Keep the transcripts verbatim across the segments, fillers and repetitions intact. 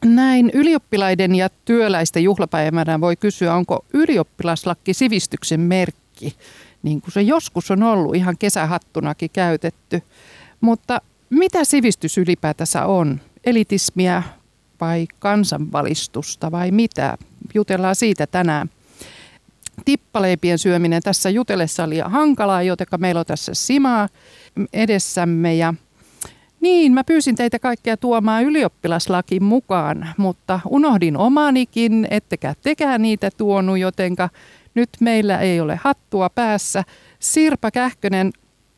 näin ylioppilaiden ja työläisten juhlapäivänä voi kysyä, onko ylioppilaslakki sivistyksen merkki, niin kuin se joskus on ollut ihan kesähattunakin käytetty. Mutta mitä sivistys ylipäätänsä on? Elitismiä vai kansanvalistusta vai mitä? Jutellaan siitä tänään. Tippaleipien syöminen tässä jutellessa oli hankalaa, joten meillä on tässä Simaa edessämme. Ja niin, mä pyysin teitä kaikkia tuomaan ylioppilaslakin mukaan, mutta unohdin omanikin, ettekä tekään niitä tuonut, jotenka nyt meillä ei ole hattua päässä. Sirpa Kähkönen,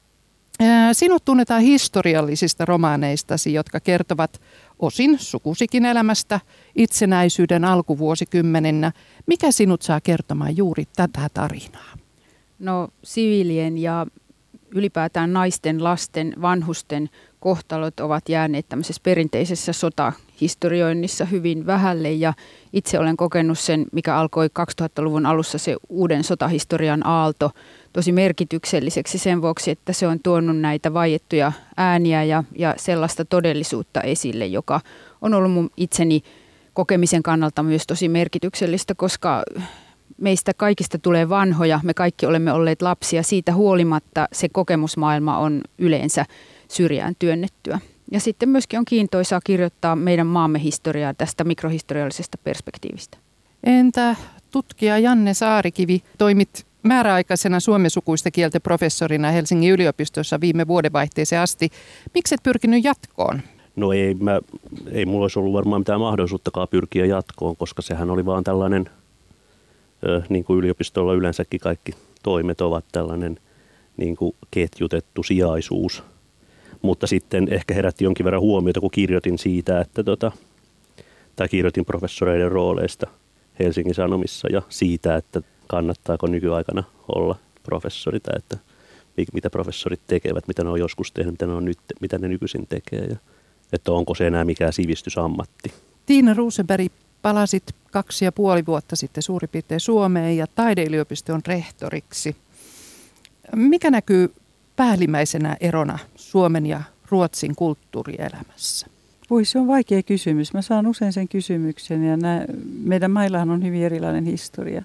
sinut tunnetaan historiallisista romaaneistasi, jotka kertovat osin sukusikin elämästä itsenäisyyden alkuvuosikymmeninä. Mikä sinut saa kertomaan juuri tätä tarinaa? No siviilien ja ylipäätään naisten, lasten, vanhusten kohtalot ovat jääneet tämmöisessä perinteisessä sotahistorioinnissa hyvin vähälle ja itse olen kokenut sen, mikä alkoi kaksituhattaluvun alussa se uuden sotahistorian aalto tosi merkitykselliseksi sen vuoksi, että se on tuonut näitä vaiettuja ääniä ja, ja sellaista todellisuutta esille, joka on ollut mun itseni kokemisen kannalta myös tosi merkityksellistä, koska meistä kaikista tulee vanhoja, me kaikki olemme olleet lapsia, siitä huolimatta se kokemusmaailma on yleensä syrjään työnnettyä. Ja sitten myöskin on kiintoisaa kirjoittaa meidän maamme historiaa tästä mikrohistoriallisesta perspektiivistä. Entä tutkija Janne Saarikivi, toimit määräaikaisena suomensukuista kielten professorina Helsingin yliopistossa viime vuodenvaihteeseen asti. Miksi et pyrkinyt jatkoon? No ei, mä, ei mulla olisi ollut varmaan mitään mahdollisuuttakaan pyrkiä jatkoon, koska sehän oli vaan tällainen, ö, niin kuin yliopistolla yleensäkin kaikki toimet ovat tällainen niin kuin ketjutettu sijaisuus. Mutta sitten ehkä herätti jonkin verran huomiota, kun kirjoitin siitä, että tota, tai kirjoitin professoreiden rooleista Helsingin Sanomissa ja siitä, että kannattaako nykyaikana olla professori tai että mitä professorit tekevät, mitä ne on joskus tehnyt, mitä ne, on nyt, mitä ne nykyisin tekee ja että onko se enää mikään sivistysammatti. Tiina Rosenberg, palasit kaksi ja puoli vuotta sitten suurin piirtein Suomeen ja taideyliopiston rehtoriksi. Mikä näkyy päällimmäisenä erona Suomen ja Ruotsin kulttuurielämässä? Voi, se on vaikea kysymys. Mä saan usein sen kysymyksen ja nää, meidän maillahan on hyvin erilainen historia.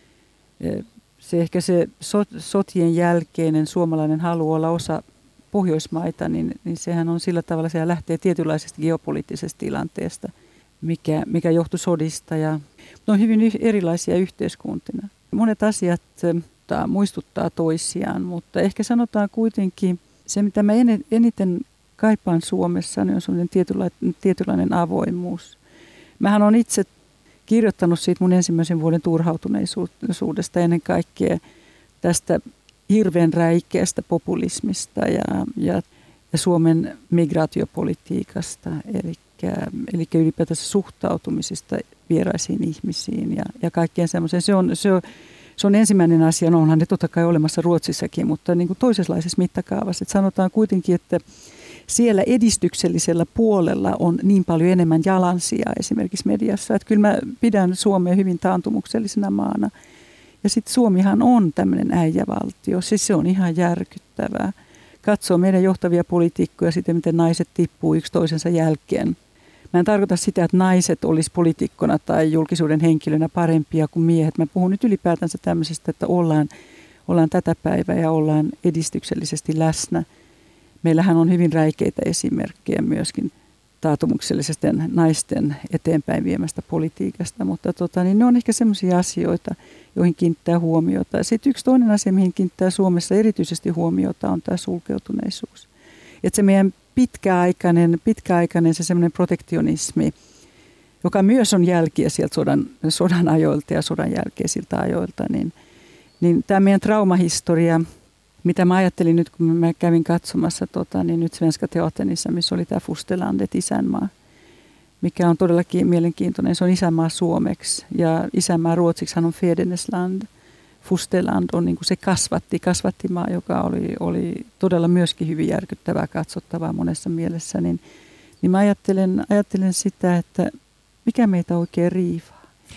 Se ehkä se sot, sotien jälkeinen suomalainen halu olla osa Pohjoismaita, niin, niin sehän on sillä tavalla, se lähtee tietynlaisesta geopoliittisesta tilanteesta, mikä, mikä johtui sodista ja ne on hyvin erilaisia yhteiskuntina. Monet asiat muistuttaa toisiaan, mutta ehkä sanotaan kuitenkin se, mitä mä eniten kaipaan Suomessa, niin on sellainen tietynlainen, tietynlainen avoimuus. Mähän olen itse kirjoittanut siitä mun ensimmäisen vuoden turhautuneisuudesta ennen kaikkea tästä hirveän räikeästä populismista ja, ja, ja Suomen migraatiopolitiikasta, eli, eli ylipäätänsä suhtautumisista vieraisiin ihmisiin ja, ja kaikkeen semmoiseen. Se on, se on Se on ensimmäinen asia, no onhan ne totta kai olemassa Ruotsissakin, mutta niin kuin toisenlaisessa mittakaavassa. Että sanotaan kuitenkin, että siellä edistyksellisellä puolella on niin paljon enemmän jalansijaa esimerkiksi mediassa. Että kyllä mä pidän Suomea hyvin taantumuksellisena maana. Ja sitten Suomihan on tämmöinen äijävaltio, siis se on ihan järkyttävää. Katsoo meidän johtavia poliitikkoja sitten, miten naiset tippuu yksi toisensa jälkeen. Mä en tarkoita sitä, että naiset olisi poliitikkona tai julkisuuden henkilönä parempia kuin miehet. Mä puhun nyt ylipäätänsä tämmöisestä, että ollaan, ollaan tätä päivää ja ollaan edistyksellisesti läsnä. Meillähän on hyvin räikeitä esimerkkejä myöskin taatumuksellisesti naisten eteenpäin viemästä politiikasta, mutta tota, niin ne on ehkä semmoisia asioita, joihin kiinnittää huomiota. Sitten yksi toinen asia, mihin kiinnittää Suomessa erityisesti huomiota, on tämä sulkeutuneisuus. Että se meidän pitkäaikainen, pitkäaikainen se semmoinen protektionismi, joka myös on jälkiä sieltä sodan, sodan ajoilta ja sodan jälkeisiltä ajoilta, niin, niin tämä meidän traumahistoria, mitä mä ajattelin nyt, kun mä kävin katsomassa tota, niin nyt Svenska Teaternissa, missä oli tämä Fosterlandet, isänmaa, mikä on todellakin mielenkiintoinen. Se on isänmaa suomeksi ja isänmaa ruotsiksihan on Fädernesland. Fosterland on niin kuin se kasvatti, kasvattimaa, joka oli, oli todella myöskin hyvin järkyttävää katsottavaa monessa mielessä. Niin, niin mä ajattelen, ajattelen sitä, että mikä meitä oikein riivaa.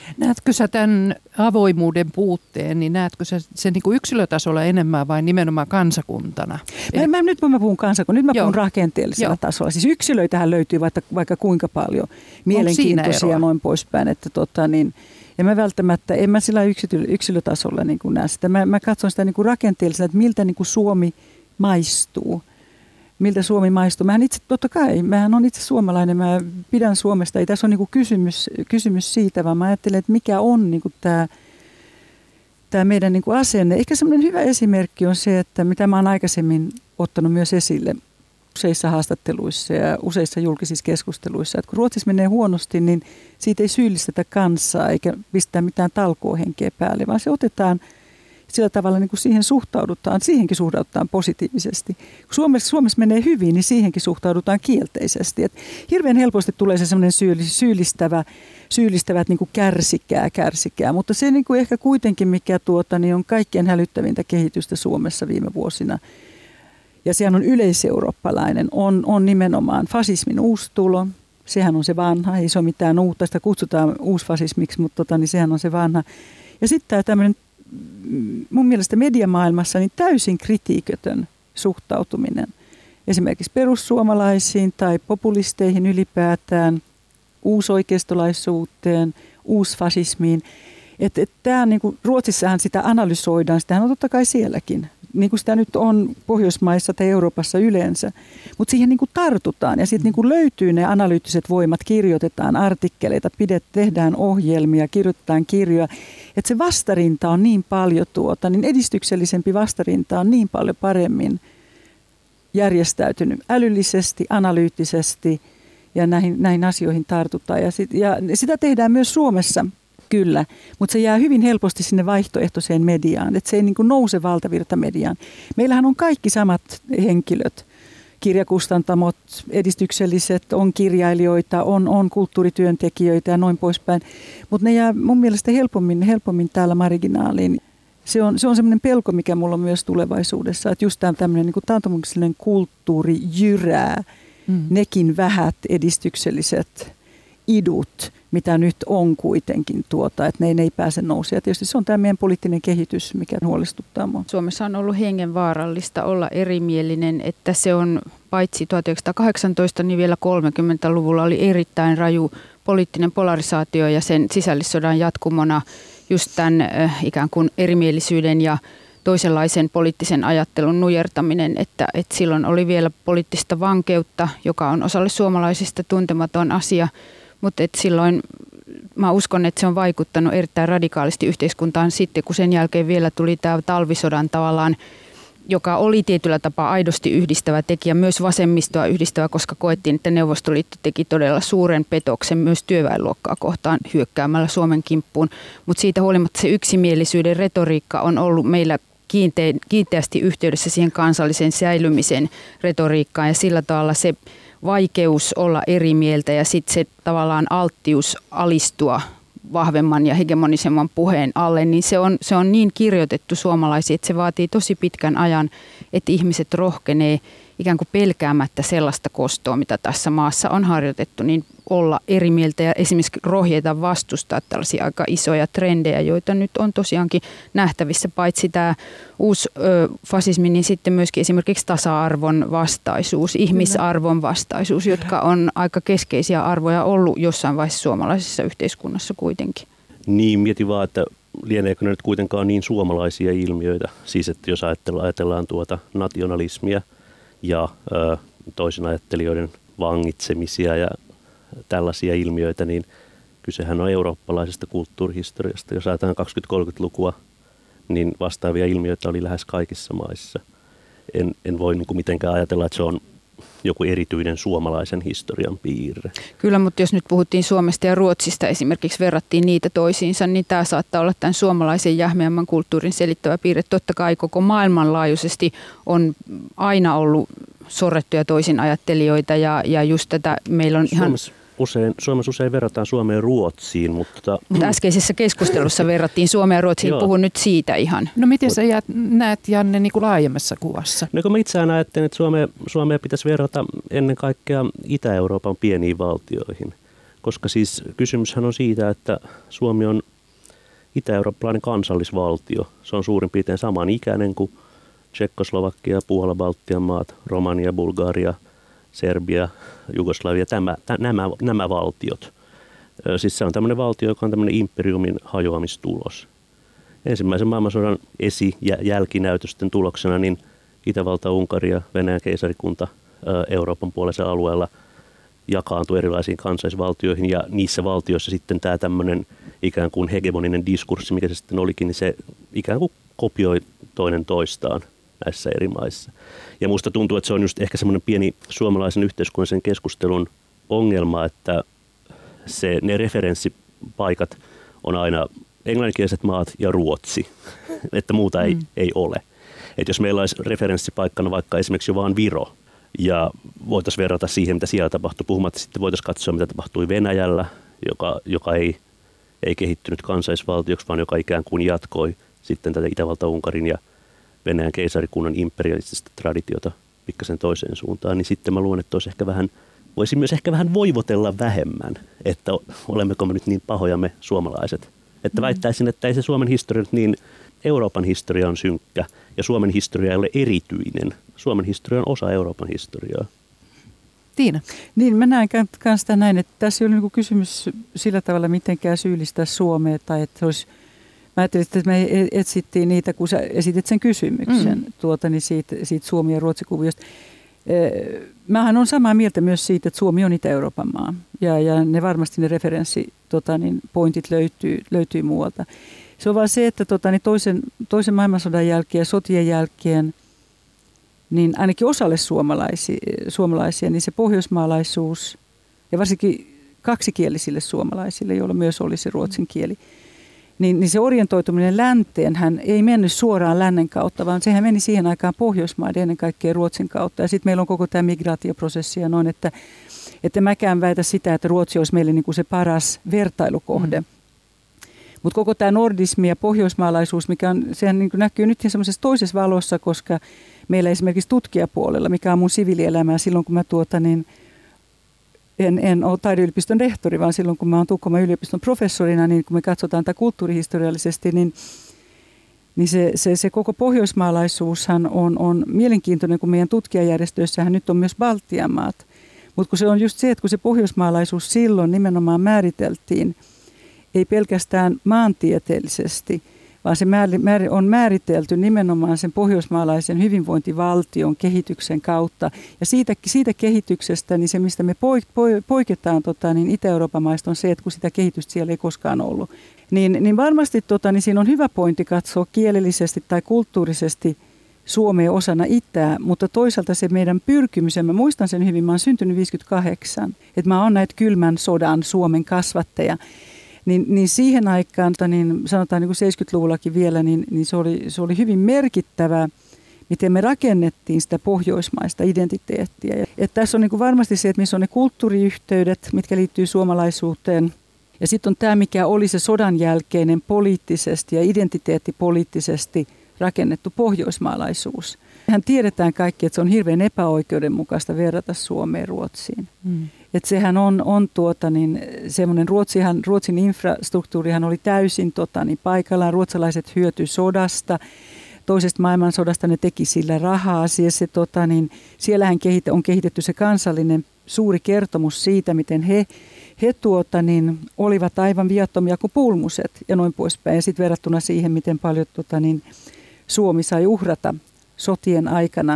Näetkö sä tämän avoimuuden puutteen, niin näetkö sä sen niin kuin yksilötasolla enemmän vai nimenomaan kansakuntana? Mä, mä, nyt mä puhun kansakuntana, nyt mä Joo. puhun rakenteellisella Joo. tasolla. Siis yksilöitähän löytyy vaikka, vaikka kuinka paljon mielenkiintoisia noin poispäin. Että tota, niin, en mä välttämättä, en mä sillä yksilö, yksilötasolla niin kuin näe sitä. Mä, mä katson sitä niin kuin rakenteellisena, että miltä niin kuin Suomi maistuu. Miltä Suomi maistuu. Mähän itse, totta kai, mähän on itse suomalainen, mä pidän Suomesta. Ei tässä ole niinku kysymys, kysymys siitä, vaan mä ajattelen, että mikä on niinku tämä tää meidän niinku asenne. Ehkä semmoinen hyvä esimerkki on se, että mitä mä oon aikaisemmin ottanut myös esille useissa haastatteluissa ja useissa julkisissa keskusteluissa. Että kun Ruotsissa menee huonosti, niin siitä ei syyllistetä kansaa eikä pistää mitään talkoohenkeä päälle, vaan se otetaan sillä tavalla niin kuin siihen suhtaudutaan, siihenkin suhtaudutaan positiivisesti. Kun Suomessa, Suomessa menee hyvin, niin siihenkin suhtaudutaan kielteisesti. Et hirveän helposti tulee se semmoinen syyllistävä, syyllistävä että niin kuin kärsikää, kärsikää. Mutta se niin kuin ehkä kuitenkin, mikä tuota, niin on kaikkien hälyttävintä kehitystä Suomessa viime vuosina, ja sehän on yleiseurooppalainen, on, on nimenomaan fasismin uustulo. Sehän on se vanha, ei se ole mitään uutta, sitä kutsutaan uusfasismiksi, mutta tota, niin sehän on se vanha. Ja sitten tämä tämmöinen mun mielestä mediamaailmassa niin täysin kritiikötön suhtautuminen esimerkiksi perussuomalaisiin tai populisteihin ylipäätään, uusoikeistolaisuuteen, uusfasismiin. Et, et tää, niin kuin, Ruotsissahan sitä analysoidaan, sitähän on totta kai sielläkin, niin kuin sitä nyt on Pohjoismaissa tai Euroopassa yleensä, mutta siihen niin kuin tartutaan ja sitten niin kuin löytyy ne analyyttiset voimat, kirjoitetaan artikkeleita, pidet, tehdään ohjelmia, kirjoitetaan kirjoja, että se vastarinta on niin paljon tuota, niin edistyksellisempi vastarinta on niin paljon paremmin järjestäytynyt älyllisesti, analyyttisesti ja näihin, näihin asioihin tartutaan ja, sit, ja sitä tehdään myös Suomessa. Kyllä, mutta se jää hyvin helposti sinne vaihtoehtoiseen mediaan, että se ei niin kuin nouse valtavirtamediaan. Meillähän on kaikki samat henkilöt, kirjakustantamot, edistykselliset, on kirjailijoita, on, on kulttuurityöntekijöitä ja noin poispäin, mutta ne jää mun mielestä helpommin, helpommin täällä marginaaliin. Se on, se on semmoinen pelko, mikä mulla on myös tulevaisuudessa, että just tämä tämmöinen niin kuin taantumuksellinen kulttuuri jyrää, mm. nekin vähät edistykselliset idut, mitä nyt on kuitenkin, tuota, että ne, ne ei pääse nousemaan. Ja tietysti se on tämä meidän poliittinen kehitys, mikä huolestuttaa mua. Suomessa on ollut hengenvaarallista olla erimielinen, että se on paitsi tuhatyhdeksänsataakahdeksantoista, niin vielä kolmekymmentäluvulla oli erittäin raju poliittinen polarisaatio ja sen sisällissodan jatkumona just tämän äh, ikään kuin erimielisyyden ja toisenlaisen poliittisen ajattelun nujertaminen, että, että silloin oli vielä poliittista vankeutta, joka on osalle suomalaisista tuntematon asia, mutta et silloin mä uskon, että se on vaikuttanut erittäin radikaalisti yhteiskuntaan sitten, kun sen jälkeen vielä tuli tämä talvisodan tavallaan, joka oli tietyllä tapaa aidosti yhdistävä tekijä, myös vasemmistoa yhdistävä, koska koettiin, että Neuvostoliitto teki todella suuren petoksen myös työväenluokkaa kohtaan hyökkäämällä Suomen kimppuun. Mutta siitä huolimatta se yksimielisyyden retoriikka on ollut meillä kiinte- kiinteästi yhteydessä siihen kansallisen säilymisen retoriikkaan ja sillä tavalla se vaikeus olla eri mieltä ja sitten se tavallaan alttius alistua vahvemman ja hegemonisemman puheen alle, niin se on, se on niin kirjoitettu suomalaisiin, että se vaatii tosi pitkän ajan, että ihmiset rohkenee ikään kuin pelkäämättä sellaista kostoa, mitä tässä maassa on harjoitettu, niin olla eri mieltä ja esimerkiksi rohjeita vastustaa tällaisia aika isoja trendejä, joita nyt on tosiaankin nähtävissä, paitsi tämä uusi ö, fasismi, niin sitten myöskin esimerkiksi tasa-arvon vastaisuus, ihmisarvon vastaisuus, jotka on aika keskeisiä arvoja ollut jossain vaiheessa suomalaisessa yhteiskunnassa kuitenkin. Niin, mietin vaan, että lieneekö ne nyt kuitenkaan niin suomalaisia ilmiöitä, siis että jos ajatellaan, ajatellaan tuota nationalismia ja ö, toisen ajattelijoiden vangitsemisia ja tällaisia ilmiöitä, niin kysehän on eurooppalaisesta kulttuurihistoriasta. Jos ajatellaan kaksikymmentä-kolmekymmentälukua, niin vastaavia ilmiöitä oli lähes kaikissa maissa. En, en voi niin kuin mitenkään ajatella, että se on joku erityinen suomalaisen historian piirre. Kyllä, mutta jos nyt puhuttiin Suomesta ja Ruotsista, esimerkiksi verrattiin niitä toisiinsa, niin tämä saattaa olla tämän suomalaisen jähmeämmän kulttuurin selittävä piirre. Totta kai koko maailmanlaajuisesti on aina ollut sorrettuja toisin ajattelijoita ja, ja just tätä meillä on ihan... Suomessa usein, Suomessa usein verrataan Suomeen ja Ruotsiin, mutta... Mutta äskeisessä keskustelussa verrattiin Suomea ja Ruotsiin, puhun nyt siitä ihan. No miten sä jäät, näet, Janne, niin kuin laajemmassa kuvassa? No kun mä itse ajattelen, että Suomea, Suomea pitäisi verrata ennen kaikkea Itä-Euroopan pieniin valtioihin, koska siis kysymyshän on siitä, että Suomi on itä-eurooppalainen kansallisvaltio. Se on suurin piirtein samanikäinen kuin Tšekkoslovakia, Puola, Baltian maat, Romania, Bulgaria, Serbia, Jugoslavia, tämä, nämä, nämä valtiot. Siis se on tämmöinen valtio, joka on tämmöinen imperiumin hajoamistulos. Ensimmäisen maailmansodan esi- ja jälkinäytösten tuloksena niin Itävalta, Unkari ja Venäjän keisarikunta Euroopan puoleisella alueella jakaantui erilaisiin kansallisvaltioihin, ja niissä valtioissa sitten tämä tämmöinen ikään kuin hegemoninen diskurssi, mikä se sitten olikin, niin se ikään kuin kopioi toinen toistaan näissä eri maissa. Ja musta tuntuu, että se on just ehkä semmoinen pieni suomalaisen yhteiskunnallisen keskustelun ongelma, että se, ne referenssipaikat on aina englanninkieliset maat ja Ruotsi, että muuta ei, mm. ei ole. Että jos meillä olisi referenssipaikkana vaikka esimerkiksi jo vaan Viro, ja voitaisiin verrata siihen, mitä siellä tapahtui, puhumatta sitten voitaisiin katsoa, mitä tapahtui Venäjällä, joka, joka ei, ei kehittynyt kansallisvaltioksi, vaan joka ikään kuin jatkoi sitten tätä Itävalta-Unkarin ja Venäjän keisarikunnan imperialistista traditiota pikkasen toiseen suuntaan, niin sitten mä luulen, että olisi ehkä vähän, voisi myös ehkä vähän voivotella vähemmän, että olemmeko me nyt niin pahoja me suomalaiset. Että väittäisin, että ei se Suomen historia nyt niin, Euroopan historia on synkkä ja Suomen historia ei ole erityinen. Suomen historia on osa Euroopan historiaa. Tiina. Niin, mä näen myös sitä näin, että tässä ei ole niin kysymys sillä tavalla mitenkään syyllistää Suomea tai että olisi, mä ajattelin, että me etsittiin niitä, kun sä esitit sen kysymyksen mm. tuota, niin siitä, siitä Suomi- ja Ruotsi-kuviosta. Mähän on samaa mieltä myös siitä, että Suomi on Itä-Euroopan maa ja, ja ne varmasti ne referenssi, tota, niin pointit löytyy, löytyy muualta. Se on vaan se, että tota, niin toisen, toisen maailmansodan jälkeen ja sotien jälkeen, niin ainakin osalle suomalaisia, suomalaisia, niin se pohjoismaalaisuus ja varsinkin kaksikielisille suomalaisille, joilla myös oli se ruotsin kieli, niin, niin se orientoituminen länteen hän ei mennyt suoraan lännen kautta, vaan sehän meni siihen aikaan Pohjoismaiden ennen kaikkea Ruotsin kautta. Ja sitten meillä on koko tämä migraatioprosessi ja noin, että, että mäkään väitä sitä, että Ruotsi olisi meille niin kuin se paras vertailukohde. Mm. Mutta koko tämä nordismi ja pohjoismaalaisuus, mikä on, sehän niin kuin näkyy nyt semmoisessa toisessa valossa, koska meillä esimerkiksi tutkijapuolella, mikä on mun siviilielämää silloin, kun mä tuota niin, en, en ole taideyliopiston rehtori, vaan silloin, kun mä oon Tukholman yliopiston professorina, niin kun me katsotaan tätä kulttuurihistoriallisesti, niin, niin se, se, se koko pohjoismaalaisuushan on, on mielenkiintoinen, kun meidän tutkijajärjestöissähän nyt on myös Baltian maat. Mutta kun se on just se, että kun se pohjoismaalaisuus silloin nimenomaan määriteltiin, ei pelkästään maantieteellisesti, vaan se on määritelty nimenomaan sen pohjoismaalaisen hyvinvointivaltion kehityksen kautta. Ja siitä, siitä kehityksestä, niin se mistä me poiketaan tota, niin Itä-Euroopan maista on se, että kun sitä kehitystä siellä ei koskaan ollut. Niin, niin varmasti tota, niin siinä on hyvä pointti katsoa kielellisesti tai kulttuurisesti Suomea osana itää, mutta toisaalta se meidän pyrkimys, ja mä muistan sen hyvin, mä oon syntynyt viisikymmentäkahdeksan, että mä oon näitä kylmän sodan Suomen kasvattaja. Niin, niin siihen aikaan, niin sanotaan niin kuin seitsemänkymmentäluvullakin vielä, niin, niin se, oli, se oli hyvin merkittävää, miten me rakennettiin sitä pohjoismaista identiteettiä. Ja, että tässä on niin kuin varmasti se, että missä on ne kulttuuriyhteydet, mitkä liittyy suomalaisuuteen. Ja sitten on tämä, mikä oli se sodan jälkeinen poliittisesti ja identiteettipoliittisesti rakennettu pohjoismaalaisuus. Mehän tiedetään kaikki, että se on hirveän epäoikeudenmukaista verrata Suomeen Ruotsiin. Mm. Että sehän on, on tuota niin, semmoinen, Ruotsihan, Ruotsin infrastruktuurihan oli täysin tota, niin paikallaan, ruotsalaiset hyötyi sodasta, toisesta maailmansodasta ne teki sillä rahaa, siis se, tota, niin, siellähän kehitä, on kehitetty se kansallinen suuri kertomus siitä, miten he, he tuota, niin, olivat aivan viattomia kuin pulmuset ja noin poispäin, ja sitten verrattuna siihen, miten paljon tota, niin, Suomi sai uhrata sotien aikana.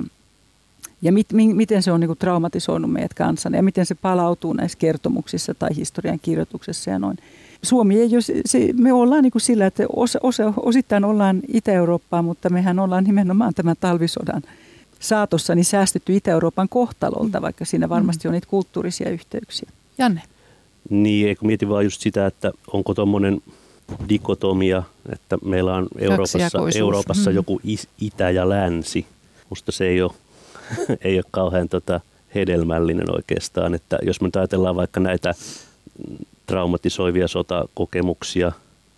Ja mit, mi, miten se on niin kuin traumatisoinut meidät kansana ja miten se palautuu näissä kertomuksissa tai historian kirjoituksessa ja noin. Suomi ei ole, se, me ollaan niin kuin sillä, että osa, osa, osittain ollaan Itä-Eurooppaa, mutta mehän ollaan nimenomaan tämän talvisodan saatossa niin säästetty Itä-Euroopan kohtalolta, vaikka siinä varmasti on niitä kulttuurisia yhteyksiä. Janne. Niin, eikö mieti vaan just sitä, että onko tuommoinen dikotomia, että meillä on Euroopassa, Euroopassa mm. joku is, itä ja länsi. Musta se ei ole ei ole kauhean tota hedelmällinen oikeastaan, että jos me ajatellaan vaikka näitä traumatisoivia sotakokemuksia,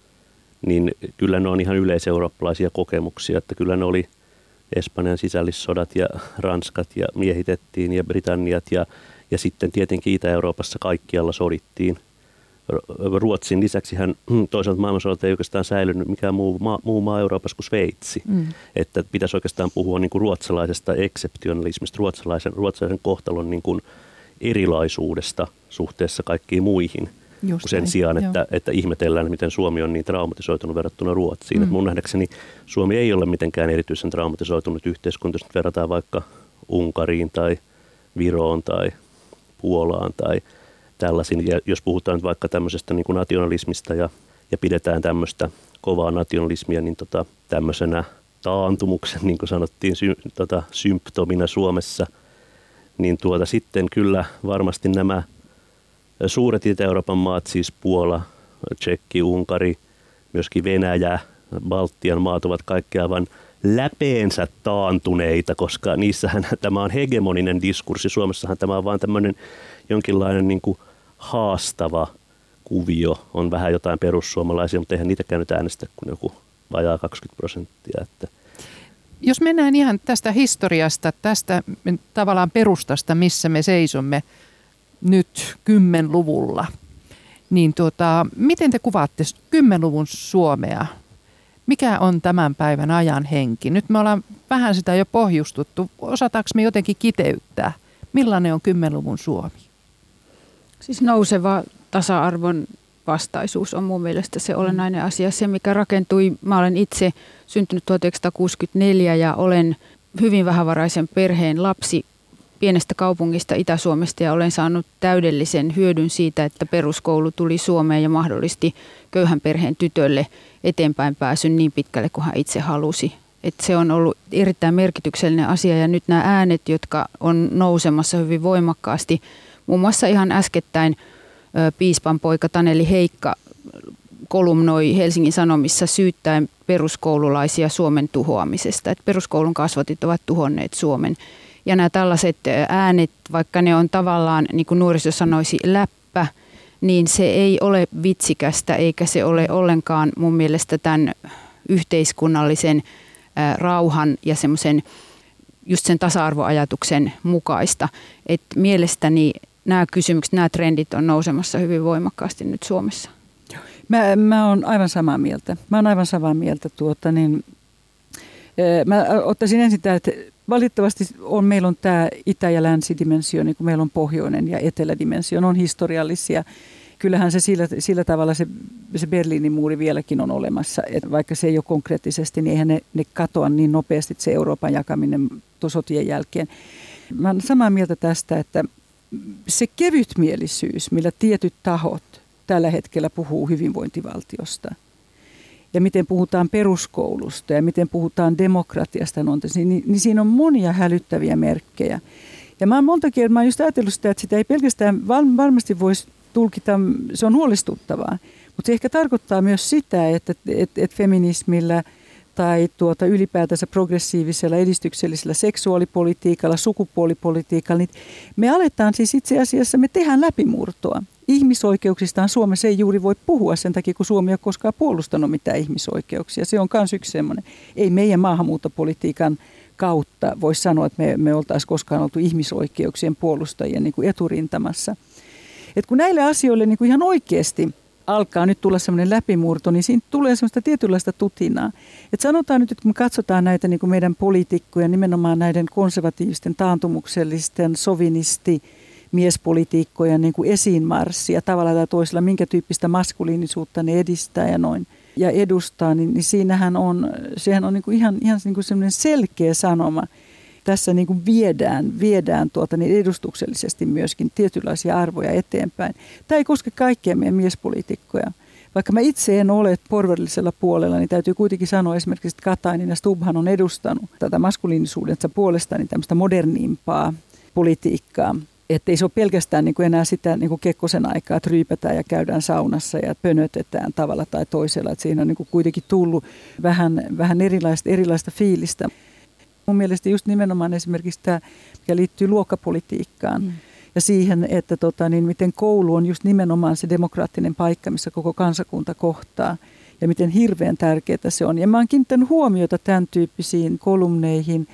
niin kyllä ne on ihan yleiseurooppalaisia kokemuksia, että kyllä ne oli Espanjan sisällissodat ja Ranskat ja miehitettiin ja Britanniat ja, ja sitten tietenkin Itä-Euroopassa kaikkialla sodittiin. Ruotsin lisäksi hän toisaalta maailmansodalta ei oikeastaan säilynyt mikään muu maa, muu maa Euroopassa kuin Sveitsi. Mm. Että pitäisi oikeastaan puhua niin kuin ruotsalaisesta ekseptionalismista, ruotsalaisen, ruotsalaisen kohtalon niin kuin erilaisuudesta suhteessa kaikkiin muihin. Just sen näin. Sijaan, että, että ihmetellään, miten Suomi on niin traumatisoitunut verrattuna Ruotsiin. Mm. Että mun nähdäkseni Suomi ei ole mitenkään erityisen traumatisoitunut yhteiskunta, jos nyt verrataan vaikka Unkariin tai Viroon tai Puolaan tai tällaisiin. Ja jos puhutaan nyt vaikka tämmöisestä niin kuin nationalismista ja, ja pidetään tämmöistä kovaa nationalismia, niin tota, tämmöisenä taantumuksen, niin kuin sanottiin, sy, tota, symptomina Suomessa, niin tuota, sitten kyllä varmasti nämä suuret Itä-Euroopan maat, siis Puola, Tšekki, Unkari, myöskin Venäjä, Baltian maat ovat kaikki aivan läpeensä taantuneita, koska niissähän tämä on hegemoninen diskurssi. Suomessahan tämä on vaan tämmöinen jonkinlainen niin kuin haastava kuvio. On vähän jotain perussuomalaisia, mutta eihän niitäkään nyt äänestä kuin joku vajaa kaksikymmentä prosenttia. Että. Jos mennään ihan tästä historiasta, tästä tavallaan perustasta, missä me seisomme nyt kymmenluvulla, niin tuota, miten te kuvaatte kymmenluvun Suomea? Mikä on tämän päivän ajan henki? Nyt me ollaan vähän sitä jo pohjustuttu. Osataanko me jotenkin kiteyttää? Millainen on kymmenluvun Suomi? Siis nouseva tasa-arvon vastaisuus on mun mielestä se olennainen asia. Se, mikä rakentui, mä olen itse syntynyt tuhatyhdeksänsataakuusikymmentäneljä ja olen hyvin vähävaraisen perheen lapsi pienestä kaupungista Itä-Suomesta ja olen saanut täydellisen hyödyn siitä, että peruskoulu tuli Suomeen ja mahdollisti köyhän perheen tytölle eteenpäin pääsyn niin pitkälle kuin hän itse halusi. Et se on ollut erittäin merkityksellinen asia ja nyt nämä äänet, jotka on nousemassa hyvin voimakkaasti, muun muassa ihan äskettäin piispan poika Taneli Heikka kolumnoi Helsingin Sanomissa syyttäen peruskoululaisia Suomen tuhoamisesta, että peruskoulun kasvatit ovat tuhonneet Suomen. Ja nämä tällaiset äänet, vaikka ne on tavallaan, niin kuin nuoriso sanoisi, läppä, niin se ei ole vitsikästä eikä se ole ollenkaan mun mielestä tämän yhteiskunnallisen rauhan ja semmoisen just sen tasa-arvoajatuksen mukaista. Et mielestäni nämä kysymykset, nämä trendit on nousemassa hyvin voimakkaasti nyt Suomessa. Mä, mä oon aivan samaa mieltä. Mä oon aivan samaa mieltä. Tuota, niin, mä ottaisin ensin tämä, että valitettavasti on, meillä on tämä itä- ja länsidimensio, niin kuin meillä on pohjoinen ja etelädimensio, ne on historiallisia. Kyllähän se sillä, sillä tavalla se, se Berliinin muuri vieläkin on olemassa, että vaikka se ei ole konkreettisesti, niin eihän ne, ne katoa niin nopeasti, se Euroopan jakaminen sotien jälkeen. Mä olen samaa mieltä tästä, että se kevytmielisyys, millä tietyt tahot tällä hetkellä puhuu hyvinvointivaltiosta, ja miten puhutaan peruskoulusta ja miten puhutaan demokratiasta, niin, niin siinä on monia hälyttäviä merkkejä. Ja mä oon monta kertaa, mä oon just ajatellut sitä, että sitä ei pelkästään varmasti voisi tulkita, se on huolestuttavaa, mutta se ehkä tarkoittaa myös sitä, että, että, että feminismillä tai tuota ylipäätänsä progressiivisella edistyksellisellä seksuaalipolitiikalla, sukupuolipolitiikalla, niin me aletaan siis itse asiassa, me tehdään läpimurtoa. Ihmisoikeuksistaan Suomessa ei juuri voi puhua sen takia, kun Suomi ei ole koskaan puolustanut mitään ihmisoikeuksia. Se on myös yksi semmoinen. Ei meidän maahanmuuttopolitiikan kautta voi sanoa, että me, me oltaisiin koskaan oltu ihmisoikeuksien puolustajien niin kuin eturintamassa. Et kun näille asioille niin kuin ihan oikeasti alkaa nyt tulla semmoinen läpimurto, niin siinä tulee semmoista tietynlaista tutinaa. Et sanotaan nyt, että kun me katsotaan näitä niin kuin meidän poliitikkoja, nimenomaan näiden konservatiivisten, taantumuksellisten, sovinisti, miespolitiikkoja niin kuin esiinmarssia tavalla tai toisella, minkä tyyppistä maskuliinisuutta ne edistää ja noin ja edustaa, niin, niin siinähän on, sehän on niin kuin ihan, ihan niin kuin semmoinen selkeä sanoma. Tässä niin kuin viedään, viedään tuota niin edustuksellisesti myöskin tietynlaisia arvoja eteenpäin. Tämä ei koske kaikkia meidän miespoliitikkoja. Vaikka mä itse en ole porvarillisella puolella, niin täytyy kuitenkin sanoa esimerkiksi, että Katainen ja Stubbhan on edustanut tätä maskuliinisuudensa puolestaan niin tämmöistä modernimpaa politiikkaa. Että ei se ole pelkästään niin kuin enää sitä niin kuin Kekkosen aikaa, että ryypätään ja käydään saunassa ja pönötetään tavalla tai toisella. Että siinä on niin kuin kuitenkin tullut vähän, vähän erilaista, erilaista fiilistä. Mun mielestä just nimenomaan esimerkiksi tämä, mikä liittyy luokkapolitiikkaan mm. ja siihen, että tota, niin miten koulu on just nimenomaan se demokraattinen paikka, missä koko kansakunta kohtaa ja miten hirveän tärkeää se on. Ja mä oon kiinnittänyt huomiota tämän tyyppisiin kolumneihin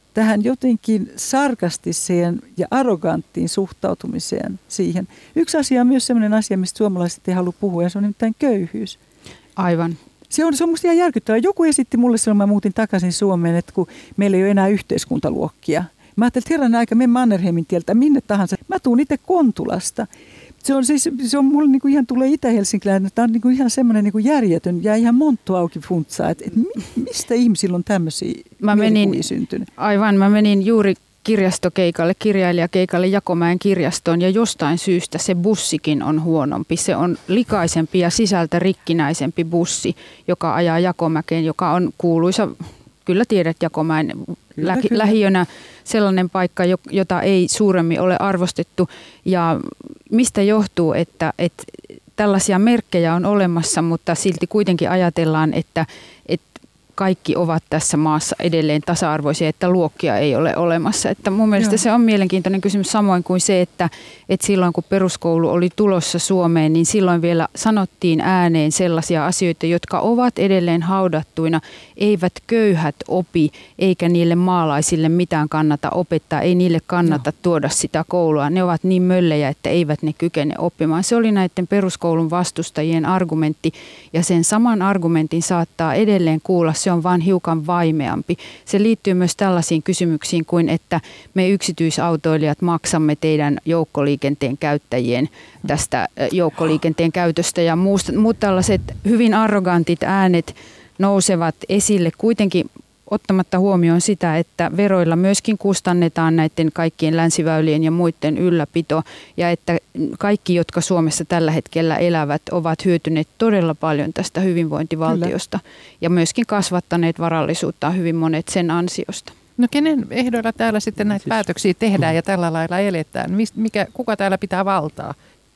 tähän jotenkin sarkastiseen ja arroganttiin suhtautumiseen siihen. Yksi asia on myös sellainen asia, mistä suomalaiset ei halua puhua, ja se on nimittäin köyhyys. Aivan. Se on, se on musta ihan järkyttävää. Joku esitti mulle silloin, mä muutin takaisin Suomeen, että kun meillä ei ole enää yhteiskuntaluokkia. Mä ajattelin, että herran aika, menen Mannerheimin tieltä minne tahansa. Mä tuun itse Kontulasta. Se on siis, se on mulle niinku ihan tulee Itä-Helsinkiläinen, tämä on niinku ihan semmoinen niinku järjetön ja ihan monttu auki funtsaa, että et mistä ihmisillä on tämmöisiä mielikuvia syntynyt? Aivan, mä menin juuri kirjastokeikalle, kirjailijakeikalle Jakomäen kirjastoon ja jostain syystä se bussikin on huonompi. Se on likaisempi ja sisältä rikkinäisempi bussi, joka ajaa Jakomäkeen, joka on kuuluisa, kyllä tiedät Jakomäen Kyllä, lä- kyllä. lähiönä sellainen paikka, jota ei suuremmin ole arvostettu. Ja mistä johtuu, että, että tällaisia merkkejä on olemassa, mutta silti kuitenkin ajatellaan, että, että kaikki ovat tässä maassa edelleen tasa-arvoisia, että luokkia ei ole olemassa. Että mun mielestä Joo. se on mielenkiintoinen kysymys, samoin kuin se, että, että silloin kun peruskoulu oli tulossa Suomeen, niin silloin vielä sanottiin ääneen sellaisia asioita, jotka ovat edelleen haudattuina. Eivät köyhät opi, eikä niille maalaisille mitään kannata opettaa, ei niille kannata no. tuoda sitä koulua. Ne ovat niin möllejä, että eivät ne kykene oppimaan. Se oli näiden peruskoulun vastustajien argumentti, ja sen saman argumentin saattaa edelleen kuulla. Se on vain hiukan vaimeampi. Se liittyy myös tällaisiin kysymyksiin kuin, että me yksityisautoilijat maksamme teidän joukkoliikenteen käyttäjien tästä joukkoliikenteen käytöstä ja muusta. Muut tällaiset hyvin arrogantit äänet nousevat esille kuitenkin ottamatta huomioon sitä, että veroilla myöskin kustannetaan näiden kaikkien länsiväylien ja muiden ylläpito ja että kaikki, jotka Suomessa tällä hetkellä elävät, ovat hyötyneet todella paljon tästä hyvinvointivaltiosta Kyllä. ja myöskin kasvattaneet varallisuutta hyvin monet sen ansiosta. No kenen ehdoilla täällä sitten näitä siis, päätöksiä tehdään ja tällä lailla eletään? Mist, mikä, kuka täällä pitää valtaa?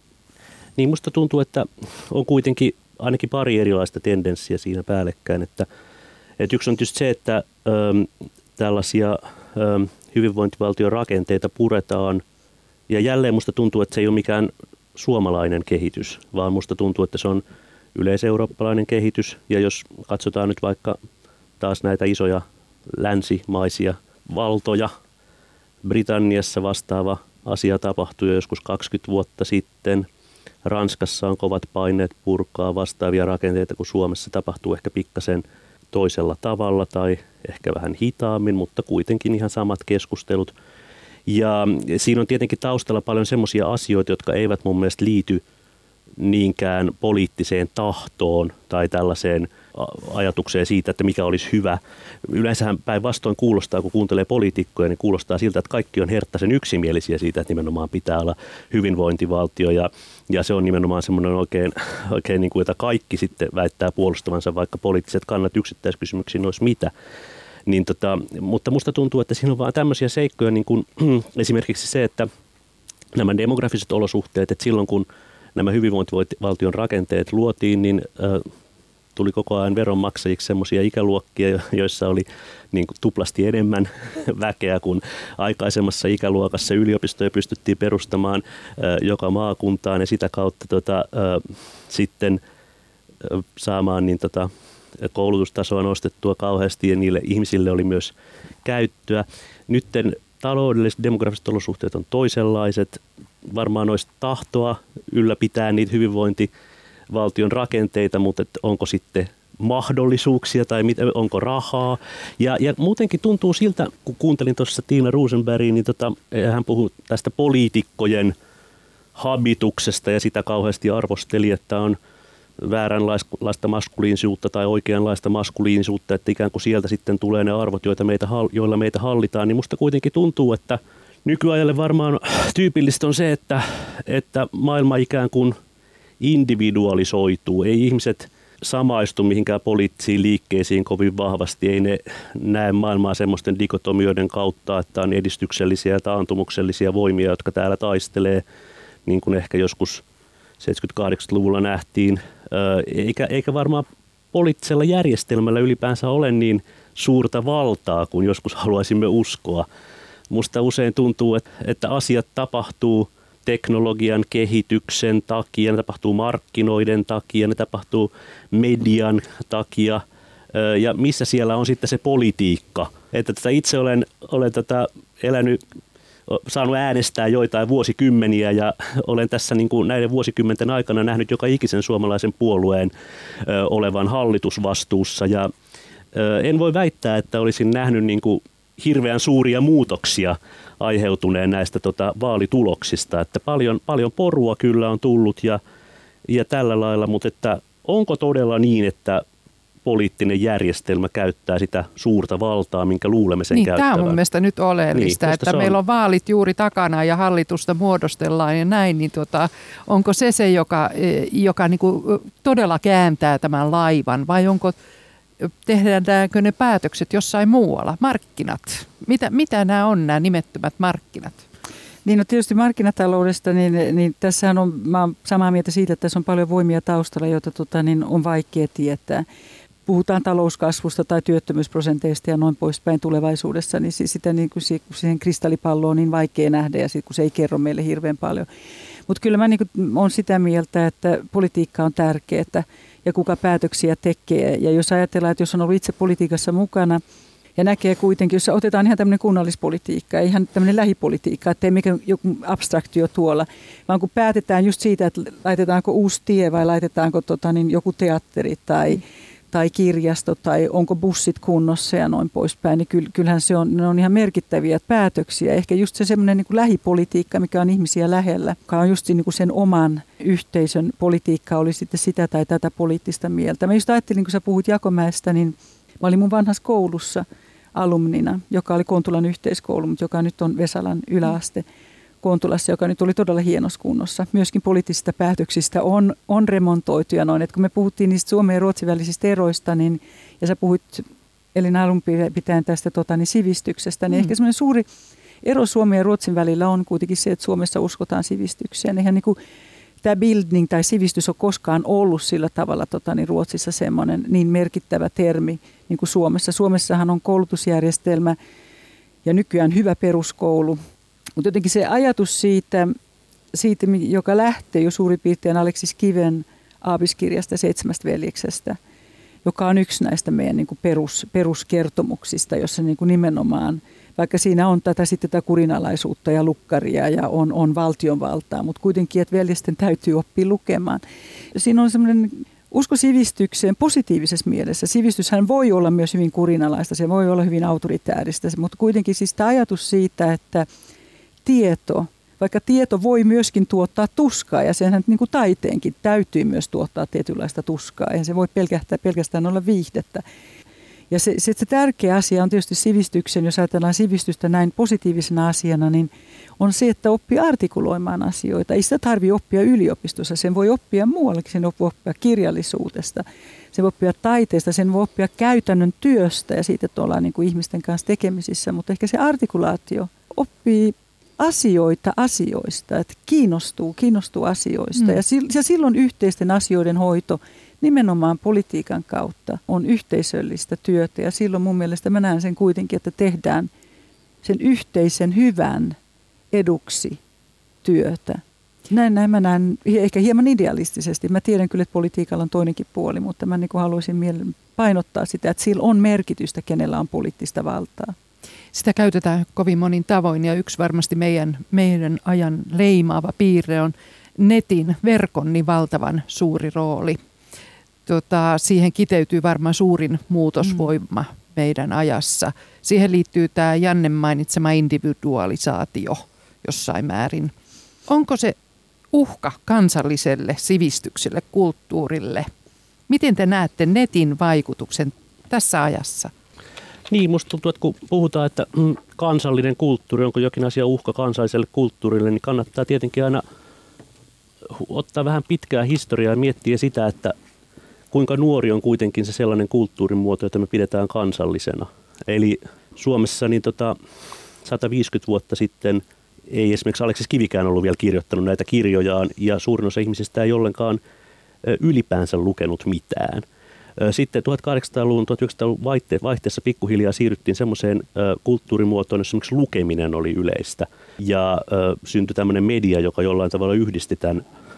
Niin musta tuntuu, että on kuitenkin ainakin pari erilaista tendenssiä siinä päällekkäin, että Et yksi on tietysti se, että ö, tällaisia ö, hyvinvointivaltion rakenteita puretaan ja jälleen musta tuntuu, että se ei ole mikään suomalainen kehitys, vaan musta tuntuu, että se on yleiseurooppalainen kehitys ja jos katsotaan nyt vaikka taas näitä isoja länsimaisia valtoja, Britanniassa vastaava asia tapahtui jo joskus kaksikymmentä vuotta sitten, Ranskassa on kovat paineet purkaa vastaavia rakenteita kuin Suomessa tapahtuu ehkä pikkasen toisella tavalla tai ehkä vähän hitaammin, mutta kuitenkin ihan samat keskustelut. Ja siinä on tietenkin taustalla paljon semmoisia asioita, jotka eivät mun mielestä liity niinkään poliittiseen tahtoon tai tällaiseen ajatukseen siitä, että mikä olisi hyvä. Yleensähän päinvastoin kuulostaa, kun kuuntelee poliitikkoja, niin kuulostaa siltä, että kaikki on herttaisen yksimielisiä siitä, että nimenomaan pitää olla hyvinvointivaltio ja, ja se on nimenomaan semmoinen oikein, oikein niin kuin, jota kaikki sitten väittää puolustavansa, vaikka poliittiset kannat yksittäiskysymyksiin olisi mitä. Niin tota, mutta musta tuntuu, että siinä on vaan tämmöisiä seikkoja, niin kuin esimerkiksi se, että nämä demografiset olosuhteet, että silloin kun nämä hyvinvointivaltion rakenteet luotiin, niin äh, tuli koko ajan veronmaksajiksi semmoisia ikäluokkia, joissa oli niin kuin tuplasti enemmän väkeä kuin aikaisemmassa ikäluokassa. Yliopistoja pystyttiin perustamaan äh, joka maakuntaan ja sitä kautta tota, äh, sitten äh, saamaan niin tota, koulutustasoa nostettua kauheasti ja niille ihmisille oli myös käyttöä. Nytten taloudelliset demografiset olosuhteet on toisenlaiset. Varmaan olisi tahtoa ylläpitää niitä hyvinvointivaltion rakenteita, mutta onko sitten mahdollisuuksia tai mit, onko rahaa. Ja, ja muutenkin tuntuu siltä, kun kuuntelin tuossa Tiina Rosenbergia, niin tota, hän puhui tästä poliitikkojen habituksesta ja sitä kauheasti arvosteli, että on vääränlaista maskuliinisuutta tai oikeanlaista maskuliinisuutta, että ikään kuin sieltä sitten tulee ne arvot, joita meitä, joilla meitä hallitaan, niin musta kuitenkin tuntuu, että nykyajalle varmaan tyypillistä on se, että, että maailma ikään kuin individualisoituu. Ei ihmiset samaistu mihinkään poliittisiin liikkeisiin kovin vahvasti. Ei ne näe maailmaa semmoisten dikotomioiden kautta, että on edistyksellisiä ja taantumuksellisia voimia, jotka täällä taistelee, niin kuin ehkä joskus seitsemänkymmentä-kahdeksankymmentäluvulla nähtiin. Eikä, eikä varmaan poliittisella järjestelmällä ylipäänsä ole niin suurta valtaa kuin joskus haluaisimme uskoa. Musta usein tuntuu, että, että asiat tapahtuu teknologian kehityksen takia, ne tapahtuu markkinoiden takia, ne tapahtuu median takia ja missä siellä on sitten se politiikka. Että tätä itse olen, olen tätä elänyt, saanut äänestää joitain vuosikymmeniä ja olen tässä niin kuin näiden vuosikymmenten aikana nähnyt joka ikisen suomalaisen puolueen ö, olevan hallitusvastuussa ja ö, en voi väittää, että olisin nähnyt niin kuin hirveän suuria muutoksia aiheutuneen näistä tota, vaalituloksista, että paljon, paljon porua kyllä on tullut ja, ja tällä lailla, mutta että onko todella niin, että poliittinen järjestelmä käyttää sitä suurta valtaa, minkä luulemme sen niin, käyttävän. Tämä on mun mielestä nyt oleellista, niin, että on. Meillä on vaalit juuri takana ja hallitusta muodostellaan ja näin, niin tota, onko se se, joka, joka niinku todella kääntää tämän laivan vai onko, tehdäänkö ne päätökset jossain muualla, markkinat? Mitä, mitä nämä on nämä nimettömät markkinat? Niin no tietysti markkinataloudesta, niin, niin tässähän on, mä olen samaa mieltä siitä, että tässä on paljon voimia taustalla, joita tota, niin on vaikea tietää. Puhutaan talouskasvusta tai työttömyysprosenteista ja noin poispäin tulevaisuudessa, niin sitä niin kuin siihen kristallipalloon on niin vaikea nähdä ja sit, kun se ei kerro meille hirveän paljon. Mutta kyllä mä niin kuin olen sitä mieltä, että politiikka on tärkeää ja kuka päätöksiä tekee. Ja jos ajatellaan, että jos on ollut itse politiikassa mukana ja näkee kuitenkin, jos otetaan ihan tämmöinen kunnallispolitiikka, ihan tämmöinen lähipolitiikka, ettei mikään joku abstraktio tuolla, vaan kun päätetään just siitä, että laitetaanko uusi tie vai laitetaanko tota, niin joku teatteri tai tai kirjasto tai onko bussit kunnossa ja noin poispäin, niin kyllähän se on, ne on ihan merkittäviä päätöksiä. Ehkä just se semmoinen niin kuin lähipolitiikka, mikä on ihmisiä lähellä, joka on just niin kuin sen oman yhteisön politiikka, oli sitten sitä tai tätä poliittista mieltä. Mä just ajattelin, kun sä puhut Jakomäestä, niin mä olin mun vanhassa koulussa alumnina, joka oli Kontulan yhteiskoulu, mutta joka nyt on Vesalan yläaste Kontulassa, joka nyt oli todella hienossa kunnossa. Myöskin poliittisista päätöksistä on, on remontoitu ja noin. Et kun me puhuttiin niistä Suomen ja Ruotsin välisistä eroista, niin, ja sä puhuit Elina alun pitäen tästä tota, niin sivistyksestä, niin mm. ehkä semmoinen suuri ero Suomen ja Ruotsin välillä on kuitenkin se, että Suomessa uskotaan sivistykseen. Eihän niin kuin tämä bildning tai sivistys on koskaan ollut sillä tavalla tota, niin Ruotsissa semmoinen niin merkittävä termi niin kuin Suomessa. Suomessahan on koulutusjärjestelmä ja nykyään hyvä peruskoulu. Mutta jotenkin se ajatus siitä, siitä, joka lähtee jo suurin piirtein Aleksis Kiven aapiskirjasta Seitsemästä veljeksestä, joka on yksi näistä meidän niin kuin perus, peruskertomuksista, jossa niin kuin nimenomaan, vaikka siinä on tätä, sitten tätä kurinalaisuutta ja lukkaria ja on, on valtionvaltaa, mutta kuitenkin, että veljesten täytyy oppia lukemaan. Siinä on semmoinen usko sivistykseen positiivisessa mielessä. Sivistyshän voi olla myös hyvin kurinalaista, se voi olla hyvin autoritääristä, mutta kuitenkin siis tämä ajatus siitä, että tieto, vaikka tieto voi myöskin tuottaa tuskaa ja senhän niin kuin taiteenkin täytyy myös tuottaa tietynlaista tuskaa. Eihän se voi pelkästään, pelkästään olla viihdettä. Ja se, se, se tärkeä asia on tietysti sivistyksen, jos ajatellaan sivistystä näin positiivisena asiana, niin on se, että oppii artikuloimaan asioita. Ei sitä tarvitse oppia yliopistossa, sen voi oppia muuallekin, sen voi oppia kirjallisuudesta, sen voi oppia taiteesta, sen voi oppia käytännön työstä ja siitä, että ollaan niin kuin ihmisten kanssa tekemisissä, mutta ehkä se artikulaatio oppii asioita asioista, että kiinnostuu, kiinnostuu asioista. Mm. Ja, sil, ja silloin yhteisten asioiden hoito nimenomaan politiikan kautta on yhteisöllistä työtä. Ja silloin mun mielestä mä näen sen kuitenkin, että tehdään sen yhteisen hyvän eduksi työtä. Näin, näin mä näen ehkä hieman idealistisesti. Mä tiedän kyllä, että politiikalla on toinenkin puoli, mutta mä niin kuin haluaisin painottaa sitä, että sillä on merkitystä, kenellä on poliittista valtaa. Sitä käytetään kovin monin tavoin ja yksi varmasti meidän, meidän ajan leimaava piirre on netin, verkon niin valtavan suuri rooli. Tota, siihen kiteytyy varmaan suurin muutosvoima mm. meidän ajassa. Siihen liittyy tämä Janne mainitsema individualisaatio jossain määrin. Onko se uhka kansalliselle sivistykselle, kulttuurille? Miten te näette netin vaikutuksen tässä ajassa? Niin, musta tuntuu, että kun puhutaan, että kansallinen kulttuuri, onko jokin asia uhka kansalliselle kulttuurille, niin kannattaa tietenkin aina ottaa vähän pitkää historiaa ja miettiä sitä, että kuinka nuori on kuitenkin se sellainen kulttuurin muoto, jota me pidetään kansallisena. Eli Suomessa niin tota, sata viisikymmentä vuotta sitten ei esimerkiksi Aleksis Kivikään ollut vielä kirjoittanut näitä kirjojaan ja suurin osa ihmisistä ei ollenkaan ylipäänsä lukenut mitään. Sitten tuhatkahdeksansataaluvun, tuhatyhdeksänsataaluvun vaihteessa pikkuhiljaa siirryttiin semmoiseen kulttuurimuotoon, jossa esimerkiksi lukeminen oli yleistä. Ja syntyi tämmöinen media, joka jollain tavalla yhdisti tämän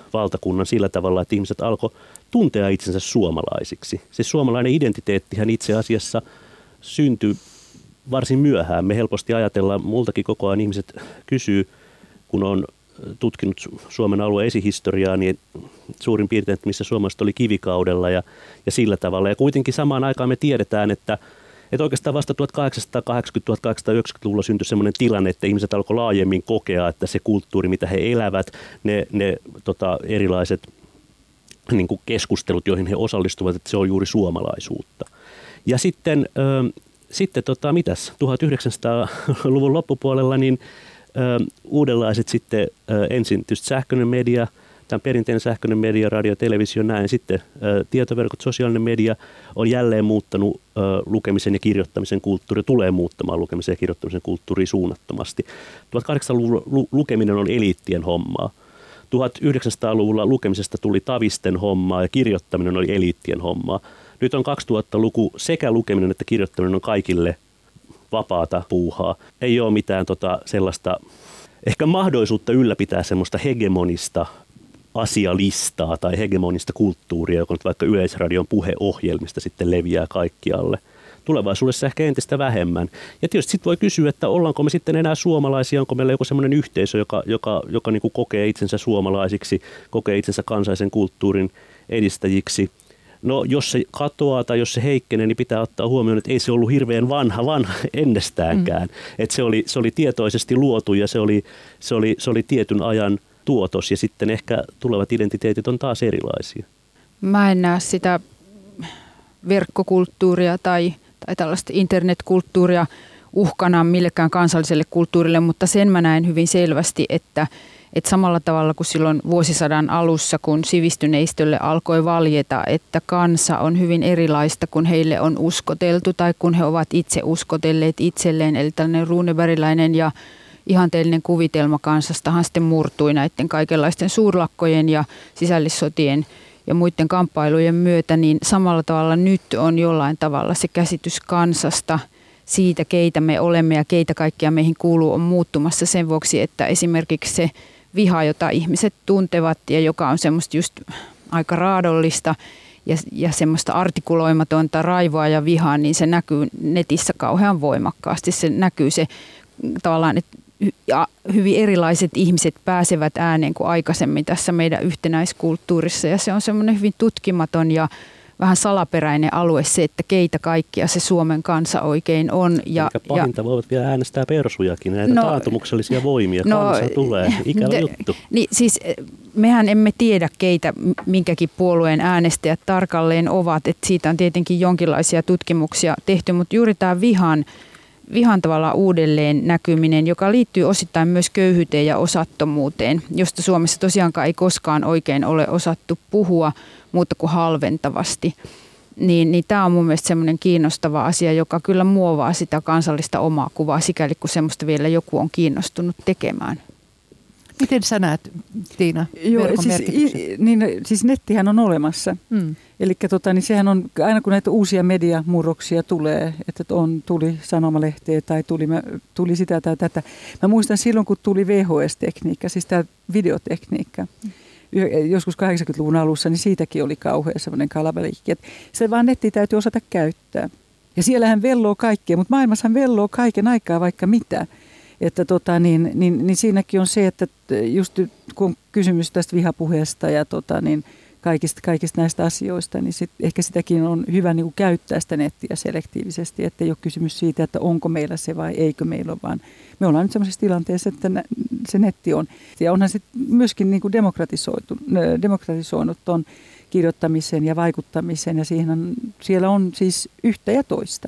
valtakunnan sillä tavalla, että ihmiset alkoi tuntea itsensä suomalaisiksi. Se suomalainen identiteettihän itse asiassa syntyi varsin myöhään. Me helposti ajatellaan, multakin koko ajan ihmiset kysyy, kun on tutkinut Suomen alueen esihistoriaa, niin suurin piirtein, että missä suomalaiset oli kivikaudella ja, ja sillä tavalla. Ja kuitenkin samaan aikaan me tiedetään, että, että oikeastaan vasta tuhatkahdeksansataakahdeksankymmentä - tuhatkahdeksansataayhdeksänkymmentäluvulla syntyi sellainen tilanne, että ihmiset alkoi laajemmin kokea, että se kulttuuri, mitä he elävät, ne, ne tota, erilaiset niin kuin keskustelut, joihin he osallistuvat, että se on juuri suomalaisuutta. Ja sitten, äh, sitten tota, mitäs, tuhatyhdeksänsataaluvun loppupuolella niin äh, uudenlaiset sitten äh, ensin tietysti sähköinen media, tämän perinteinen sähköinen media, radio, televisio, näin. Sitten äh, tietoverkot, sosiaalinen media on jälleen muuttanut äh, lukemisen ja kirjoittamisen kulttuuri, tulee muuttamaan lukemisen ja kirjoittamisen kulttuuria suunnattomasti. tuhatkahdeksansataaluvulla lu- lukeminen on eliittien hommaa. tuhatyhdeksänsataaluvulla lukemisesta tuli tavisten hommaa ja kirjoittaminen oli eliittien hommaa. Nyt on kaksituhattaluku, sekä lukeminen että kirjoittaminen on kaikille vapaata puuhaa. Ei ole mitään tota sellaista, ehkä mahdollisuutta ylläpitää semmoista hegemonista asialistaa tai hegemonista kulttuuria, joka nyt vaikka Yleisradion puheohjelmista sitten leviää kaikkialle. Tulevaisuudessa ehkä entistä vähemmän. Ja tietysti sitten voi kysyä, että ollaanko me sitten enää suomalaisia, onko meillä joku semmoinen yhteisö, joka, joka, joka niin kuin kokee itsensä suomalaisiksi, kokee itsensä kansallisen kulttuurin edistäjiksi. No jos se katoaa tai jos se heikkenee, niin pitää ottaa huomioon, että ei se ollut hirveän vanha, vanha ennestäänkään. Mm. Että se oli, se oli tietoisesti luotu ja se oli, se, oli, se oli tietyn ajan tuotos ja sitten ehkä tulevat identiteetit on taas erilaisia. Mä en näe sitä verkkokulttuuria tai, tai tällaista internetkulttuuria uhkana millekään kansalliselle kulttuurille, mutta sen mä näen hyvin selvästi, että Että samalla tavalla kuin silloin vuosisadan alussa, kun sivistyneistölle alkoi valjeta, että kansa on hyvin erilaista, kun heille on uskoteltu tai kun he ovat itse uskotelleet itselleen. Eli tällainen runebergiläinen ja ihanteellinen kuvitelma kansastahan sitten murtui näiden kaikenlaisten suurlakkojen ja sisällissotien ja muiden kamppailujen myötä, niin samalla tavalla nyt on jollain tavalla se käsitys kansasta siitä, keitä me olemme ja keitä kaikkia meihin kuuluu, on muuttumassa sen vuoksi, että esimerkiksi se viha, jota ihmiset tuntevat ja joka on semmoista just aika raadollista ja, ja semmoista artikuloimatonta raivoa ja vihaa, niin se näkyy netissä kauhean voimakkaasti. Se näkyy se tavallaan, että ja hyvin erilaiset ihmiset pääsevät ääneen kuin aikaisemmin tässä meidän yhtenäiskulttuurissa ja se on semmoinen hyvin tutkimaton ja vähän salaperäinen alue se, että keitä kaikkia se Suomen kansa oikein on. Ja, Eikä pahinta ja, voivat vielä äänestää persujakin, näitä no, taantumuksellisia voimia. No, kansa tulee, ikävä de, juttu. Niin, siis mehän emme tiedä, keitä minkäkin puolueen äänestäjät tarkalleen ovat. Et siitä on tietenkin jonkinlaisia tutkimuksia tehty, mutta juuri tämä vihan, vihan tavallaan uudelleen näkyminen, joka liittyy osittain myös köyhyyteen ja osattomuuteen, josta Suomessa tosiaankaan ei koskaan oikein ole osattu puhua, muuta kuin halventavasti, niin, niin tämä on mun mielestä semmoinen kiinnostava asia, joka kyllä muovaa sitä kansallista omaa kuvaa, sikäli kun semmoista vielä joku on kiinnostunut tekemään. Miten sä näet, Tiina, verkon siis, i, niin, siis nettihän on olemassa. Hmm. Eli tota, niin sehän on, aina kun näitä uusia mediamurroksia tulee, että on, tuli sanomalehteä tai tuli, tuli sitä tai tätä. Mä muistan silloin, kun tuli V H S-tekniikka, siis tämä videotekniikka. Hmm. Joskus kahdeksankymmentäluvun alussa, niin siitäkin oli kauhean semmoinen kalabaliikki. Se vaan netti täytyy osata käyttää. Ja siellähän velloo kaikkea, mutta maailmassahan velloo kaiken aikaa vaikka mitä. Että tota, niin, niin, niin siinäkin on se, että just kun on kysymys tästä vihapuheesta ja tota, niin kaikista, kaikista näistä asioista, niin sit ehkä sitäkin on hyvä niin kuin käyttää sitä nettiä selektiivisesti, että ei ole kysymys siitä, että onko meillä se vai eikö meillä ole, vaan me ollaan nyt sellaisessa tilanteessa, että se netti on. Ja onhan se myöskin niin kuin demokratisoitu, demokratisoinut tuon kirjoittamisen ja vaikuttamisen, ja siihen on, siellä on siis yhtä ja toista.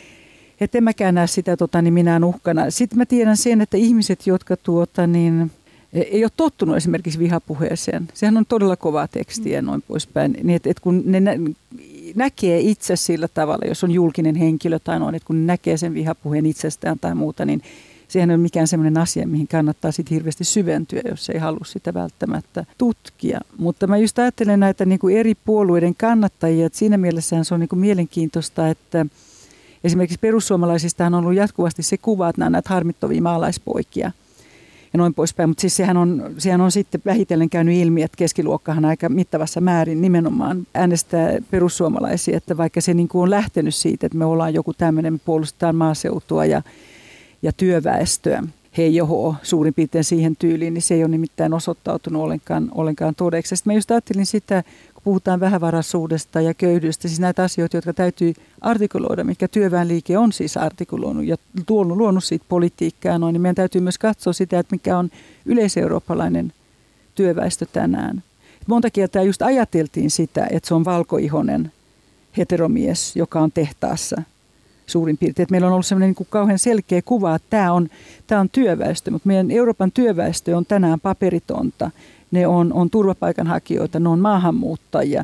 Että en mäkään näe sitä tota, niin minään uhkana. Sitten mä tiedän sen, että ihmiset, jotka tuota, niin, ei ole tottunut esimerkiksi vihapuheeseen, sehän on todella kovaa tekstiä ja noin poispäin, niin että et kun ne nä- näkee itse sillä tavalla, jos on julkinen henkilö tai noin, että kun ne näkee sen vihapuheen itsestään tai muuta, niin sehän ei ole mikään sellainen asia, mihin kannattaa sitten hirveästi syventyä, jos ei halua sitä välttämättä tutkia. Mutta mä just ajattelen näitä niin kuin eri puolueiden kannattajia, että siinä mielessähän se on niin kuin mielenkiintoista, että esimerkiksi perussuomalaisista on ollut jatkuvasti se kuva, että nämä on näitä harmittavia maalaispoikia. ja noin poispäin. Mutta siis sehän on, sehän on sitten vähitellen käynyt ilmi, että keskiluokkahan aika mittavassa määrin nimenomaan äänestää perussuomalaisia, että vaikka se niin kuin on lähtenyt siitä, että me ollaan joku tämmöinen, me puolustetaan maaseutua ja, ja työväestöä, he johoo suurin piirtein siihen tyyliin, niin se ei ole nimittäin osoittautunut ollenkaan, ollenkaan todeksi. Sitten mä just ajattelin sitä, kun puhutaan vähävaraisuudesta ja köyhyydestä, siis näitä asioita, jotka täytyy artikuloida, mitkä työväenliike on siis artikuloinut ja tuonut, luonut siitä politiikkaa noin, niin meidän täytyy myös katsoa sitä, että mikä on yleiseurooppalainen työväestö tänään. Monta kertaa just ajateltiin sitä, että se on valkoihoinen heteromies, joka on tehtaassa suurin piirtein. Että meillä on ollut sellainen niin kuin kauhean selkeä kuva, että tämä on, tämä on työväestö, mutta meidän Euroopan työväestö on tänään paperitonta. Ne on, on turvapaikanhakijoita, ne on maahanmuuttajia.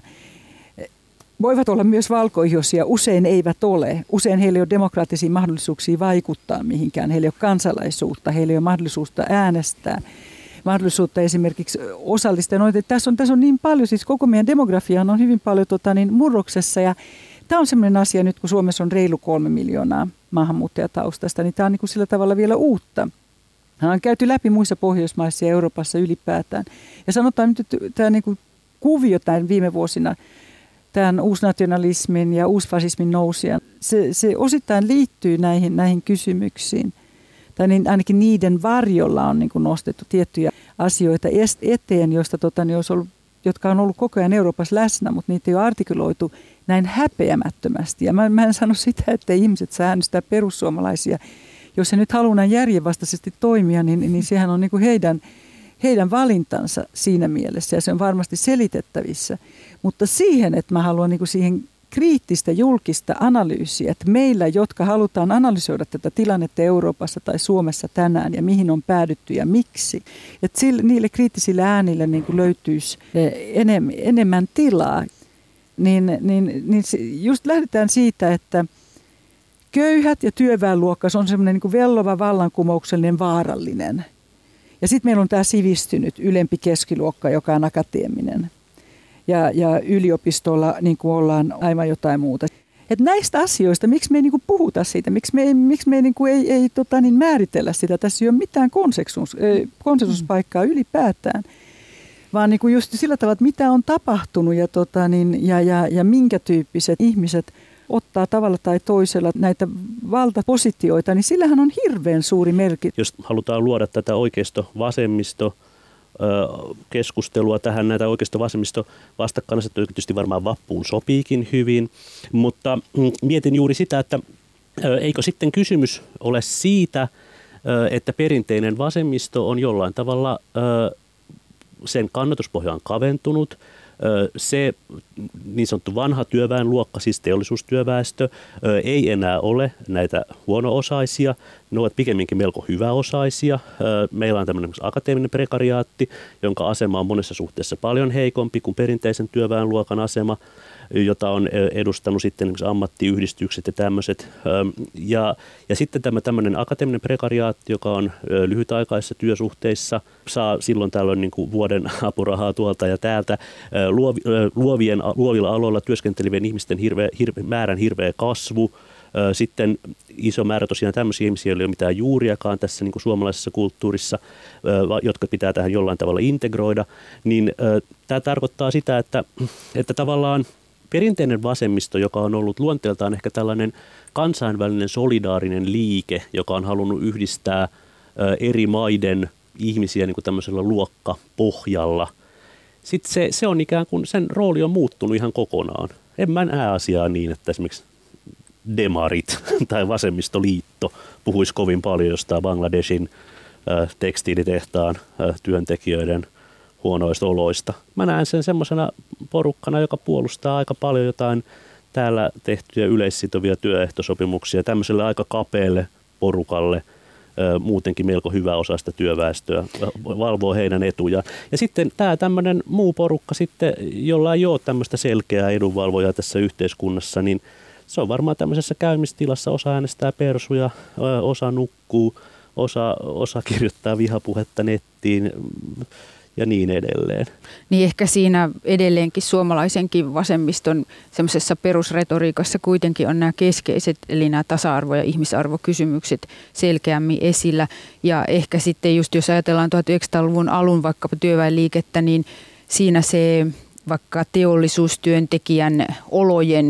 Voivat olla myös valkoihoisia, usein eivät ole. Usein heillä ei ole demokraattisia mahdollisuuksia vaikuttaa mihinkään. Heillä ei ole kansalaisuutta, heillä ei ole mahdollisuutta äänestää, mahdollisuutta esimerkiksi osallistaa. No, tässä, on, tässä on niin paljon, siis koko meidän demografia on hyvin paljon tota, niin, murroksessa ja tämä on sellainen asia nyt, kun Suomessa on reilu kolme miljoonaa maahanmuuttajataustasta, niin tämä on niin kuin sillä tavalla vielä uutta. Hän on käyty läpi muissa Pohjoismaissa ja Euroopassa ylipäätään. Ja sanotaan nyt, että tämä niin kuin kuvio tämän viime vuosina, tämän uusnationalismin ja uusfasismin nousia, se, se osittain liittyy näihin, näihin kysymyksiin. Tai niin, ainakin niiden varjolla on niin kuin nostettu tiettyjä asioita eteen, joista, tota, niin olisi ollut, jotka on ollut koko ajan Euroopassa läsnä, mutta niitä ei ole artikuloitu näin häpeämättömästi. Ja mä, mä en sano sitä, että ihmiset saa äänestää perussuomalaisia. Jos he nyt haluaa näin järjenvastaisesti toimia, niin, niin sehän on niin kuin heidän, heidän valintansa siinä mielessä ja se on varmasti selitettävissä. Mutta siihen, että mä haluan niin kuin siihen kriittistä julkista analyysiä, että meillä, jotka halutaan analysoida tätä tilannetta Euroopassa tai Suomessa tänään ja mihin on päädytty ja miksi, että sille, niille kriittisille äänille niin kuin löytyisi enemmän, enemmän tilaa, niin, niin, niin just lähdetään siitä, että köyhät ja työväenluokka on semmoinen niin kuin vellova, vallankumouksellinen, vaarallinen. Ja sitten meillä on tämä sivistynyt ylempi keskiluokka, joka on akateeminen. Ja, ja yliopistolla niin kuin ollaan aivan jotain muuta. Et näistä asioista, miksi me ei niin kuin puhuta siitä, miksi me ei, miksi me ei, niin kuin ei, ei tota, niin määritellä sitä. Tässä ei ole mitään konsensus, konsensuspaikkaa ylipäätään. Vaan niin kuin just sillä tavalla, että mitä on tapahtunut ja, tota, niin, ja, ja, ja minkä tyyppiset ihmiset ottaa tavalla tai toisella näitä valtapositioita, niin sillähän on hirveän suuri merkitys. Jos halutaan luoda tätä oikeisto-vasemmisto keskustelua tähän, näitä oikeisto-vasemmisto vastakkainasetteluja tietysti varmaan vappuun sopiikin hyvin, mutta mietin juuri sitä, että eikö sitten kysymys ole siitä, että perinteinen vasemmisto on jollain tavalla, sen kannatuspohja on kaventunut. Se niin sanottu vanha työväenluokka, siis teollisuustyöväestö, ei enää ole näitä huono-osaisia. Ne ovat pikemminkin melko hyväosaisia. Meillä on tämmöinen akateeminen prekariaatti, jonka asema on monessa suhteessa paljon heikompi kuin perinteisen työväenluokan asema, jota on edustanut sitten ammattiyhdistykset ja tämmöiset. Ja, ja sitten tämä tämmöinen akateeminen prekariaatti, joka on lyhytaikaisissa työsuhteissa, saa silloin tällöin niin kuin vuoden apurahaa tuolta ja täältä. Luovien, luovilla aloilla työskentelevien ihmisten hirveä, hirveä, määrän hirveä kasvu. Sitten iso määrä tosiaan tämmöisiä ihmisiä, joilla ei ole mitään juuriakaan tässä niin kuin suomalaisessa kulttuurissa, jotka pitää tähän jollain tavalla integroida. Niin tämä tarkoittaa sitä, että, että tavallaan perinteinen vasemmisto, joka on ollut luonteeltaan ehkä tällainen kansainvälinen solidaarinen liike, joka on halunnut yhdistää eri maiden ihmisiä niin kuin tämmöisellä luokkapohjalla. Sitten se, se on ikään kuin, sen rooli on muuttunut ihan kokonaan. En mä näe asiaa niin, että esimerkiksi demarit tai vasemmistoliitto puhuisi kovin paljon jostain Bangladeshin äh, tekstiilitehtaan äh, työntekijöiden huonoista oloista. Mä näen sen semmoisena porukkana, joka puolustaa aika paljon jotain täällä tehtyjä yleissitovia työehtosopimuksia tämmöiselle aika kapealle porukalle, muutenkin melko hyväosaista työväestöä, valvoo heidän etujaan. Ja sitten tämä tämmöinen muu porukka sitten, jolla ei ole tämmöistä selkeää edunvalvojaa tässä yhteiskunnassa, niin se on varmaan tämmöisessä käymistilassa, osa äänestää persuja, osa nukkuu, osa, osa kirjoittaa vihapuhetta nettiin. ja niin edelleen. Niin ehkä siinä edelleenkin suomalaisenkin vasemmiston semmoisessa perusretoriikassa kuitenkin on nämä keskeiset, eli nämä tasa-arvo- ja ihmisarvokysymykset selkeämmin esillä. Ja ehkä sitten just jos ajatellaan tuhatyhdeksänsataaluvun alun vaikkapa työväenliikettä, niin siinä se vaikka teollisuustyöntekijän olojen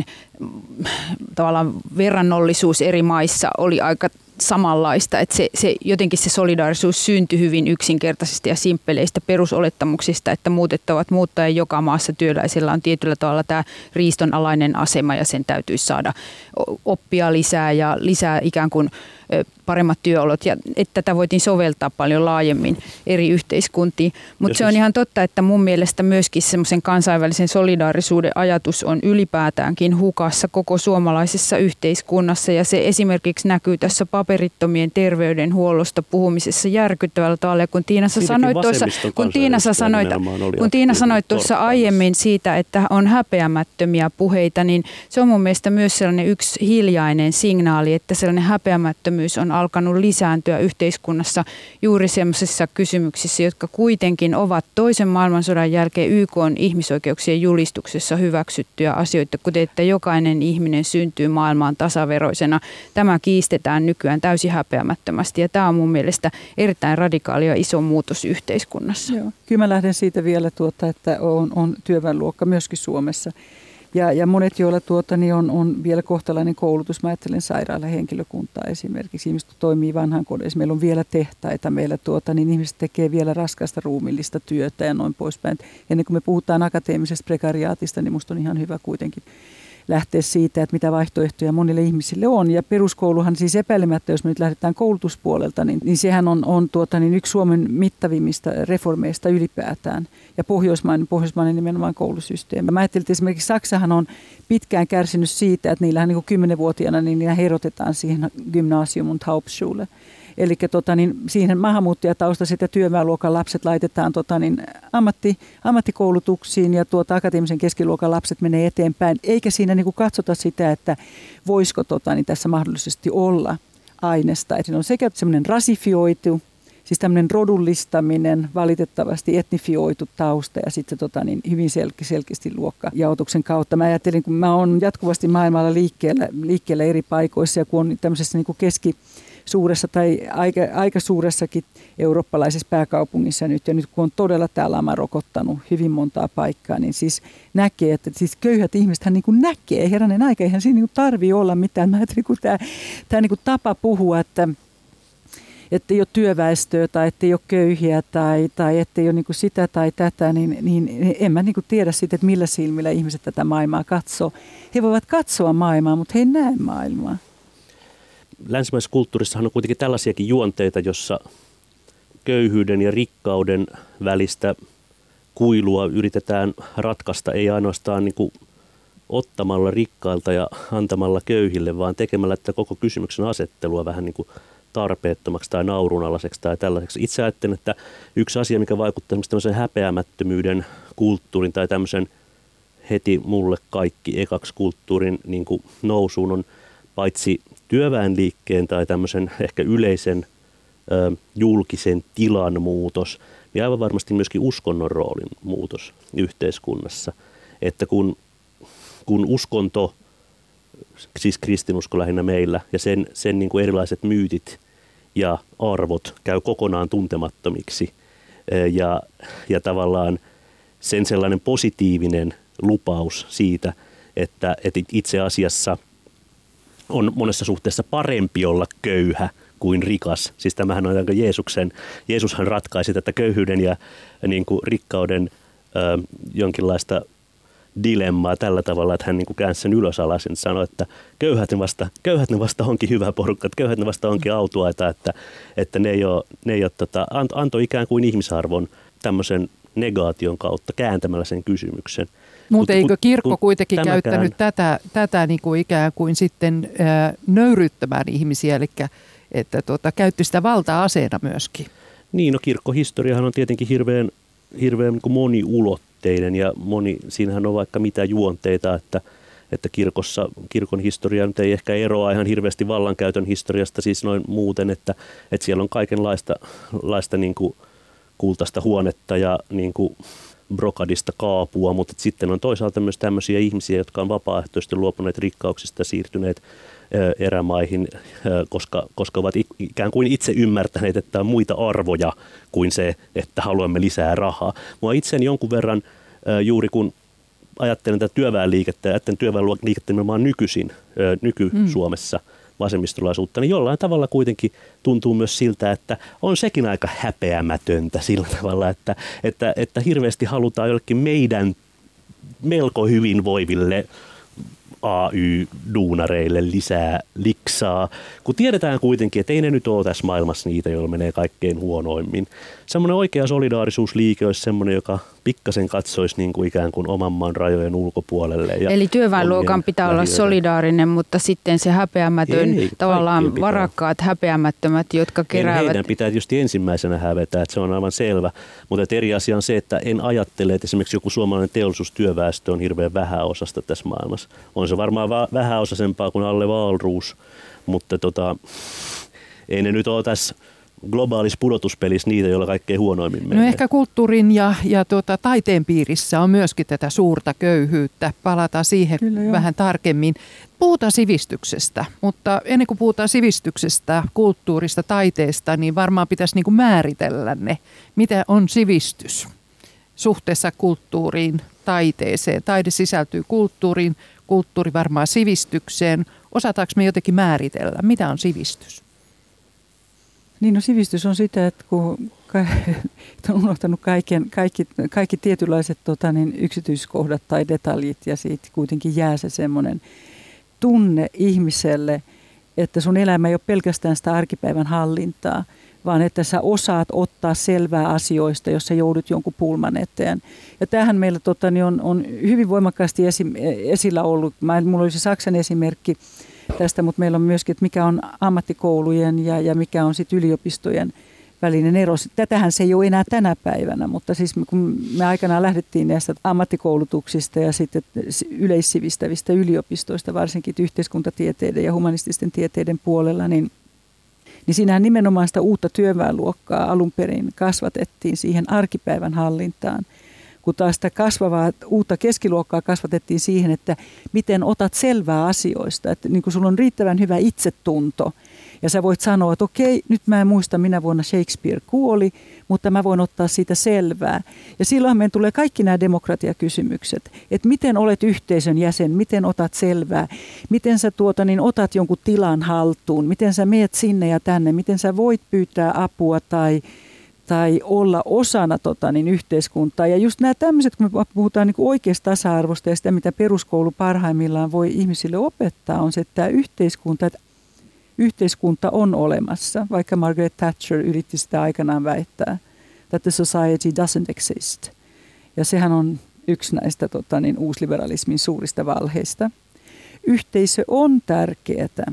tavallaan verrannollisuus eri maissa oli aika samanlaista, että se, se, jotenkin se solidaarisuus syntyi hyvin yksinkertaisesti ja simppeleistä perusolettamuksista, että muutettavat muuttajan joka maassa työläisellä on tietyllä tavalla tämä riistonalainen asema ja sen täytyisi saada oppia lisää ja lisää ikään kuin paremmat työolot ja että tätä voitiin soveltaa paljon laajemmin eri yhteiskuntiin. Mutta se on ihan totta, että mun mielestä myöskin semmoisen kansainvälisen solidaarisuuden ajatus on ylipäätäänkin hukassa koko suomalaisessa yhteiskunnassa ja se esimerkiksi näkyy tässä paperittomien terveydenhuollosta puhumisessa järkyttävällä tavalla. Ja kun Tiina sä sanoit tuossa, kun Tiina sä sanoit, kun Tiina sanoit tuossa aiemmin siitä, että on häpeämättömiä puheita, niin se on mun mielestä myös sellainen yksi hiljainen signaali, että sellainen häpeämättömyys on alkanut lisääntyä yhteiskunnassa juuri sellaisissa kysymyksissä, jotka kuitenkin ovat toisen maailmansodan jälkeen Y K:n ihmisoikeuksien julistuksessa hyväksyttyjä asioita, kuten että jokainen ihminen syntyy maailmaan tasaveroisena. Tämä kiistetään nykyään täysin häpeämättömästi ja tämä on mun mielestä erittäin radikaali ja iso muutos yhteiskunnassa. Joo. Kyllä mä lähden siitä vielä, tuota, että on, on työväenluokka myöskin Suomessa. Ja, ja monet, joilla tuota, niin on, on vielä kohtalainen koulutus. Mä ajattelen sairaalahenkilökuntaa esimerkiksi. Ihmiset toimii vanhainkodeissa. Meillä on vielä tehtaita. Meillä tuota, niin ihmiset tekee vielä raskasta ruumillista työtä ja noin poispäin. Ennen kuin me puhutaan akateemisesta prekariaatista, niin musta on ihan hyvä kuitenkin lähteä siitä, että mitä vaihtoehtoja monille ihmisille on. Ja peruskouluhan siis epäilemättä, jos me nyt lähdetään koulutuspuolelta, niin, niin sehän on, on tuota, niin yksi Suomen mittavimmista reformeista ylipäätään. Ja pohjoismainen, pohjoismainen nimenomaan koulusysteemi. Mä ajattelin, että esimerkiksi Saksahan on pitkään kärsinyt siitä, että niillähän niin kymmenenvuotiaana niin niillä herotetaan siihen Gymnasium und Hauptschule. Eli tota, niin siihen maahanmuuttajataustaiset ja työväenluokan lapset laitetaan tota, niin ammatti, ammattikoulutuksiin ja tuota, akateemisen keskiluokan lapset menee eteenpäin. Eikä siinä niin kuin katsota sitä, että voisiko tota, niin tässä mahdollisesti olla aineesta. Että on sekä semmoinen rasifioitu, siis tämmöinen rodullistaminen, valitettavasti etnifioitu tausta ja sitten tota, niin hyvin sel- selkeästi luokkajaotuksen kautta. Mä ajattelin, kun mä oon jatkuvasti maailmalla liikkeellä, liikkeellä eri paikoissa ja kun on tämmöisessä niin kuin keski suuressa tai aika, aika suuressakin eurooppalaisessa pääkaupungissa nyt, ja nyt kun on todella tämä lama rokottanut hyvin montaa paikkaa, niin siis näkee, että siis köyhät ihmisethän niin kuin näkee, herranen aika, eihän siinä niin tarvitse olla mitään. Mä ajattelin, kun tämä, tämä niin kuin tapa puhua, että että ei ole työväestöä tai ettei ole köyhiä tai, tai ettei ole niin kuin sitä tai tätä, niin, niin en mä niin kuin tiedä siitä, että millä silmillä ihmiset tätä maailmaa katsoo. He voivat katsoa maailmaa, mutta he ei näe maailmaa. Länsimaisessa kulttuurissahan on kuitenkin tällaisiakin juonteita, jossa köyhyyden ja rikkauden välistä kuilua yritetään ratkaista ei ainoastaan niin kuin ottamalla rikkailta ja antamalla köyhille, vaan tekemällä tätä koko kysymyksen asettelua vähän niin kuin tarpeettomaksi tai naurunalaiseksi tai tällaiseksi. Itse ajattelen, että yksi asia, mikä vaikuttaa tämmöisen häpeämättömyyden kulttuurin tai tämmöisen heti mulle kaikki ekaksi kulttuurin niin kuin nousuun on paitsi työväenliikkeen tai tämmöisen ehkä yleisen ö, julkisen tilan muutos, niin aivan varmasti myöskin uskonnon roolin muutos yhteiskunnassa. Että kun, kun uskonto, siis kristinusko lähinnä meillä, ja sen, sen niin kuin erilaiset myytit ja arvot käy kokonaan tuntemattomiksi, ja, ja tavallaan sen sellainen positiivinen lupaus siitä, että, että itse asiassa on monessa suhteessa parempi olla köyhä kuin rikas. Siis tämähän on aika Jeesuksen, Jeesushan ratkaisi tätä köyhyyden ja niin kuin rikkauden ö, jonkinlaista dilemmaa tällä tavalla, että hän niin kuin käänsi sen ylös alas ja sanoi, että köyhät ne, vasta, köyhät ne vasta onkin hyvä porukka, että köyhät ne vasta onkin autuaita, että, että ne ei ole, ne ei ole tota, antoi ikään kuin ihmisarvon tämmöisen negaation kautta kääntämällä sen kysymyksen. Mutta eikö kirkko kun kuitenkin tämäkään käyttänyt tätä, tätä niin kuin ikään kuin sitten ää, nöyryttämään ihmisiä, eli että tuota, käytti sitä valta-aseena myöskin? Niin, no kirkkohistoriahan on tietenkin hirveän, hirveän niin kuin moniulotteinen ja moni, siinähän on vaikka mitä juonteita, että, että kirkossa, kirkon historia nyt ei ehkä eroa ihan hirveästi vallankäytön historiasta, siis noin muuten, että, että siellä on kaikenlaista laista niin kuin kultaista huonetta ja niin kuin brokadista kaapua, mutta sitten on toisaalta myös tämmöisiä ihmisiä, jotka on vapaaehtoisesti luopuneet rikkauksista ja siirtyneet erämaihin, koska, koska ovat ikään kuin itse ymmärtäneet, että on muita arvoja kuin se, että haluamme lisää rahaa. Mua itseäni jonkun verran juuri kun ajattelen tätä työväenliikettä ja ajattelen työväenliikettä nimenomaan nykyisin, nyky-Suomessa vasemmistolaisuutta, niin jollain tavalla kuitenkin tuntuu myös siltä, että on sekin aika häpeämätöntä sillä tavalla, että, että, että hirveästi halutaan jollekin meidän melko hyvinvoiville A Y-duunareille lisää liksaa, kun tiedetään kuitenkin, että ei ne nyt ole tässä maailmassa niitä, joilla menee kaikkein huonoimmin. Semmoinen oikea solidaarisuusliike olisi semmoinen, joka pikkasen katsoisi niin kuin ikään kuin oman maan rajojen ulkopuolelle. Ja eli työväenluokan pitää olla solidaarinen, mutta sitten se häpeämätön, ei, tavallaan varakkaat häpeämättömät, jotka keräävät. Heidän pitää tietysti ensimmäisenä hävetä, että se on aivan selvä. Mutta eri asia on se, että en ajattele, että esimerkiksi joku suomalainen teollisuustyöväestö on hirveän vähäosasta tässä maailmassa. On se varmaan vähäosaisempaa kuin Alle Wahlroos, mutta tota, ei ne nyt ole tässä globaalissa pudotuspelissä niitä, joilla kaikkein huonoimmin menee. No ehkä kulttuurin ja, ja tuota, taiteen piirissä on myöskin tätä suurta köyhyyttä. Palataan siihen Kyllä, vähän tarkemmin. Puhutaan sivistyksestä, mutta ennen kuin puhutaan sivistyksestä, kulttuurista, taiteesta, niin varmaan pitäisi niin kuin määritellä ne, mitä on sivistys suhteessa kulttuuriin, taiteeseen. Taide sisältyy kulttuuriin, kulttuuri varmaan sivistykseen. Osataanko me jotenkin määritellä, mitä on sivistys? Niin no sivistys on sitä, että kun on unohtanut kaiken, kaikki, kaikki tietynlaiset tota, niin yksityiskohdat tai detaljit ja siitä kuitenkin jää se semmoinen tunne ihmiselle, että sun elämä ei ole pelkästään sitä arkipäivän hallintaa, vaan että sä osaat ottaa selvää asioista, jos sä joudut jonkun pulman eteen. Ja tämähän meillä tota, niin on, on hyvin voimakkaasti esi, esillä ollut. Mä, mulla oli se Saksan esimerkki tästä, mutta meillä on myöskin, että mikä on ammattikoulujen ja, ja mikä on sitten yliopistojen välinen ero. Tätähän se ei ole enää tänä päivänä, mutta siis kun me aikanaan lähdettiin näistä ammattikoulutuksista ja sitten yleissivistävistä yliopistoista, varsinkin yhteiskuntatieteiden ja humanististen tieteiden puolella, niin, niin siinähän nimenomaan sitä uutta työväenluokkaa alun perin kasvatettiin siihen arkipäivän hallintaan. Kun taas sitä kasvavaa uutta keskiluokkaa kasvatettiin siihen, että miten otat selvää asioista. Että niin kun sulla on riittävän hyvä itsetunto ja sä voit sanoa, että okei, nyt mä en muista minä vuonna Shakespeare kuoli, mutta mä voin ottaa siitä selvää. Ja silloin meidän tulee kaikki nämä demokratiakysymykset, että miten olet yhteisön jäsen, miten otat selvää, miten sä tuota, niin otat jonkun tilan haltuun, miten sä meet sinne ja tänne, miten sä voit pyytää apua tai tai olla osana tota, niin yhteiskuntaa. Ja just nämä tämmöiset, kun me puhutaan niin kuin oikeasta tasa-arvosta ja sitä, mitä peruskoulu parhaimmillaan voi ihmisille opettaa, on se, että tämä yhteiskunta, että yhteiskunta on olemassa, vaikka Margaret Thatcher yritti sitä aikanaan väittää, that the society doesn't exist. Ja sehän on yksi näistä tota, niin, uusliberalismin suurista valheista. Yhteisö on tärkeää.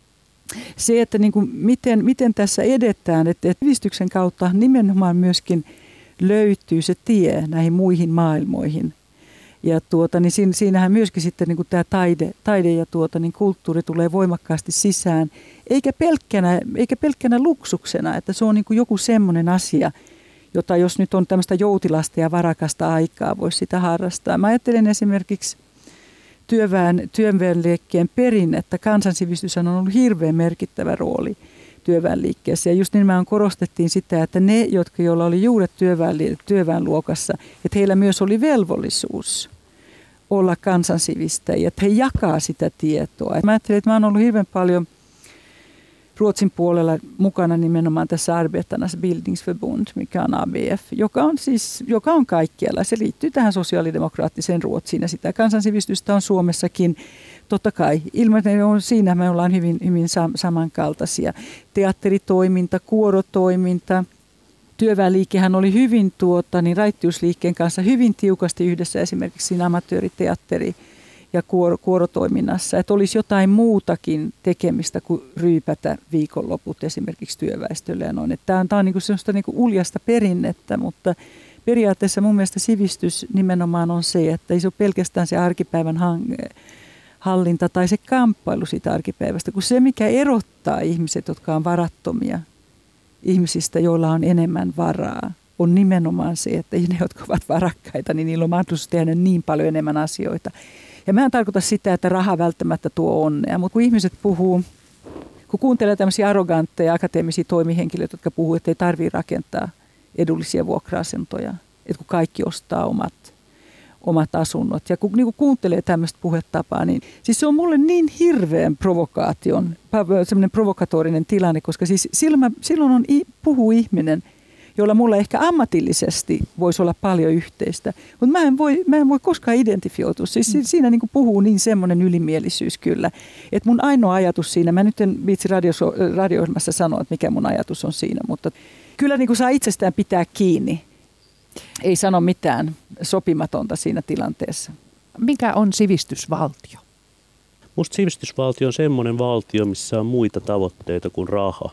Se, että niin kuin miten, miten tässä edetään, että, että sivistyksen kautta nimenomaan myöskin löytyy se tie näihin muihin maailmoihin. Ja tuota, niin siinä, siinähän myöskin sitten niin kuin tämä taide, taide ja tuota, niin kulttuuri tulee voimakkaasti sisään, eikä pelkkänä, eikä pelkkänä luksuksena, että se on niin kuin joku semmoinen asia, jota jos nyt on tämmöistä joutilasta ja varakasta aikaa, voisi sitä harrastaa. Mä ajattelen esimerkiksi Työväen, työväenliikkeen perinnettä. Kansansivistys on ollut hirveän merkittävä rooli työväenliikkeessä. Ja just nimenomaan korostettiin sitä, että ne, jotka, joilla oli juuret työväen, työväenluokassa, että heillä myös oli velvollisuus olla kansansivistäjiä, että he jakaa sitä tietoa. Mä ajattelin, että mä oon ollut hirveän paljon Ruotsin puolella mukana nimenomaan tässä Arbetarnas Bildningsförbund, mikä on A B F, joka on siis, joka on kaikkialla. Se liittyy tähän sosiaalidemokraattiseen Ruotsiin ja sitä kansansivistystä on Suomessakin. Totta kai, ilman on, siinä me ollaan hyvin, hyvin samankaltaisia. Teatteritoiminta, kuorotoiminta, työväenliikehän oli hyvin tuota, niin raittiusliikkeen kanssa hyvin tiukasti yhdessä esimerkiksi siinä amatööriteatteri- ja kuor- kuorotoiminnassa, että olisi jotain muutakin tekemistä kuin ryypätä viikonloput esimerkiksi työväestölle ja noin. Tämä on, tämä on niin kuin sellaista niin kuin uljasta perinnettä, mutta periaatteessa mun mielestä sivistys nimenomaan on se, että ei se ole pelkästään se arkipäivän hang- hallinta tai se kamppailu siitä arkipäivästä, kun se mikä erottaa ihmiset, jotka on varattomia ihmisistä, joilla on enemmän varaa, on nimenomaan se, että ne, jotka ovat varakkaita, niin niillä on mahdollisuus tehdä niin paljon enemmän asioita. Ja mä en tarkoita sitä, että raha välttämättä tuo onnea, mutta kun ihmiset puhuu, kun kuuntelee tämmöisiä arrogantteja akateemisia toimihenkilöitä, jotka puhuu, että ei tarvitse rakentaa edullisia vuokra-asuntoja, että kun kaikki ostaa omat, omat asunnot. Ja kun niin kun kuuntelee tämmöistä puhetapaa, niin siis se on mulle niin hirveän provokaation, semmoinen provokatorinen tilanne, koska siis silloin, silloin on, puhuu ihminen, jolla mulla ehkä ammatillisesti voisi olla paljon yhteistä. Mutta mä en voi, mä en voi koskaan identifioitua. Siis siinä niin kuin puhuu niin semmoinen ylimielisyys kyllä. Että mun ainoa ajatus siinä, mä nyt en viitsi radio, radio-ohjelmassa sanoa, että mikä mun ajatus on siinä, mutta kyllä niin kuin saa itsestään pitää kiinni. Ei sano mitään sopimatonta siinä tilanteessa. Mikä on sivistysvaltio? Musta sivistysvaltio on semmoinen valtio, missä on muita tavoitteita kuin raha.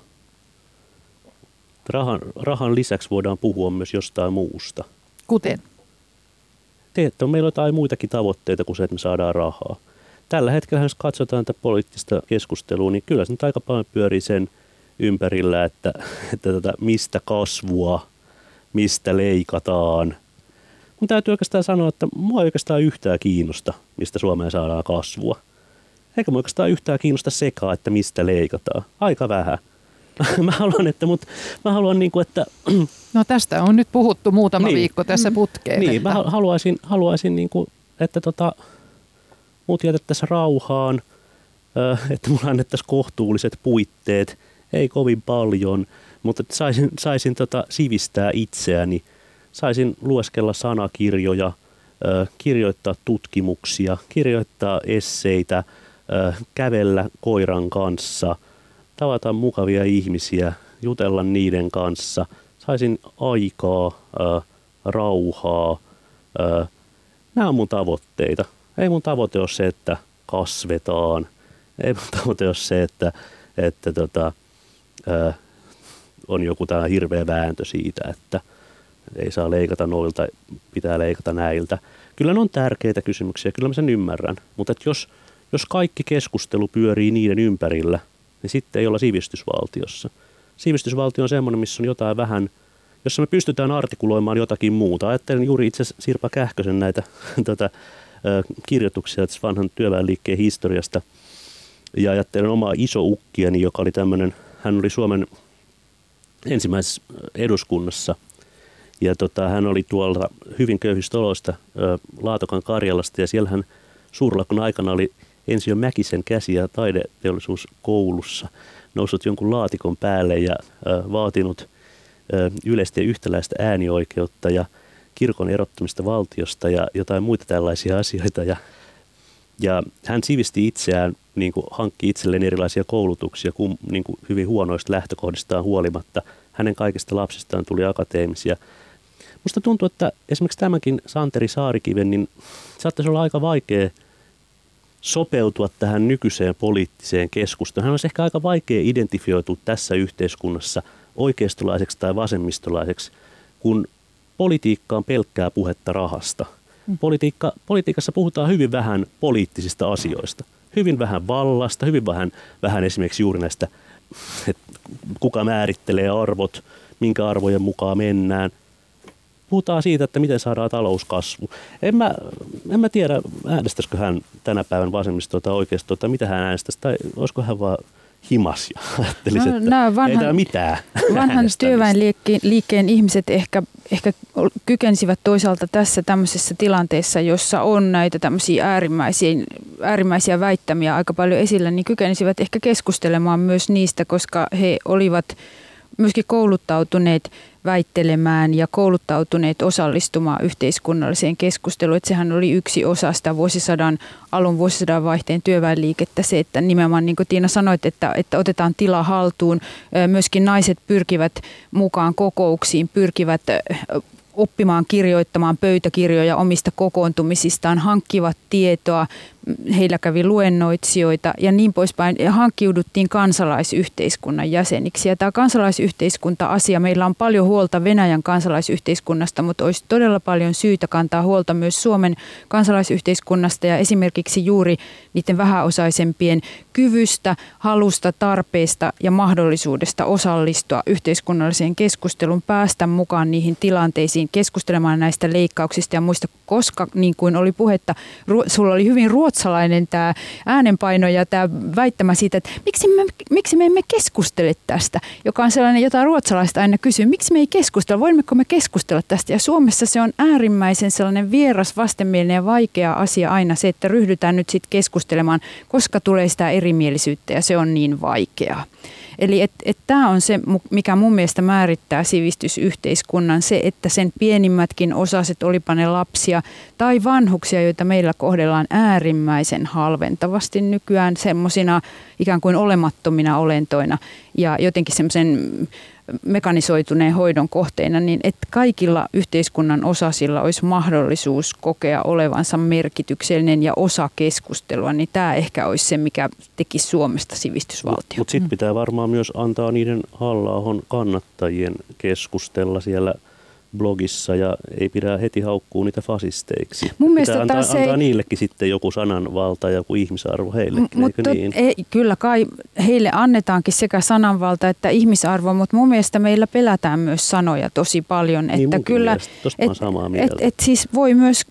Rahan, rahan lisäksi voidaan puhua myös jostain muusta. Kuten? Teette, on meillä jotain muitakin tavoitteita kuin se, että me saadaan rahaa. Tällä hetkellä, jos katsotaan tätä poliittista keskustelua, niin kyllä se nyt aika paljon pyörii sen ympärillä, että, että tätä, mistä kasvua, mistä leikataan. Mun täytyy oikeastaan sanoa, että mua ei oikeastaan yhtään kiinnosta, mistä Suomeen saadaan kasvua. Eikä mua oikeastaan yhtään kiinnosta sekaan, että mistä leikataan. Aika vähän. Mä haluan, että, mut, mä haluan niin kuin, että... No tästä on nyt puhuttu muutama niin. viikko tässä putkeen. Niin, että... mä haluaisin, haluaisin niin kuin, että tota, mut jätettäisiin rauhaan, että mulla annettaisiin kohtuulliset puitteet, ei kovin paljon, mutta että saisin, saisin tota, sivistää itseäni, saisin lueskella sanakirjoja, kirjoittaa tutkimuksia, kirjoittaa esseitä, kävellä koiran kanssa, tavata mukavia ihmisiä, jutella niiden kanssa. Saisin aikaa, äh, rauhaa. Äh, nämä on mun tavoitteita. Ei mun tavoite ole se, että kasvetaan. Ei mun tavoite ole se, että, että tota, äh, on joku tämä hirveä vääntö siitä, että ei saa leikata noilta, pitää leikata näiltä. Kyllä ne on tärkeitä kysymyksiä, kyllä mä sen ymmärrän. Mutta jos, jos kaikki keskustelu pyörii niiden ympärillä, niin sitten ei olla sivistysvaltiossa. Sivistysvaltio on semmoinen, missä on jotain vähän, jossa me pystytään artikuloimaan jotakin muuta. Ajattelen juuri itse asiassa Sirpa Kähkösen näitä tota, kirjoituksia vanhan työväenliikkeen historiasta. Ja ajattelen omaa isoukkiani, joka oli tämmöinen, hän oli Suomen ensimmäisessä eduskunnassa. Ja tota, hän oli tuolta hyvin köyhistä oloista Laatokan Karjalasta, ja siellä hän suurlakon aikana oli Ensio Mäkisen käsi- ja taideteollisuuskoulussa noussut jonkun laatikon päälle ja äh, vaatinut äh, yleistä ja yhtäläistä äänioikeutta ja kirkon erottamista valtiosta ja jotain muita tällaisia asioita. Ja, ja hän sivisti itseään, niin kuin hankki itselleen erilaisia koulutuksia kun, niin kuin hyvin huonoista lähtökohdistaan huolimatta. Hänen kaikista lapsistaan tuli akateemisia. Musta tuntuu, että esimerkiksi tämänkin Santeri Saarikiven, niin saattaisi olla aika vaikea sopeutua tähän nykyiseen poliittiseen keskusteluun. Hän olisi ehkä aika vaikea identifioitua tässä yhteiskunnassa oikeistolaiseksi tai vasemmistolaiseksi, kun politiikka on pelkkää puhetta rahasta. Politiikka, politiikassa puhutaan hyvin vähän poliittisista asioista. Hyvin vähän vallasta, hyvin vähän, vähän esimerkiksi juuri näistä, että kuka määrittelee arvot, minkä arvojen mukaan mennään. Puhutaan siitä, että miten saadaan talouskasvu. En mä, en mä tiedä, äänestäisikö hän tänä päivän vasemmistoa tai oikeistoa, tai mitä hän äänestäisi, tai olisiko hän vaan himas ja ajattelisi, no, että vanhan, ei täällä mitään. Vanhan työväenliikkeen ihmiset ehkä, ehkä kykensivät toisaalta tässä tämmöisessä tilanteessa, jossa on näitä tämmöisiä äärimmäisiä, äärimmäisiä väittämiä aika paljon esillä, niin kykenisivät ehkä keskustelemaan myös niistä, koska he olivat myöskin kouluttautuneet väittelemään ja kouluttautuneet osallistumaan yhteiskunnalliseen keskusteluun. Että sehän oli yksi osa sitä vuosisadan alun vuosisadan vaihteen työväenliikettä se, että nimenomaan niin kuin Tiina sanoit, että, että otetaan tila haltuun. Myöskin naiset pyrkivät mukaan kokouksiin, pyrkivät oppimaan kirjoittamaan pöytäkirjoja omista kokoontumisistaan, hankkivat tietoa, heillä kävi luennoitsijoita ja niin poispäin. Ja hankkiuduttiin kansalaisyhteiskunnan jäseniksi. Ja tämä kansalaisyhteiskunta-asia, meillä on paljon huolta Venäjän kansalaisyhteiskunnasta, mutta olisi todella paljon syytä kantaa huolta myös Suomen kansalaisyhteiskunnasta ja esimerkiksi juuri niiden vähäosaisempien kyvystä, halusta, tarpeesta ja mahdollisuudesta osallistua yhteiskunnalliseen keskusteluun, päästä mukaan niihin tilanteisiin, keskustelemaan näistä leikkauksista ja muista, koska niin kuin oli puhetta, sulla oli hyvin ruotsalainen tämä äänenpaino ja tämä väittämä siitä, että miksi me, miksi me emme keskustele tästä, joka on sellainen, jota ruotsalaiset aina kysyy, miksi me ei keskustella, voimmeko me keskustella tästä, ja Suomessa se on äärimmäisen sellainen vieras, vastenmielinen ja vaikea asia aina se, että ryhdytään nyt sitten keskustelemaan, koska tulee sitä erimielisyyttä ja se on niin vaikeaa. Eli että et tämä on se, mikä mun mielestä määrittää sivistysyhteiskunnan, se, että sen pienimmätkin osaset, olipa ne lapsia tai vanhuksia, joita meillä kohdellaan äärimmäisen halventavasti nykyään semmoisina ikään kuin olemattomina olentoina ja jotenkin semmoisen mekanisoituneen hoidon kohteena, niin että kaikilla yhteiskunnan osasilla olisi mahdollisuus kokea olevansa merkityksellinen ja osa keskustelua, niin tämä ehkä olisi se, mikä tekisi Suomesta sivistysvaltio. Mutta mut sitten pitää varmaan myös antaa niiden Halla-ahon kannattajien keskustella siellä blogissa ja ei pidä heti haukkua niitä fasisteiksi. Mun pitää antaa, antaa ei... niillekin sitten joku sananvalta ja joku ihmisarvo heillekin, M- eikö niin? Ei, kyllä kai heille annetaankin sekä sananvalta että ihmisarvo, mutta mun mielestä meillä pelätään myös sanoja tosi paljon. Niin että kyllä, et, samaa mieltä. Et, et siis voi myös,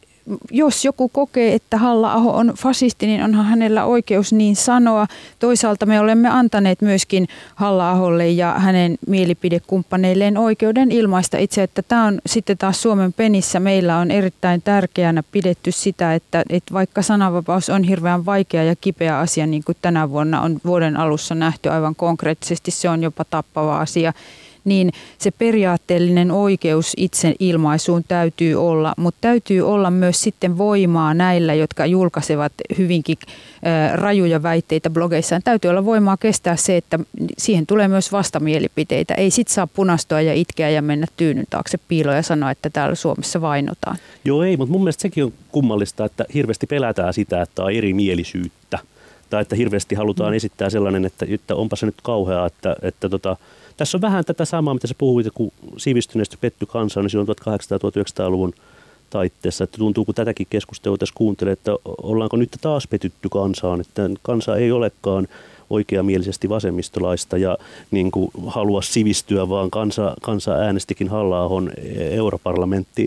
jos joku kokee, että Halla-aho on fasisti, niin onhan hänellä oikeus niin sanoa. Toisaalta me olemme antaneet myöskin Halla-aholle ja hänen mielipidekumppaneilleen oikeuden ilmaista itse, että tämä on sitten taas Suomen penissä. Meillä on erittäin tärkeänä pidetty sitä, että, että vaikka sananvapaus on hirveän vaikea ja kipeä asia, niin kuin tänä vuonna on vuoden alussa nähty aivan konkreettisesti, se on jopa tappava asia, niin se periaatteellinen oikeus itse ilmaisuun täytyy olla, mutta täytyy olla myös sitten voimaa näillä, jotka julkaisevat hyvinkin äh, rajuja väitteitä blogeissaan. Täytyy olla voimaa kestää se, että siihen tulee myös vastamielipiteitä. Ei sit saa punastua ja itkeä ja mennä tyynyn taakse piiloon ja sanoa, että täällä Suomessa vainotaan. Joo ei, mutta mun mielestä sekin on kummallista, että hirveästi pelätään sitä, että on erimielisyyttä. Tai että hirveästi halutaan esittää sellainen, että, että onpa se nyt kauheaa, että, että tota, tässä on vähän tätä samaa, mitä sä puhuit, kun sivistyneesti petty kansa on niin silloin tuhatkahdeksansataa-tuhatyhdeksänsataaluvun taitteessa. Että tuntuu, kun tätäkin keskustelua tässä kuuntelee, että ollaanko nyt taas petytty kansaan, että kansa ei olekaan oikeamielisesti vasemmistolaista ja niin kuin halua sivistyä, vaan kansa, kansa äänestikin Halla-ahon europarlamenttiin.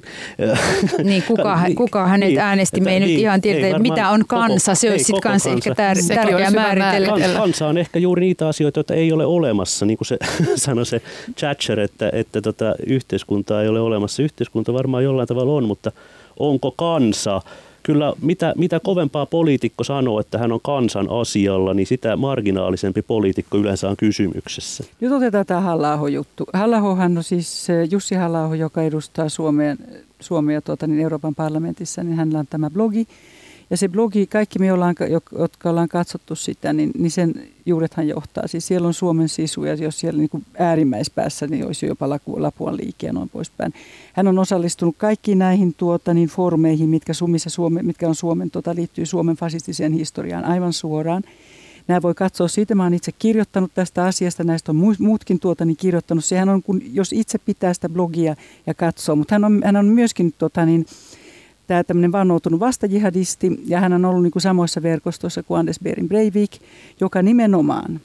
Niin, kuka, kuka hänet niin, äänesti? Me ei niin, nyt ihan tiedetä, että mitä on kansa. Koko, se olisi sitten kanssa ehkä tär- tärkeää määritellä. Kansa, kansa on ehkä juuri niitä asioita, joita ei ole olemassa. Niin kuin se sanoi se Thatcher, että, että tota, yhteiskuntaa ei ole olemassa. Yhteiskunta varmaan jollain tavalla on, mutta onko kansa? Kyllä mitä, mitä kovempaa poliitikko sanoo, että hän on kansan asialla, niin sitä marginaalisempi poliitikko yleensä on kysymyksessä. Nyt otetaan tämä Halla-aho-juttu. Halla-ahohan on siis Jussi Halla-aho, joka edustaa Suomea, Suomea tuota, niin Euroopan parlamentissa, niin hänellä on tämä blogi. Ja se blogi, kaikki me, ollaan, jotka ollaan katsottu sitä, niin, niin sen juurethan johtaa. Siis siellä on Suomen sisu, ja jos siellä niin kuin äärimmäispäässä, niin olisi jopa Lapuan liike ja noin poispäin. Hän on osallistunut kaikkiin näihin tuota, niin foorumeihin, mitkä, Suome, mitkä on Suomen, tuota, liittyy Suomen fasistiseen historiaan aivan suoraan. Nämä voi katsoa siitä, mä olen itse kirjoittanut tästä asiasta, näistä on muutkin tuota, niin kirjoittanut. Sehän on, kun, jos itse pitää sitä blogia ja katsoo, mutta hän on, hän on myöskin tuota, niin, tämä tämmöinen vannoutunut vastajihadisti, ja hän on ollut niin kuin samoissa verkostoissa kuin Anders Behring Breivik, joka nimenomaan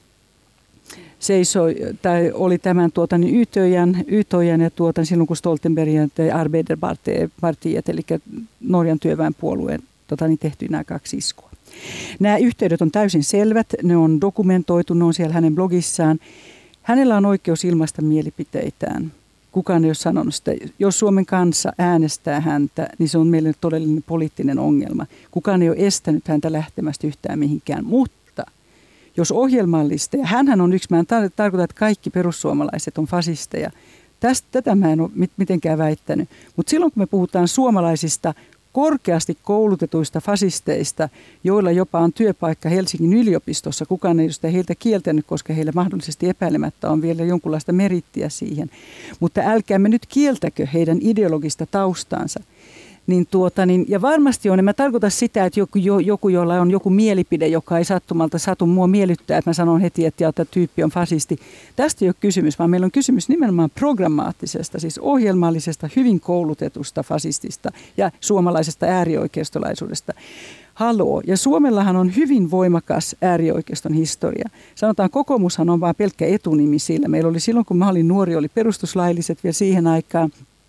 seisoi, tai oli tämän tuota, niin YTÖjän, YTÖjän ja tuota, silloin kun Stoltenbergin ja Arbeiderpartiet, eli Norjan työväenpuolueen, tuota, niin tehty nämä kaksi iskua. Nämä yhteydet on täysin selvät, ne on dokumentoitu, ne on siellä hänen blogissaan. Hänellä on oikeus ilmaista mielipiteitään. Kukaan ei ole sanonut sitä. Jos Suomen kansa äänestää häntä, niin se on meille todellinen poliittinen ongelma. Kukaan ei ole estänyt häntä lähtemästä yhtään mihinkään. Mutta jos ohjelmallista, ja hänhän on yksi, mä en tar- tarkoita, että kaikki perussuomalaiset on fasisteja. Tästä, tätä mä en ole mitenkään väittänyt. Mutta silloin kun me puhutaan suomalaisista korkeasti koulutetuista fasisteista, joilla jopa on työpaikka Helsingin yliopistossa. Kukaan ei ole sitä heiltä kieltänyt, koska heillä mahdollisesti epäilemättä on vielä jonkunlaista merittiä siihen. Mutta älkäämme nyt kieltäkö heidän ideologista taustaansa. Niin tuota, niin, ja varmasti on, en mä tarkoita sitä, että joku, jo, joku, jolla on joku mielipide, joka ei sattumalta satu mua miellyttää, että mä sanon heti, että tämä tyyppi on fasisti. Tästä ei ole kysymys, vaan meillä on kysymys nimenomaan programmaattisesta, siis ohjelmallisesta, hyvin koulutetusta fasistista ja suomalaisesta äärioikeistolaisuudesta. Haloo. Ja Suomellahan on hyvin voimakas äärioikeiston historia. Sanotaan, kokoomushan on vaan pelkkä etunimi sillä. Meillä oli silloin, kun mä olin nuori, oli perustuslailliset vielä siihen aikaan.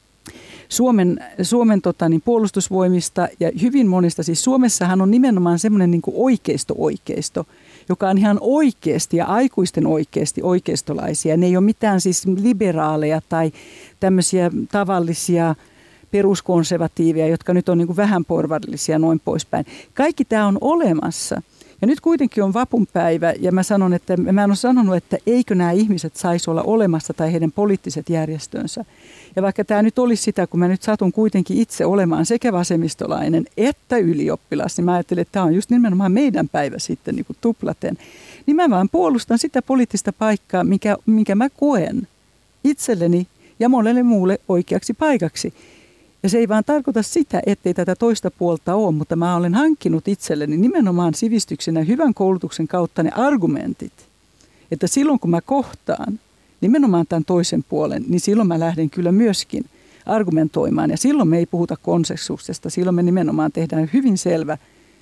Suomen, Suomen tota, niin puolustusvoimista ja hyvin monista, siis Suomessahan on nimenomaan semmoinen niin kuin oikeisto-oikeisto, joka on ihan oikeasti ja aikuisten oikeasti oikeistolaisia. Ne ei ole mitään siis liberaaleja tai tämmöisiä tavallisia peruskonservatiiveja, jotka nyt on niin kuin vähän porvarillisia noin poispäin. Kaikki tämä on olemassa. Ja nyt kuitenkin on vapunpäivä ja mä sanon, että mä en ole sanonut, että eikö nämä ihmiset saisi olla olemassa tai heidän poliittiset järjestönsä. Ja vaikka tämä nyt olisi sitä, kun mä nyt satun kuitenkin itse olemaan sekä vasemmistolainen että ylioppilas, niin mä ajattelen, että tämä on just nimenomaan meidän päivä sitten niin kuin tuplaten. Niin mä vaan puolustan sitä poliittista paikkaa, mikä, minkä mä koen itselleni ja monelle muulle oikeaksi paikaksi. Ja se ei vaan tarkoita sitä, ettei tätä toista puolta ole, mutta mä olen hankkinut itselleni nimenomaan sivistyksen ja hyvän koulutuksen kautta ne argumentit, että silloin kun mä kohtaan nimenomaan tämän toisen puolen, niin silloin mä lähden kyllä myöskin argumentoimaan. Ja silloin me ei puhuta konsensuksesta, silloin me nimenomaan tehdään hyvin selvä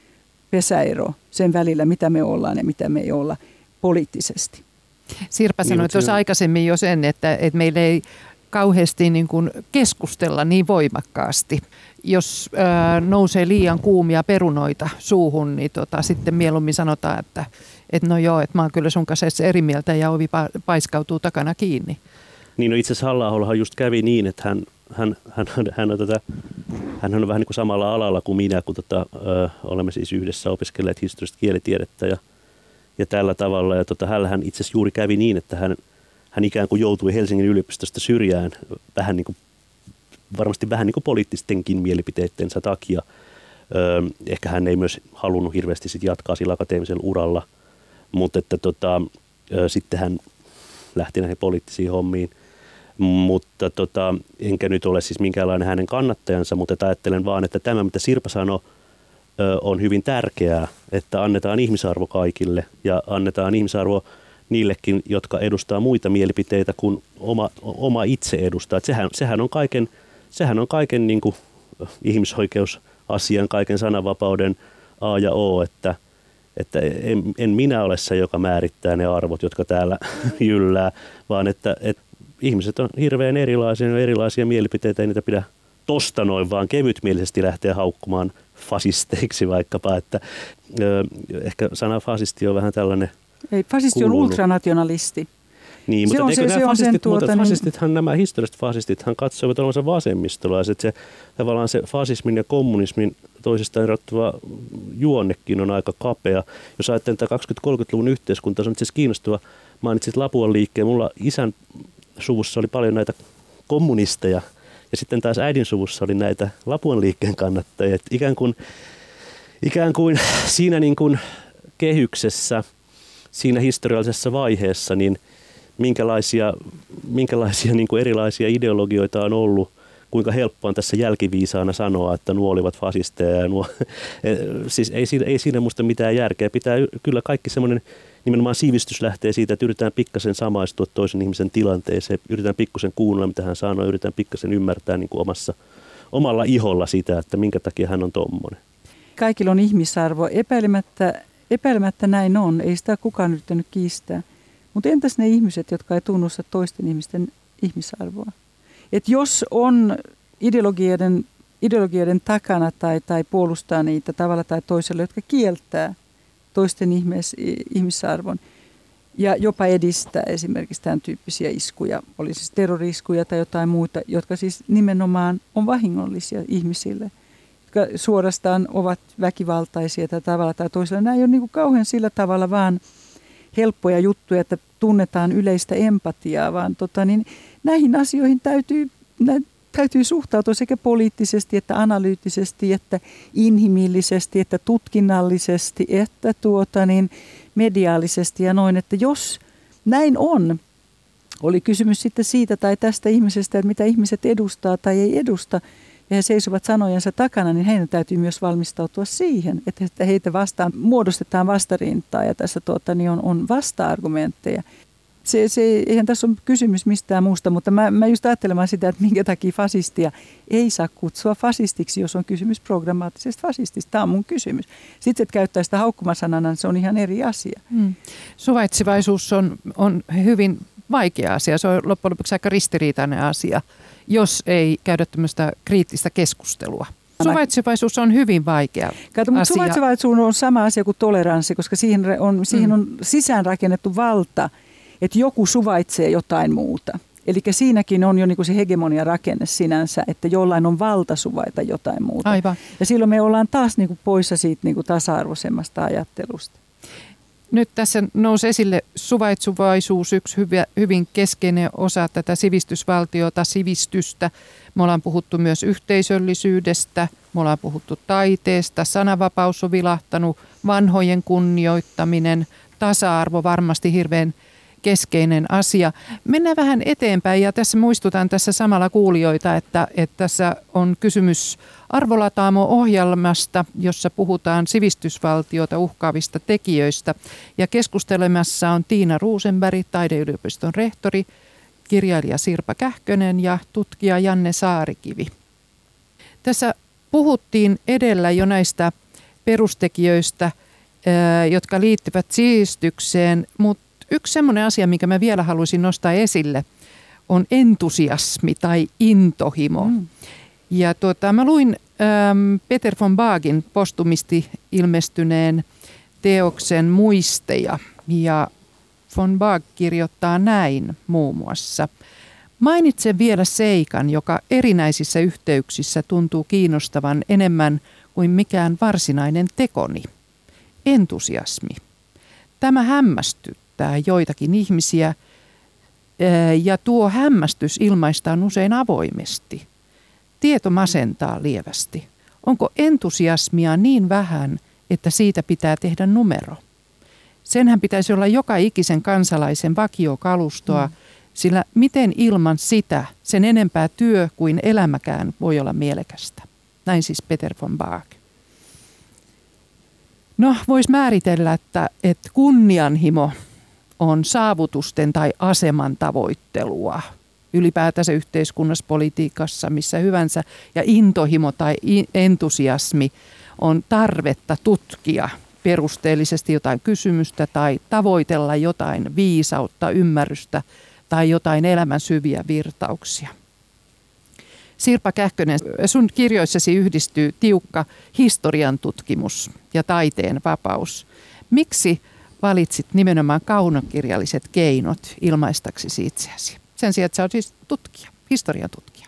pesäero sen välillä, mitä me ollaan ja mitä me ei olla poliittisesti. Sirpa sanoi niin, tuossa aikaisemmin jo sen, että, että meillä ei kauheasti niin kuin keskustella niin voimakkaasti. Jos ää, nousee liian kuumia perunoita suuhun, niin tota, sitten mieluummin sanotaan, että et no joo, että mä oon kyllä sun kanssa eri mieltä ja ovi pa- paiskautuu takana kiinni. Niin no itse asiassa Halla-ahollahan just kävi niin, että hän, hän, hän, hän, hän, on, tätä, hän on vähän niin kuin samalla alalla kuin minä, kun tota, ö, olemme siis yhdessä opiskelleet historiallista kielitiedettä ja, ja tällä tavalla. Ja tota, hänhän itse asiassa juuri kävi niin, että hän Hän ikään kuin joutui Helsingin yliopistosta syrjään vähän niin kuin, varmasti vähän niin kuin poliittistenkin mielipiteittensä takia. Öö, ehkä hän ei myös halunnut hirveästi sit jatkaa sillä akateemisella uralla, mutta että tota, ö, sitten hän lähti näihin poliittisiin hommiin. Mutta tota, enkä nyt ole siis minkäänlainen hänen kannattajansa, mutta ajattelen vaan, että tämä mitä Sirpa sanoi ö, on hyvin tärkeää, että annetaan ihmisarvo kaikille ja annetaan ihmisarvo niillekin, jotka edustaa muita mielipiteitä kuin oma, oma itse edustaa. Että sehän, sehän on kaiken, sehän on kaiken niin kuin ihmisoikeusasian, kaiken sananvapauden A ja O, että, että en, en minä ole se, joka määrittää ne arvot, jotka täällä jyllää, vaan että, että ihmiset on hirveän erilaisia, erilaisia mielipiteitä, ei niitä pidä tosta noin, vaan kevytmielisesti lähteä haukkumaan fasisteiksi vaikkapa. Että, ö, ehkä sana fasisti on vähän tällainen. Ei, fasisti on ultranationalisti. Niin, se mutta on eikö se, nämä se fasistit, tuota, mutta niin... fasistithan, nämä historialliset fasistithan katsovat olevansa vasemmistolaiset. Se, tavallaan se fasismin ja kommunismin toisistaan erottava juonnekin on aika kapea. Jos ajattelee tätä kaksikymmentä-kolmekymmentäluvun yhteiskuntaa, se on itse asiassa kiinnostava. Mainitsit Lapuan liikkeen. Mulla isän suvussa oli paljon näitä kommunisteja ja sitten taas äidin suvussa oli näitä Lapuan liikkeen kannattajia. Et ikään kuin, ikään kuin siinä niin kuin kehyksessä, siinä historiallisessa vaiheessa, niin minkälaisia, minkälaisia niin kuin erilaisia ideologioita on ollut, kuinka helppoa on tässä jälkiviisaana sanoa, että nuo olivat fasisteja. Ja nuo, siis ei, ei siinä musta mitään järkeä. Pitää kyllä kaikki semmoinen, nimenomaan sivistys lähtee siitä, että yritetään pikkasen samaistua toisen ihmisen tilanteeseen, yritetään pikkusen kuunnella, mitä hän sanoo, yritetään pikkasen ymmärtää niin kuin omassa, omalla iholla sitä, että minkä takia hän on tommoinen. Kaikilla on ihmisarvo. Epäilemättä, epäilemättä näin on. Ei sitä kukaan yrittänyt kiistää. Mutta entäs ne ihmiset, jotka ei tunnusta toisten ihmisten ihmisarvoa? Et jos on ideologioiden, ideologioiden takana tai, tai puolustaa niitä tavalla tai toisella, jotka kieltää toisten ihmis, ihmisarvon ja jopa edistää esimerkiksi tämän tyyppisiä iskuja, oli siis terroriskuja tai jotain muuta, jotka siis nimenomaan on vahingollisia ihmisille, jotka suorastaan ovat väkivaltaisia tai tavalla tai toisella. Nämä ei ole niin kuin kauhean sillä tavalla vaan helppoja juttuja, että tunnetaan yleistä empatiaa, vaan tota, niin näihin asioihin täytyy, nä, täytyy suhtautua sekä poliittisesti, että analyyttisesti, että inhimillisesti, että tutkinnallisesti, että tuota, niin mediaalisesti ja noin, että jos näin on, oli kysymys sitten siitä tai tästä ihmisestä, että mitä ihmiset edustaa tai ei edusta, ja he seisovat sanojensa takana, niin heidän täytyy myös valmistautua siihen, että heitä vastaan muodostetaan vastarintaa ja tässä tuota, niin on, on vasta-argumentteja. Se, se, eihän tässä ole kysymys mistään muusta, mutta mä, mä just ajattelemaan sitä, että minkä takia fasistia ei saa kutsua fasistiksi, jos on kysymys programmaattisesta fasistista. Tämä on mun kysymys. Sitten, että käyttää sitä haukkumasanana, niin se on ihan eri asia. Hmm. Suvaitsevaisuus on, on hyvin vaikea asia. Se on loppujen lopuksi aika ristiriitainen asia, jos ei käydä tämmöistä kriittistä keskustelua. Suvaitsevaisuus on hyvin vaikea Kato, mutta asia. Suvaitsevaisuus on sama asia kuin toleranssi, koska siihen on, siihen on sisäänrakennettu valta, että joku suvaitsee jotain muuta. Eli siinäkin on jo niin kuin se hegemonia rakenne sinänsä, että jollain on valta suvaita jotain muuta. Aivan. Ja silloin me ollaan taas niin kuin poissa siitä niin kuin tasa-arvoisemmasta ajattelusta. Nyt tässä nousi esille suvaitsevaisuus, yksi hyvä, hyvin keskeinen osa tätä sivistysvaltiota, sivistystä. Me ollaan puhuttu myös yhteisöllisyydestä, me ollaan puhuttu taiteesta, sananvapaus on vilahtanut, vanhojen kunnioittaminen, tasa-arvo varmasti hirveän keskeinen asia. Mennään vähän eteenpäin ja tässä muistutan tässä samalla kuulijoita, että, että tässä on kysymys Arvolataamo-ohjelmasta, jossa puhutaan sivistysvaltiota uhkaavista tekijöistä. Ja keskustelemassa on Tiina Rosenberg, taideyliopiston rehtori, kirjailija Sirpa Kähkönen ja tutkija Janne Saarikivi. Tässä puhuttiin edellä jo näistä perustekijöistä, jotka liittyvät sivistykseen, mutta yksi semmoinen asia, mikä mä vielä haluaisin nostaa esille, on entusiasmi tai intohimo. Mm. Ja tuota, mä luin äm, Peter von Bagin postumisti ilmestyneen teoksen Muisteja. Ja von Bag kirjoittaa näin muun muassa. Mainitsen vielä seikan, joka erinäisissä yhteyksissä tuntuu kiinnostavan enemmän kuin mikään varsinainen tekoni. Entusiasmi. Tämä hämmästyttää joitakin ihmisiä ja tuo hämmästys ilmaistaan usein avoimesti. Tieto masentaa lievästi. Onko entusiasmia niin vähän, että siitä pitää tehdä numero? Senhän pitäisi olla joka ikisen kansalaisen vakiokalustoa, mm. sillä miten ilman sitä sen enempää työ kuin elämäkään voi olla mielekästä. Näin siis Peter von Bag. No, voisi määritellä, että, että kunnianhimo on saavutusten tai aseman tavoittelua ylipäätänsä yhteiskunnassa, politiikassa, missä hyvänsä. Ja intohimo tai entusiasmi on tarvetta tutkia perusteellisesti jotain kysymystä tai tavoitella jotain viisautta, ymmärrystä tai jotain elämän syviä virtauksia. Sirpa Kähkönen, sun kirjoissasi yhdistyy tiukka historian tutkimus ja taiteen vapaus. Miksi valitsit nimenomaan kaunokirjalliset keinot ilmaistaksesi itseäsi? Sen sijaan, että sä oot siis tutkija, historian tutkija.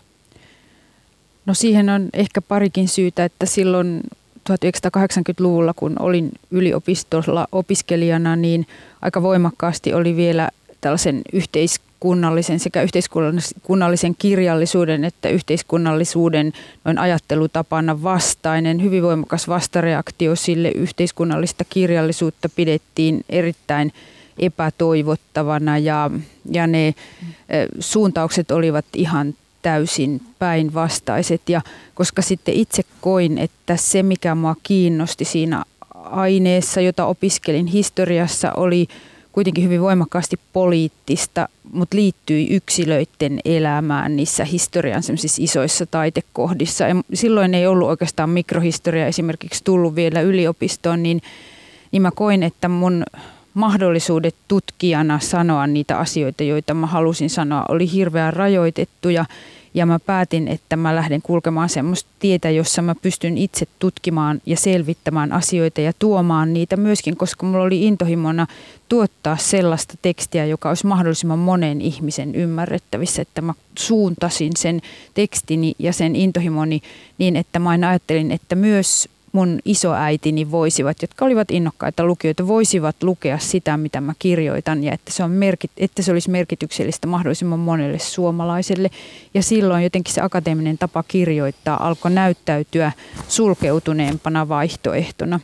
No siihen on ehkä parikin syytä, että silloin tuhatyhdeksänsataakahdeksankymmentäluvulla, kun olin yliopistolla opiskelijana, niin aika voimakkaasti oli vielä tällaisen yhteiskunnallisen sekä yhteiskunnallisen kirjallisuuden että yhteiskunnallisuuden noin ajattelutapana vastainen. Hyvin voimakas vastareaktio sille yhteiskunnallista kirjallisuutta pidettiin erittäin epätoivottavana ja, ja ne suuntaukset olivat ihan täysin päinvastaiset. Ja koska sitten itse koin, että se mikä mua kiinnosti siinä aineessa, jota opiskelin historiassa, oli kuitenkin hyvin voimakkaasti poliittista, mutta liittyi yksilöiden elämään niissä historian semmoisissa isoissa taitekohdissa. Ja silloin ei ollut oikeastaan mikrohistoria esimerkiksi tullut vielä yliopistoon, niin, niin mä koin, että mun mahdollisuudet tutkijana sanoa niitä asioita, joita mä halusin sanoa, oli hirveän rajoitettuja. Ja mä päätin, että mä lähden kulkemaan semmoista tietä, jossa mä pystyn itse tutkimaan ja selvittämään asioita ja tuomaan niitä myöskin, koska mulla oli intohimona tuottaa sellaista tekstiä, joka olisi mahdollisimman monen ihmisen ymmärrettävissä, että mä suuntasin sen tekstini ja sen intohimoni niin, että mä aina ajattelin, että myös mun isoäitini voisivat, jotka olivat innokkaita lukijoita, voisivat lukea sitä, mitä mä kirjoitan ja että se, on merkit, että se olisi merkityksellistä mahdollisimman monelle suomalaiselle. Ja silloin jotenkin se akateeminen tapa kirjoittaa alkoi näyttäytyä sulkeutuneempana vaihtoehtona.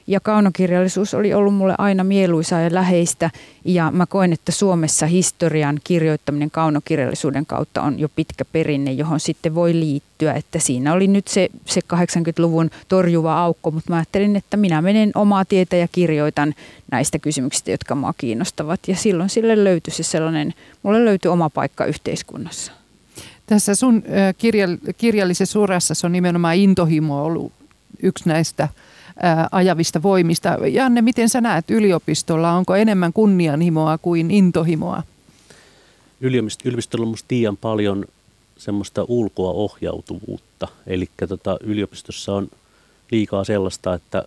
Ja kaunokirjallisuus oli ollut mulle aina mieluisaa ja läheistä, ja mä koen, että Suomessa historian kirjoittaminen kaunokirjallisuuden kautta on jo pitkä perinne, johon sitten voi liittyä, että siinä oli nyt se, se kahdeksankymmentäluvun torjuva aukko, mutta mä ajattelin, että minä menen omaa tietä ja kirjoitan näistä kysymyksistä, jotka mua kiinnostavat, ja silloin sille löytyi se sellainen, mulle löytyi oma paikka yhteiskunnassa. Tässä sun kirjallisessa urassa on nimenomaan intohimo ollut yksi näistä ajavista voimista. Janne, miten sä näet yliopistolla? Onko enemmän kunnianhimoa kuin intohimoa? Yliopistolla on musta liian paljon semmoista ulkoa ohjautuvuutta. Eli tota, yliopistossa on liikaa sellaista, että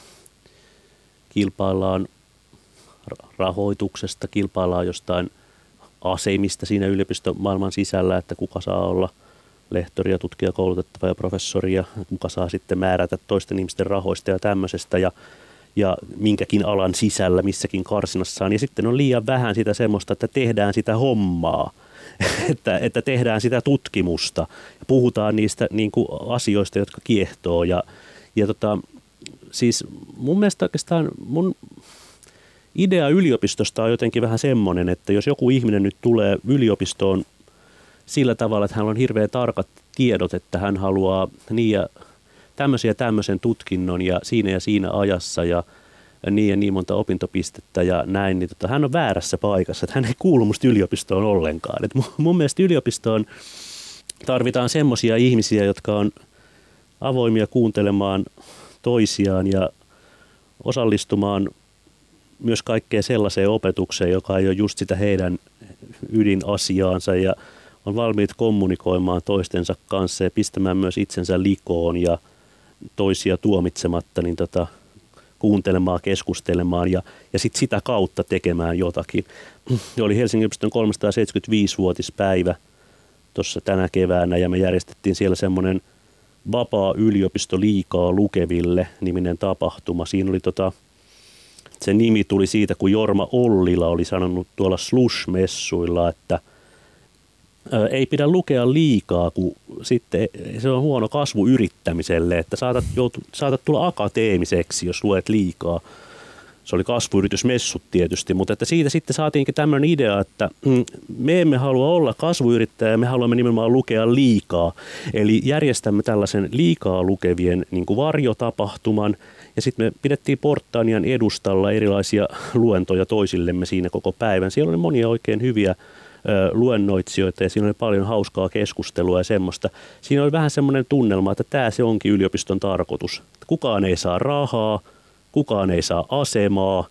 kilpaillaan rahoituksesta, kilpaillaan jostain asemista siinä yliopistomaailman sisällä, että kuka saa olla lehtoria, tutkija, koulutettava ja professoria, kuka saa sitten määrätä toisten ihmisten rahoista ja tämmöisestä ja, ja minkäkin alan sisällä missäkin karsinassaan. Ja sitten on liian vähän sitä semmoista, että tehdään sitä hommaa, että, että tehdään sitä tutkimusta ja puhutaan niistä niin kuin asioista, jotka kiehtoo. Ja, ja tota, siis mun mielestä oikeastaan mun idea yliopistosta on jotenkin vähän semmoinen, että jos joku ihminen nyt tulee yliopistoon sillä tavalla, että hänellä on hirveän tarkat tiedot, että hän haluaa niin ja tämmöisen ja tämmöisen tutkinnon ja siinä ja siinä ajassa ja niin ja niin monta opintopistettä ja näin, niin tota, hän on väärässä paikassa, että hän ei kuulu musta yliopistoon ollenkaan. Et mun mielestä yliopistoon tarvitaan semmoisia ihmisiä, jotka on avoimia kuuntelemaan toisiaan ja osallistumaan myös kaikkeen sellaiseen opetukseen, joka ei ole just sitä heidän ydinasiaansa ja on valmiit kommunikoimaan toistensa kanssa ja pistämään myös itsensä likoon ja toisia tuomitsematta, niin tota, kuuntelemaan, keskustelemaan ja, ja sit sitä kautta tekemään jotakin. Oli Helsingin yliopiston kolmesataaseitsemänkymmentäviisi-vuotispäivä tuossa tänä keväänä ja me järjestettiin siellä semmoinen vapaa yliopisto liikaa lukeville niminen tapahtuma. Siinä oli tota, se nimi tuli siitä, kun Jorma Ollila oli sanonut tuolla Slush-messuilla, että ei pidä lukea liikaa, kun sitten se on huono kasvu yrittämiselle, että saatat, joutu, saatat tulla akateemiseksi, jos luet liikaa. Se oli kasvuyritysmessut tietysti, mutta että siitä sitten saatiinkin tämmöinen idea, että me emme halua olla kasvuyrittäjä, me haluamme nimenomaan lukea liikaa. Eli järjestämme tällaisen liikaa lukevien niin kuin varjotapahtuman, ja sitten me pidettiin Portanian edustalla erilaisia luentoja toisillemme siinä koko päivän. Siellä oli monia oikein hyviä luennoitsijoita ja siinä oli paljon hauskaa keskustelua ja semmoista. Siinä oli vähän semmoinen tunnelma, että tämä se onkin yliopiston tarkoitus. Kukaan ei saa rahaa, kukaan ei saa asemaa,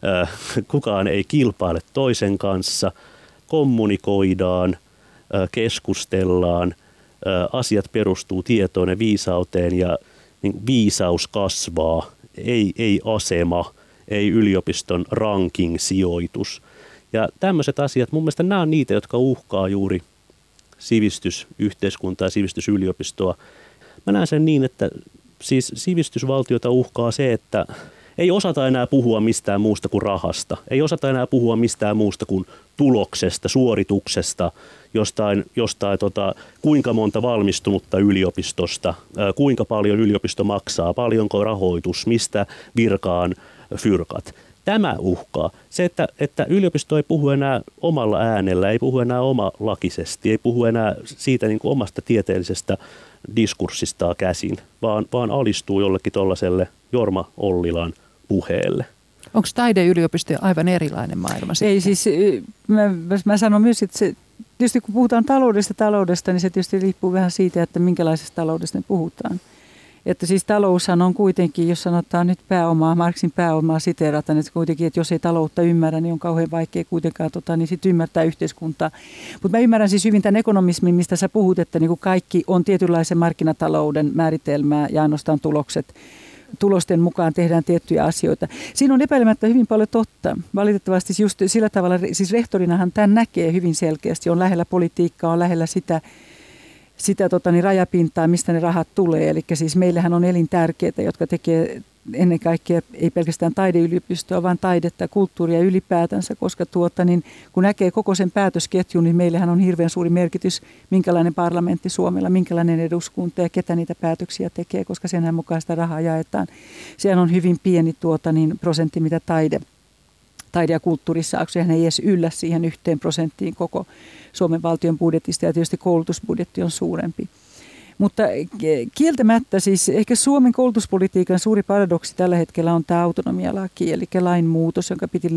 kukaan ei kilpaile toisen kanssa, kommunikoidaan, keskustellaan, asiat perustuu tietoon ja viisauteen ja niin viisaus kasvaa, ei, ei asema, ei yliopiston ranking-sijoitus. Ja tämmöiset asiat, mun mielestä nämä on niitä, jotka uhkaa juuri sivistysyhteiskuntaa ja sivistysyliopistoa. Mä näen sen niin, että siis sivistysvaltiota uhkaa se, että ei osata enää puhua mistään muusta kuin rahasta. Ei osata enää puhua mistään muusta kuin tuloksesta, suorituksesta, jostain, jostain tota, kuinka monta valmistunutta yliopistosta, ää, kuinka paljon yliopisto maksaa, paljonko rahoitus, mistä virkaan fyrkat. Tämä uhkaa. Se, että, että yliopisto ei puhu enää omalla äänellä, ei puhu enää omalakisesti, ei puhu enää siitä niin kuin omasta tieteellisestä diskurssistaan käsin, vaan, vaan alistuu jollekin tuollaiselle Jorma Ollilan puheelle. Onko taideyliopisto aivan erilainen maailma sitten? Ei siis, mä, mä sanon myös, että se, tietysti kun puhutaan taloudesta taloudesta, niin se tietysti riippuu vähän siitä, että minkälaisesta taloudesta me puhutaan. Että siis taloushan on kuitenkin, jos sanotaan nyt pääomaa, Marxin pääomaa siteerataan, että kuitenkin, että jos ei taloutta ymmärrä, niin on kauhean vaikea kuitenkaan tota, niin sit ymmärtää yhteiskuntaa. Mutta mä ymmärrän siis hyvin tämän ekonomismin, mistä sä puhut, että niin kuin kaikki on tietynlaisen markkinatalouden määritelmää ja ainoastaan tulokset. Tulosten mukaan tehdään tiettyjä asioita. Siinä on epäilemättä hyvin paljon totta. Valitettavasti just sillä tavalla, siis rehtorinahan tämän näkee hyvin selkeästi, on lähellä politiikkaa, on lähellä sitä, sitä tota, niin rajapintaa, mistä ne rahat tulee. Eli siis meillähän on elintärkeitä, jotka tekee ennen kaikkea ei pelkästään taideyliopistoa, vaan taidetta ja kulttuuria ylipäätänsä, koska tuota, niin, kun näkee koko sen päätösketjun, niin meillähän on hirveän suuri merkitys, minkälainen parlamentti Suomella, minkälainen eduskunta ja ketä niitä päätöksiä tekee, koska senhän mukaan sitä rahaa jaetaan. Siellä on hyvin pieni tuota, niin, prosentti, mitä taide, taide ja kulttuuri saa, sehän ei edes yllä siihen yhteen prosenttiin koko Suomen valtion budjetista, ja tietysti koulutusbudjetti on suurempi. Mutta kieltämättä siis ehkä Suomen koulutuspolitiikan suuri paradoksi tällä hetkellä on tämä autonomialaki, eli lainmuutos, jonka piti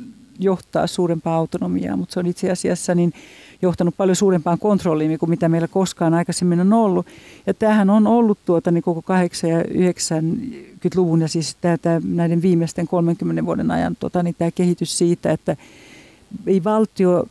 johtaa suurempaa autonomiaa, mutta se on itse asiassa niin johtanut paljon suurempaan kontrolliin kuin mitä meillä koskaan aikaisemmin on ollut. Ja tämähän on ollut tuota, niin koko kahdeksankymmentä- ja yhdeksänkymmentäluvun ja siis tämä, tämä, näiden viimeisten kolmenkymmenen vuoden ajan tuota, niin tämä kehitys siitä, että ei valtio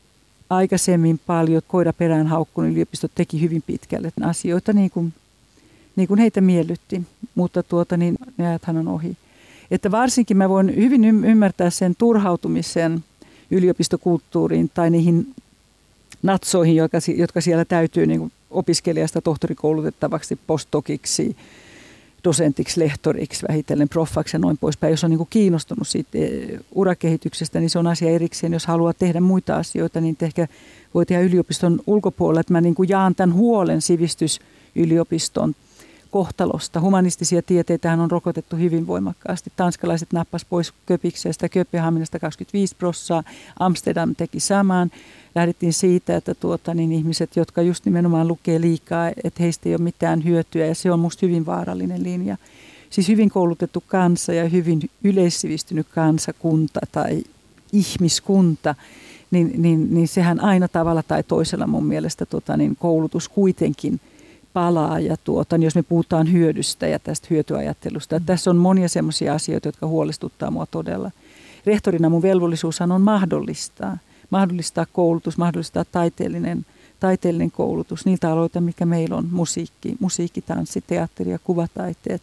aikaisemmin paljon koiraperään haukkunut yliopistot teki hyvin pitkälle asioita niin kuin, niin kuin heitä miellytti, mutta tuota, niin, ne ajathan on ohi. Että varsinkin mä voin hyvin ymmärtää sen turhautumisen yliopistokulttuuriin tai niihin natsoihin, jotka, jotka siellä täytyy niin kuin opiskelijasta tohtorikoulutettavaksi, postdokiksi, dosentiksi, lehtoriksi, vähitellen proffaksi ja noin poispäin. Jos on niin kuin kiinnostunut siitä urakehityksestä, niin se on asia erikseen. Jos haluaa tehdä muita asioita, niin ehkä voi tehdä yliopiston ulkopuolella. Että mä niin kuin jaan tämän huolen sivistysyliopiston kohtalosta. Humanistisia tieteitähän on rokotettu hyvin voimakkaasti. Tanskalaiset nappas pois Köpiksestä, Kööpenhaminasta kaksikymmentäviisi prosenttia, Amsterdam teki saman. Lähdettiin siitä, että tuota, niin ihmiset, jotka just nimenomaan lukee liikaa, että heistä ei ole mitään hyötyä, ja se on musta hyvin vaarallinen linja. Siis hyvin koulutettu kansa ja hyvin yleissivistynyt kansakunta tai ihmiskunta, niin, niin, niin sehän aina tavalla tai toisella mun mielestä tuota, niin koulutus kuitenkin palaa, ja tuota, niin jos me puhutaan hyödystä ja tästä hyötyajattelusta. Että tässä on monia semmoisia asioita, jotka huolestuttaa mua todella. Rehtorina mun velvollisuushan on mahdollistaa. Mahdollistaa koulutus, mahdollistaa taiteellinen, taiteellinen koulutus niiltä aloilta, mikä meillä on, musiikki, musiikki, tanssi, teatteri ja kuvataiteet.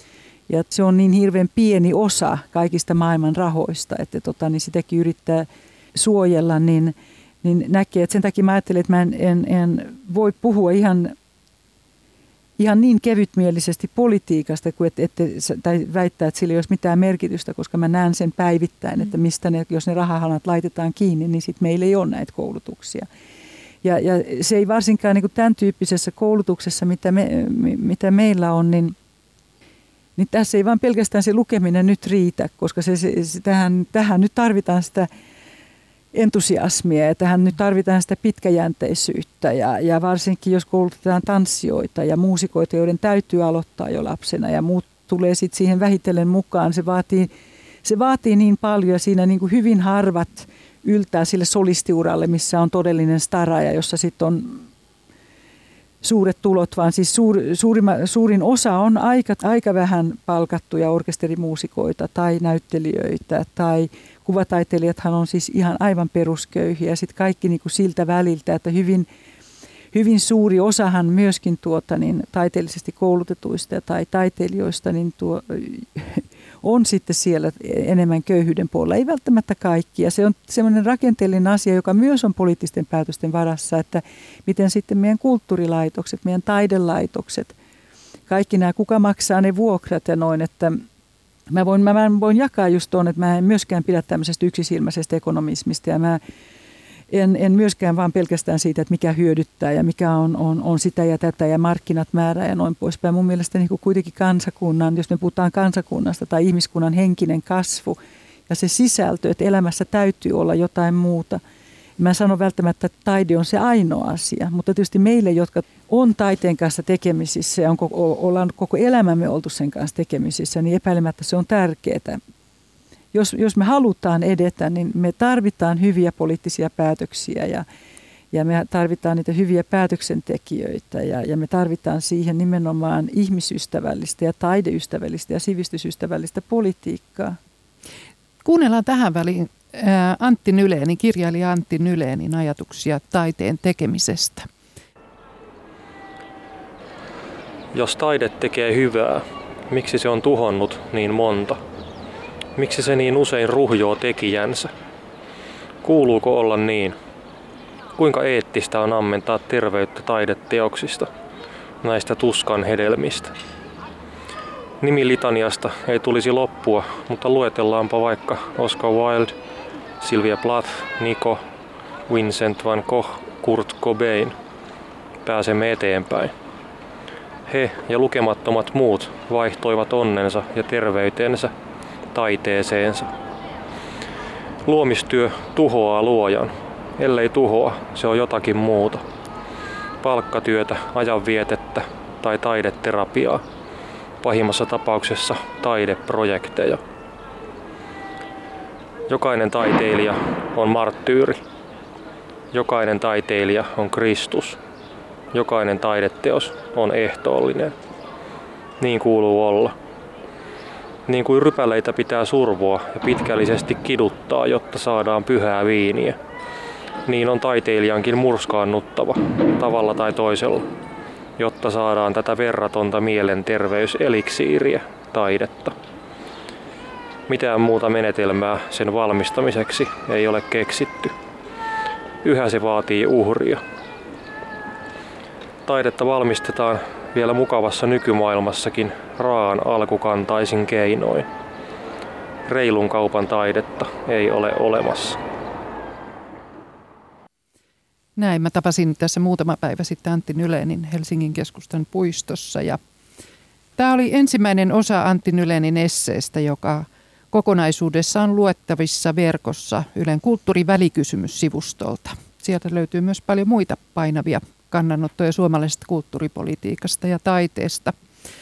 Ja se on niin hirveän pieni osa kaikista maailman rahoista, että tota, niin sitäkin yrittää suojella, niin, niin näkee, että sen takia mä ajattelen, että mä en, en, en voi puhua ihan, ihan niin kevytmielisesti politiikasta, kuin että, että, tai väittää, että sillä ei olisi mitään merkitystä, koska mä näen sen päivittäin, että mistä ne, jos ne rahahanat laitetaan kiinni, niin sitten meillä ei ole näitä koulutuksia. Ja, ja se ei varsinkaan niin kuin tämän tyyppisessä koulutuksessa, mitä, me, mitä meillä on, niin, niin tässä ei vaan pelkästään se lukeminen nyt riitä, koska se, se, se, tähän, tähän nyt tarvitaan sitä entusiasmia ja tähän nyt tarvitaan sitä pitkäjänteisyyttä ja, ja varsinkin jos koulutetaan tanssijoita ja muusikoita, joiden täytyy aloittaa jo lapsena ja muut tulee sitten siihen vähitellen mukaan. Se vaatii, se vaatii niin paljon ja siinä niin kuin hyvin harvat yltää sille solistiuralle, missä on todellinen stara ja jossa sitten on suuret tulot, vaan siis suur, suurima, suurin osa on aika, aika vähän palkattuja orkesterimuusikoita tai näyttelijöitä tai kuvataiteilijathan on siis ihan aivan perusköyhiä ja sitten kaikki niin kuin siltä väliltä, että hyvin, hyvin suuri osahan myöskin tuota, niin, taiteellisesti koulutetuista tai taiteilijoista niin tuo, on sitten siellä enemmän köyhyyden puolella. Ei välttämättä kaikki ja se on semmoinen rakenteellinen asia, joka myös on poliittisten päätösten varassa, että miten sitten meidän kulttuurilaitokset, meidän taidelaitokset, kaikki nämä, kuka maksaa ne vuokrat ja noin, että Mä voin, mä voin jakaa just tuon, että mä en myöskään pidä tämmöisestä yksisilmäisestä ekonomismista ja mä en, en myöskään vaan pelkästään siitä, että mikä hyödyttää ja mikä on, on, on sitä ja tätä ja markkinat määrää ja noin poispäin. Mun mielestä niin kuin kuitenkin kansakunnan, jos me puhutaan kansakunnasta tai ihmiskunnan henkinen kasvu ja se sisältö, että elämässä täytyy olla jotain muuta. Mä en sano välttämättä, että taide on se ainoa asia, mutta tietysti meille, jotka on taiteen kanssa tekemisissä ja on koko, ollaan koko elämämme oltu sen kanssa tekemisissä, niin epäilemättä se on tärkeää. Jos, jos me halutaan edetä, niin me tarvitaan hyviä poliittisia päätöksiä ja, ja me tarvitaan niitä hyviä päätöksentekijöitä ja, ja me tarvitaan siihen nimenomaan ihmisystävällistä ja taideystävällistä ja sivistysystävällistä politiikkaa. Kuunnellaan tähän väliin Antti Nylénin, kirjailija Antti Nylénin ajatuksia taiteen tekemisestä. Jos taide tekee hyvää, miksi se on tuhonnut niin monta? Miksi se niin usein ruhjoo tekijänsä? Kuuluuko olla niin? Kuinka eettistä on ammentaa terveyttä taideteoksista, näistä tuskan hedelmistä? Nimilitaniasta ei tulisi loppua, mutta luetellaanpa vaikka Oscar Wilde, Sylvia Plath, Nico, Vincent van Gogh, Kurt Cobain. Pääsemme eteenpäin. He ja lukemattomat muut vaihtoivat onnensa ja terveytensä taiteeseensa. Luomistyö tuhoaa luojan. Ellei tuhoa, se on jotakin muuta. Palkkatyötä, ajanvietettä tai taideterapiaa. Pahimmassa tapauksessa taideprojekteja. Jokainen taiteilija on marttyyri. Jokainen taiteilija on Kristus. Jokainen taideteos on ehtoollinen. Niin kuuluu olla. Niin kuin rypäleitä pitää survoa ja pitkällisesti kiduttaa, jotta saadaan pyhää viiniä. Niin on taiteilijankin murskaannuttava, tavalla tai toisella, jotta saadaan tätä verratonta mielenterveyseliksiiriä, taidetta. Mitään muuta menetelmää sen valmistamiseksi ei ole keksitty. Yhä se vaatii uhria. Taidetta valmistetaan vielä mukavassa nykymaailmassakin raaan alkukantaisin keinoin. Reilun kaupan taidetta ei ole olemassa. Näin, mä tapasin tässä muutama päivä sitten Antti Nylenin Helsingin keskustan puistossa. Ja tämä oli ensimmäinen osa Antti Nylenin esseestä, joka kokonaisuudessaan on luettavissa verkossa Ylen kulttuurivälikysymyssivustolta. Sieltä löytyy myös paljon muita painavia kannanottoja suomalaisesta kulttuuripolitiikasta ja taiteesta.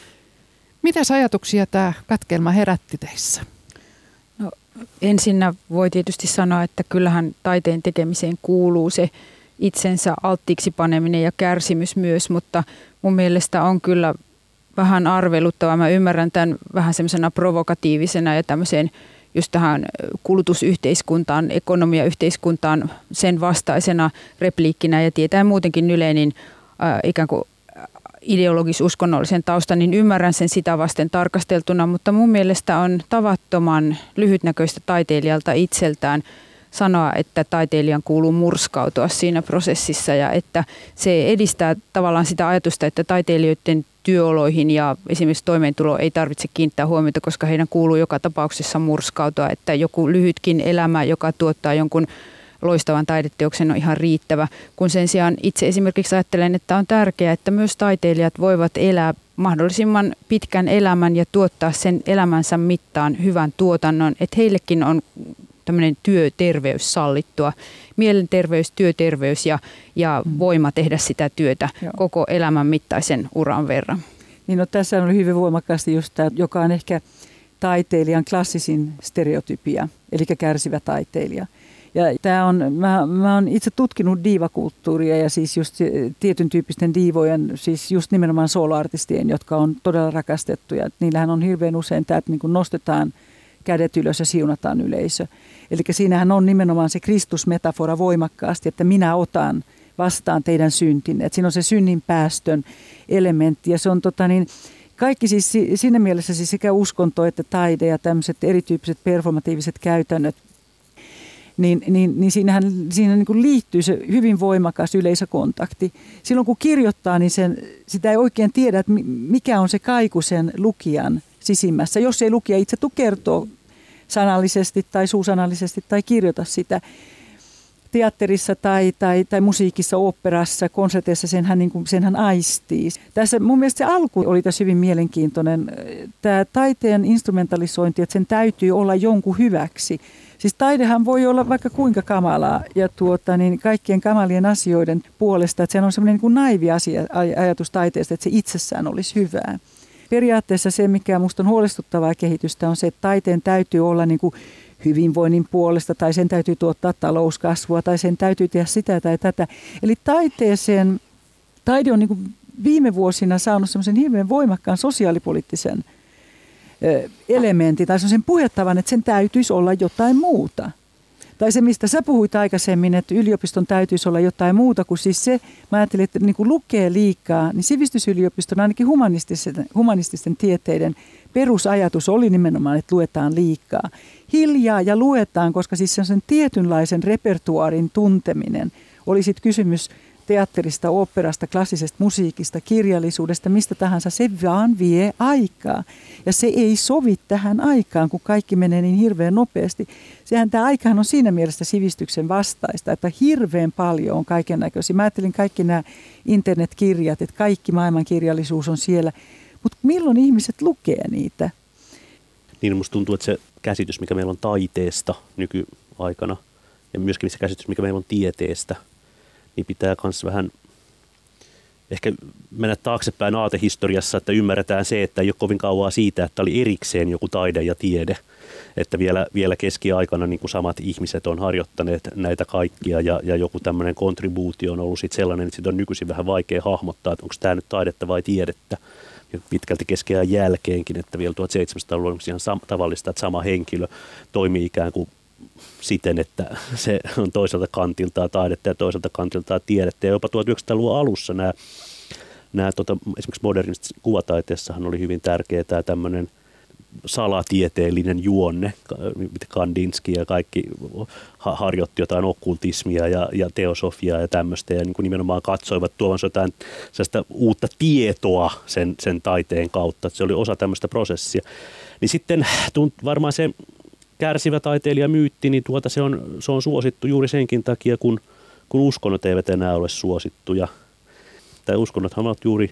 Mitäs ajatuksia tämä katkelma herätti teissä? No, ensinnä voi tietysti sanoa, että kyllähän taiteen tekemiseen kuuluu se itsensä alttiiksi paneminen ja kärsimys myös, mutta mun mielestä on kyllä vähän arveluttavaa. Mä ymmärrän tämän vähän semmoisena provokatiivisena ja tämmöiseen just tähän kulutusyhteiskuntaan, ekonomiayhteiskuntaan sen vastaisena repliikkinä ja tietää muutenkin Nylenin äh, ikään kuin ideologis-uskonnollisen taustan, niin ymmärrän sen sitä vasten tarkasteltuna, mutta mun mielestä on tavattoman lyhytnäköistä taiteilijalta itseltään sanoa, että taiteilijan kuuluu murskautua siinä prosessissa ja että se edistää tavallaan sitä ajatusta, että taiteilijoiden työoloihin ja esimerkiksi toimeentulo ei tarvitse kiinnittää huomiota, koska heidän kuuluu joka tapauksessa murskautua, että joku lyhytkin elämä, joka tuottaa jonkun loistavan taideteoksen on ihan riittävä, kun sen sijaan itse esimerkiksi ajattelen, että on tärkeää, että myös taiteilijat voivat elää mahdollisimman pitkän elämän ja tuottaa sen elämänsä mittaan hyvän tuotannon, että heillekin on tämmöinen työterveys sallittua, mielenterveys, työterveys ja, ja voima tehdä sitä työtä Joo. koko elämän mittaisen uran verran. Niin no, tässä on hyvin voimakkaasti just tämä, joka on ehkä taiteilijan klassisin stereotypia, eli kärsivä taiteilija. Ja tämä on, mä, mä oon itse tutkinut diivakulttuuria ja siis just tietyn tyyppisten diivojen, siis just nimenomaan soloartistien, jotka on todella rakastettuja. Niillähän on hirveän usein tämä, että niin kuin nostetaan kädet ylös ja siunataan yleisö. Eli siinähän on nimenomaan se Kristusmetafora voimakkaasti, että minä otan vastaan teidän syntinne. Että siinä on se synnin päästön elementti ja se on tota niin, kaikki siis siinä mielessä siis sekä uskonto että taide ja tämmöiset erityyppiset performatiiviset käytännöt, niin, niin, niin siinähän siinä niin kuin liittyy se hyvin voimakas yleisökontakti. Silloin kun kirjoittaa, niin sen, sitä ei oikein tiedä, että mikä on se kaiku sen lukijan sisimmässä, jos ei lukija itse tule kertoa sanallisesti tai suusanallisesti tai kirjoita sitä. Teatterissa tai, tai, tai musiikissa, oopperassa, konserteissa senhän, niin kuin, senhän aistii. Tässä mun mielestä se alku oli tässä hyvin mielenkiintoinen. Tämä taiteen instrumentalisointi, että sen täytyy olla jonkun hyväksi. Siis taidehan voi olla vaikka kuinka kamalaa ja tuota, niin kaikkien kamalien asioiden puolesta, että se on semmoinen niin kuin naivi asia, ajatus taiteesta, että se itsessään olisi hyvää. Periaatteessa se, mikä minusta on huolestuttavaa kehitystä, on se, että taiteen täytyy olla niin kuin hyvinvoinnin puolesta tai sen täytyy tuottaa talouskasvua tai sen täytyy tehdä sitä tai tätä. Eli taiteeseen, taide on niin kuin viime vuosina saanut semmoisen hirveän voimakkaan sosiaalipoliittisen elementin tai semmoisen puhettavan, että sen täytyisi olla jotain muuta. Tai se, mistä sä puhuit aikaisemmin, että yliopiston täytyisi olla jotain muuta kuin siis se, mä ajattelin, että niin kuin lukee liikaa, niin sivistysyliopiston ainakin humanististen, humanististen tieteiden perusajatus oli nimenomaan, että luetaan liikaa. Hiljaa ja luetaan, koska siis sen tietynlaisen repertuaarin tunteminen, oli sitten kysymys teatterista, oopperasta, klassisesta musiikista, kirjallisuudesta, mistä tahansa, se vaan vie aikaa. Ja se ei sovi tähän aikaan, kun kaikki menee niin hirveän nopeasti. Sehän tämä aikahan on siinä mielessä sivistyksen vastaista, että hirveän paljon on kaiken näköisiä. Mä ajattelin kaikki nämä internetkirjat, että kaikki maailmankirjallisuus on siellä. Mutta milloin ihmiset lukee niitä? Niin musta tuntuu, että se käsitys, mikä meillä on taiteesta nykyaikana, ja myöskin se käsitys, mikä meillä on tieteestä, niin pitää myös vähän ehkä mennä taaksepäin aatehistoriassa, että ymmärretään se, että ei ole kovin kauaa siitä, että oli erikseen joku taide ja tiede. Että vielä, vielä keskiaikana niin kuin samat ihmiset on harjoittaneet näitä kaikkia ja, ja joku tämmöinen kontribuutio on ollut sit sellainen, että siitä on nykyisin vähän vaikea hahmottaa, että onko tämä nyt taidetta vai tiedettä. Ja pitkälti keskiajan jälkeenkin, että vielä tuhatseitsemänsataaluvulla on ihan sam- tavallista, että sama henkilö toimii ikään kuin siten, että se on toiselta kantiltaan taidetta ja toiselta kantiltaan tiedettä. Ja jopa tuhatyhdeksänsataaluvun alussa nämä, nämä tota, esimerkiksi modernistisessa kuvataiteessahan oli hyvin tärkeää tämä tämmöinen salatieteellinen juonne. Kandinsky ja kaikki harjoitti jotain okkultismia ja, ja teosofiaa ja tämmöistä ja niin kuin nimenomaan katsoivat tuovansa jotain sellaista uutta tietoa sen, sen taiteen kautta. Että se oli osa tämmöistä prosessia. Niin sitten tunt, varmaan se kärsivä taiteilijamyytti, niin tuota se on, se on suosittu juuri senkin takia, kun, kun uskonnot eivät enää ole suosittuja. Tai uskonnothan ovat juuri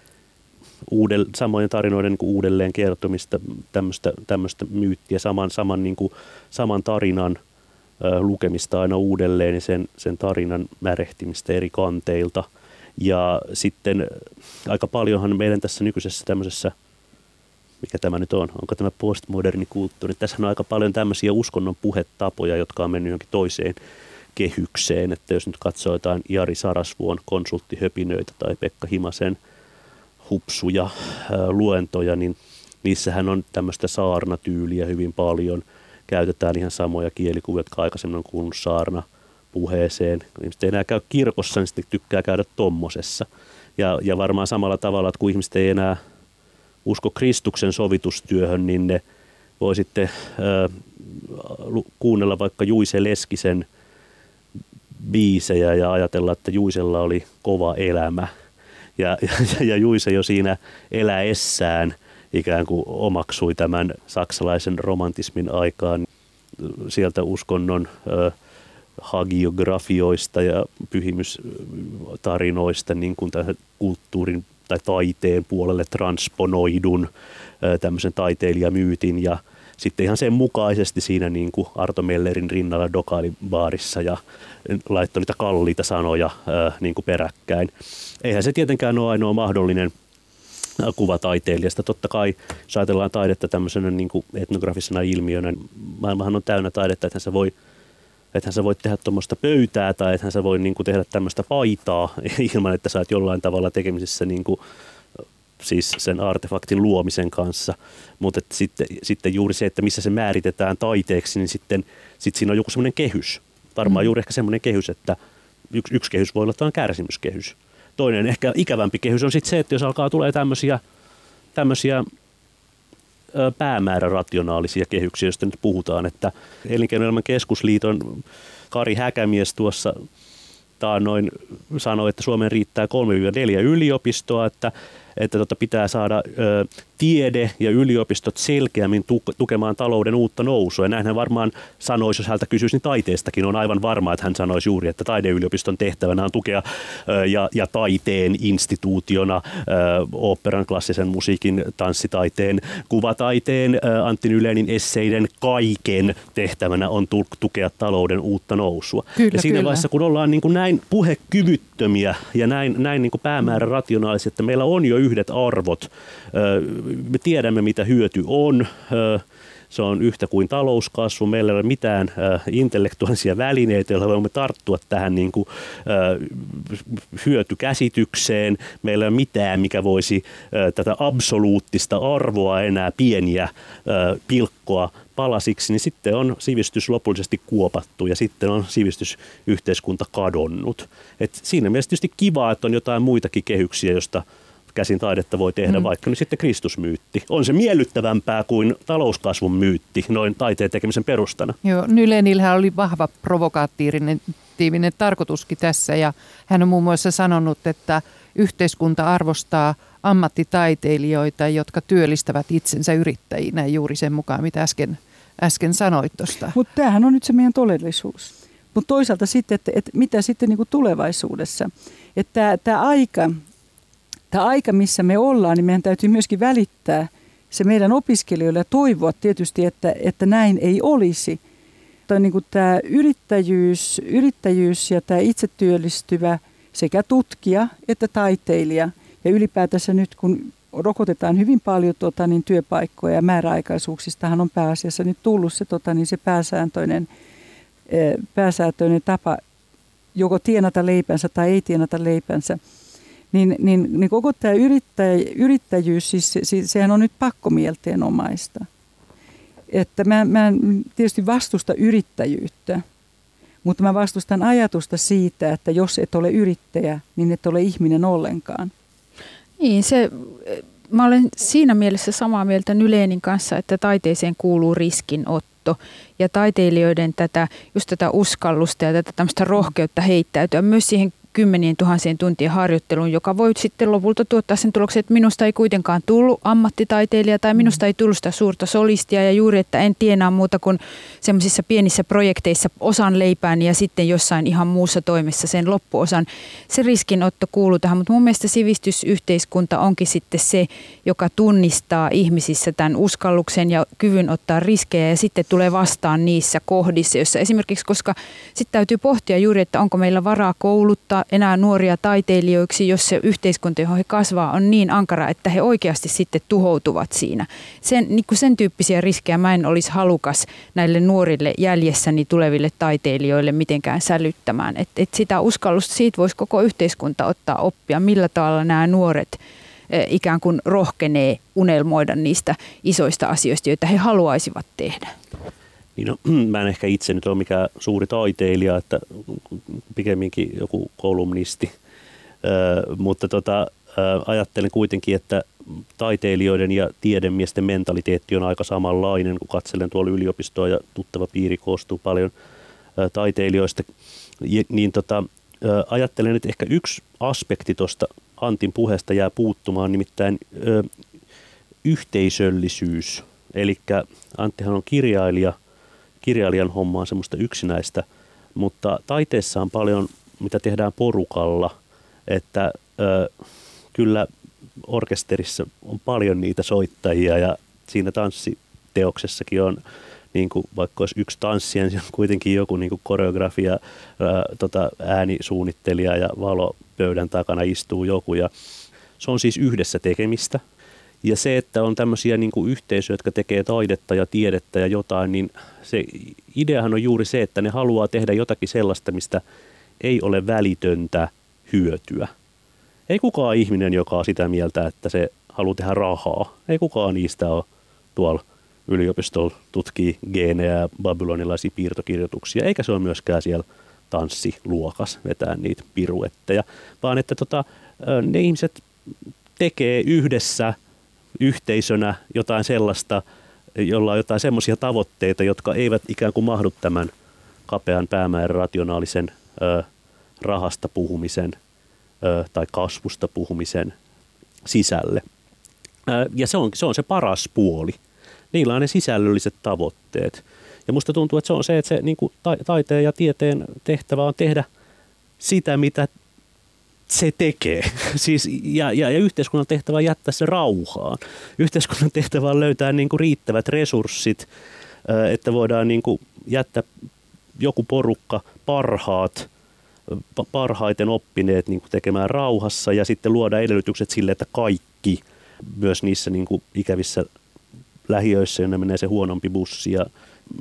uudel, samojen tarinoiden niin kuin uudelleen kertomista, tämmöistä, tämmöistä myyttiä, saman, saman, niin kuin, saman tarinan ö, lukemista aina uudelleen ja sen, sen tarinan märehtimistä eri kanteilta. Ja sitten aika paljonhan meidän tässä nykyisessä tämmöisessä, mikä tämä nyt on, onko tämä postmoderni kulttuuri, tässä on aika paljon tämmöisiä uskonnon puhetapoja, jotka on mennyt johonkin toiseen kehykseen, että jos nyt katsoo jotain Jari Sarasvuon konsulttihöpinöitä tai Pekka Himasen hupsuja, ää, luentoja, niin niissähän on tämmöistä saarnatyyliä hyvin paljon. Käytetään ihan samoja kielikuvia, jotka aikaisemmin on kuulunut saarna puheeseen. Kun ihmiset ei enää käy kirkossa, niin sitten tykkää käydä tommosessa. Ja, ja varmaan samalla tavalla, että kun ihmiset ei enää usko Kristuksen sovitustyöhön, niin ne voi sitten ää, kuunnella vaikka Juise Leskisen biisejä ja ajatella, että Juisella oli kova elämä. Ja, ja, ja Juise jo siinä eläessään ikään kuin omaksui tämän saksalaisen romantismin aikaan sieltä uskonnon ö, hagiografioista ja pyhimystarinoista niin kuin kulttuurin tai taiteen puolelle transponoidun ö, tämmöisen taiteilijamyytin ja sitten ihan sen mukaisesti siinä niin kuin Arto Mellerin rinnalla Dokalibaarissa ja laittoi niitä kalliita sanoja ää, niin kuin peräkkäin. Eihän se tietenkään ole ainoa mahdollinen kuva taiteilijasta. Totta kai, jos ajatellaan taidetta tämmöisenä niin kuin etnografisena ilmiönä, niin maailmahan on täynnä taidetta, että sä voi Ethän sä voit tehdä tuommoista pöytää tai ethän sä voi niin kuin tehdä tämmöistä paitaa ilman, että sä oot jollain tavalla tekemisissä niin kuin siis sen artefaktin luomisen kanssa, mutta sitten, sitten juuri se, että missä se määritetään taiteeksi, niin sitten sit siinä on joku semmoinen kehys. Varmaan mm. juuri ehkä semmoinen kehys, että yksi, yksi kehys voi olla tämä kärsimyskehys. Toinen ehkä ikävämpi kehys on sitten se, että jos alkaa tulee tämmöisiä, tämmöisiä ö, päämäärärationaalisia kehyksiä, joista nyt puhutaan, että Elinkeinoelämän keskusliiton Kari Häkämies tuossa taannoin sanoi, että Suomeen riittää kolme neljä yliopistoa, että, että tota pitää saada ö, tiede ja yliopistot selkeämmin tukemaan talouden uutta nousua. Ja näin hän varmaan sanoisi, jos häneltä kysyisi, niin taiteestakin on aivan varmaa, että hän sanoisi juuri, että taideyliopiston tehtävänä on tukea ö, ja, ja taiteen instituutiona, ö, oopperan, klassisen musiikin, tanssitaiteen, kuvataiteen, ö, Antti Nylenin esseiden, kaiken tehtävänä on tukea talouden uutta nousua. Kyllä, ja siinä kyllä. vaiheessa, kun ollaan niin kuin näin puhekyvyttömiä ja näin, näin niin kuin päämäärä rationaalisia, että meillä on jo yhdet arvot, me tiedämme, mitä hyöty on. Se on yhtä kuin talouskasvu. Meillä ei ole mitään intellektuaalisia välineitä, joilla voimme tarttua tähän niin kuin hyötykäsitykseen. Meillä ei ole mitään, mikä voisi tätä absoluuttista arvoa enää pieniä pilkkoa palasiksi, niin sitten on sivistys lopullisesti kuopattu ja sitten on sivistysyhteiskunta kadonnut. Et siinä mielessä tietysti kiva, että on jotain muitakin kehyksiä, josta käsin taidetta voi tehdä, mm. vaikka nyt sitten Kristusmyytti. On se miellyttävämpää kuin talouskasvun myytti noin taiteen tekemisen perustana. Joo, Nylenillähän oli vahva provokaattiivinen positiivinen tarkoituskin tässä ja hän on muun muassa sanonut, että yhteiskunta arvostaa ammattitaiteilijoita, jotka työllistävät itsensä yrittäjinä juuri sen mukaan, mitä äsken, äsken sanoit tuosta. Mutta tämähän on nyt se meidän todellisuus. Mutta toisaalta sitten, että, että mitä sitten niinku tulevaisuudessa. Että tämä aika, tämä aika, missä me ollaan, niin meidän täytyy myöskin välittää se meidän opiskelijoille ja toivoa tietysti, että, että näin ei olisi. Tai niin kuin tämä yrittäjyys, yrittäjyys ja tämä itsetyöllistyvä sekä tutkija että taiteilija. Ja ylipäätänsä nyt, kun rokotetaan hyvin paljon tota, niin työpaikkoja ja määräaikaisuuksistahan on pääasiassa nyt tullut se, tota, niin se pääsääntöinen, pääsääntöinen tapa joko tienata leipänsä tai ei tienata leipänsä. Niin, niin, niin koko tämä yrittäj, yrittäjyys, siis, siis sehän on nyt pakkomielteenomaista. Että mä, mä en tietysti vastusta yrittäjyyttä, mutta mä vastustan ajatusta siitä, että jos et ole yrittäjä, niin et ole ihminen ollenkaan. Niin, se, mä olen siinä mielessä samaa mieltä Nylenin kanssa, että taiteeseen kuuluu riskinotto. Ja taiteilijoiden tätä, just tätä uskallusta ja tätä tämmöistä rohkeutta heittäytyä myös siihen kymmenien tuhansien tuntien harjoitteluun, joka voi sitten lopulta tuottaa sen tuloksen, että minusta ei kuitenkaan tullut ammattitaiteilija tai minusta ei tullut sitä suurta solistia ja juuri, että en tienaa muuta kuin semmoisissa pienissä projekteissa osan leipääni ja sitten jossain ihan muussa toimessa sen loppuosan. Se riskinotto kuuluu tähän, mutta mun mielestä sivistysyhteiskunta onkin sitten se, joka tunnistaa ihmisissä tämän uskalluksen ja kyvyn ottaa riskejä ja sitten tulee vastaan niissä kohdissa, joissa esimerkiksi, koska sitten täytyy pohtia juuri, että onko meillä varaa kouluttaa enää nuoria taiteilijoiksi, jos se yhteiskunta, johon he kasvaa, on niin ankara, että he oikeasti sitten tuhoutuvat siinä. Sen, niin kuin sen tyyppisiä riskejä mä en olisi halukas näille nuorille jäljessäni tuleville taiteilijoille mitenkään sälyttämään. Et, et sitä uskallusta, siitä voisi koko yhteiskunta ottaa oppia, millä tavalla nämä nuoret eh, ikään kuin rohkenee unelmoida niistä isoista asioista, joita he haluaisivat tehdä. Niin no, mä en ehkä itse nyt ole mikään suuri taiteilija, että pikemminkin joku kolumnisti, öö, mutta tota, öö, ajattelen kuitenkin, että taiteilijoiden ja tiedemiesten mentaliteetti on aika samanlainen, kun katselen tuolla yliopistoa ja tuttava piiri koostuu paljon öö, taiteilijoista, ja, niin tota, öö, ajattelen, että ehkä yksi aspekti tuosta Antin puheesta jää puuttumaan, nimittäin öö, yhteisöllisyys, eli Anttihan on kirjailija, kirjailijan homma on semmoista yksinäistä, mutta taiteessa on paljon, mitä tehdään porukalla, että ö, kyllä orkesterissa on paljon niitä soittajia ja siinä tanssiteoksessakin on, niin kuin vaikka olisi yksi tanssija, niin se on kuitenkin joku niin kuin koreografia, ä, tota, äänisuunnittelija ja valo pöydän takana istuu joku ja se on siis yhdessä tekemistä. Ja se, että on tämmöisiä niin kuin yhteisöjä, jotka tekee taidetta ja tiedettä ja jotain, niin se ideahan on juuri se, että ne haluaa tehdä jotakin sellaista, mistä ei ole välitöntä hyötyä. Ei kukaan ihminen, joka on sitä mieltä, että se haluaa tehdä rahaa. Ei kukaan niistä ole tuolla yliopistolla tutkii geenejä ja babylonilaisia piirtokirjoituksia, eikä se ole myöskään siellä tanssiluokas vetää niitä piruetteja, vaan että tota, ne ihmiset tekee yhdessä yhteisönä jotain sellaista, jolla on jotain semmoisia tavoitteita, jotka eivät ikään kuin mahdu tämän kapean päämäärän rationaalisen ö, rahasta puhumisen ö, tai kasvusta puhumisen sisälle. Ö, ja se on, se on se paras puoli. Niillä on ne sisällölliset tavoitteet. Ja musta tuntuu, että se on se, että se niin kuin taiteen ja tieteen tehtävä on tehdä sitä, mitä se tekee. Siis, ja, ja, ja yhteiskunnan tehtävä on jättää se rauhaan. Yhteiskunnan tehtävä on löytää niin kuin riittävät resurssit, että voidaan niin kuin jättää joku porukka parhaat, parhaiten oppineet niin kuin tekemään rauhassa ja sitten luoda edellytykset sille, että kaikki myös niissä niin kuin ikävissä lähiöissä, jonne menee se huonompi bussi ja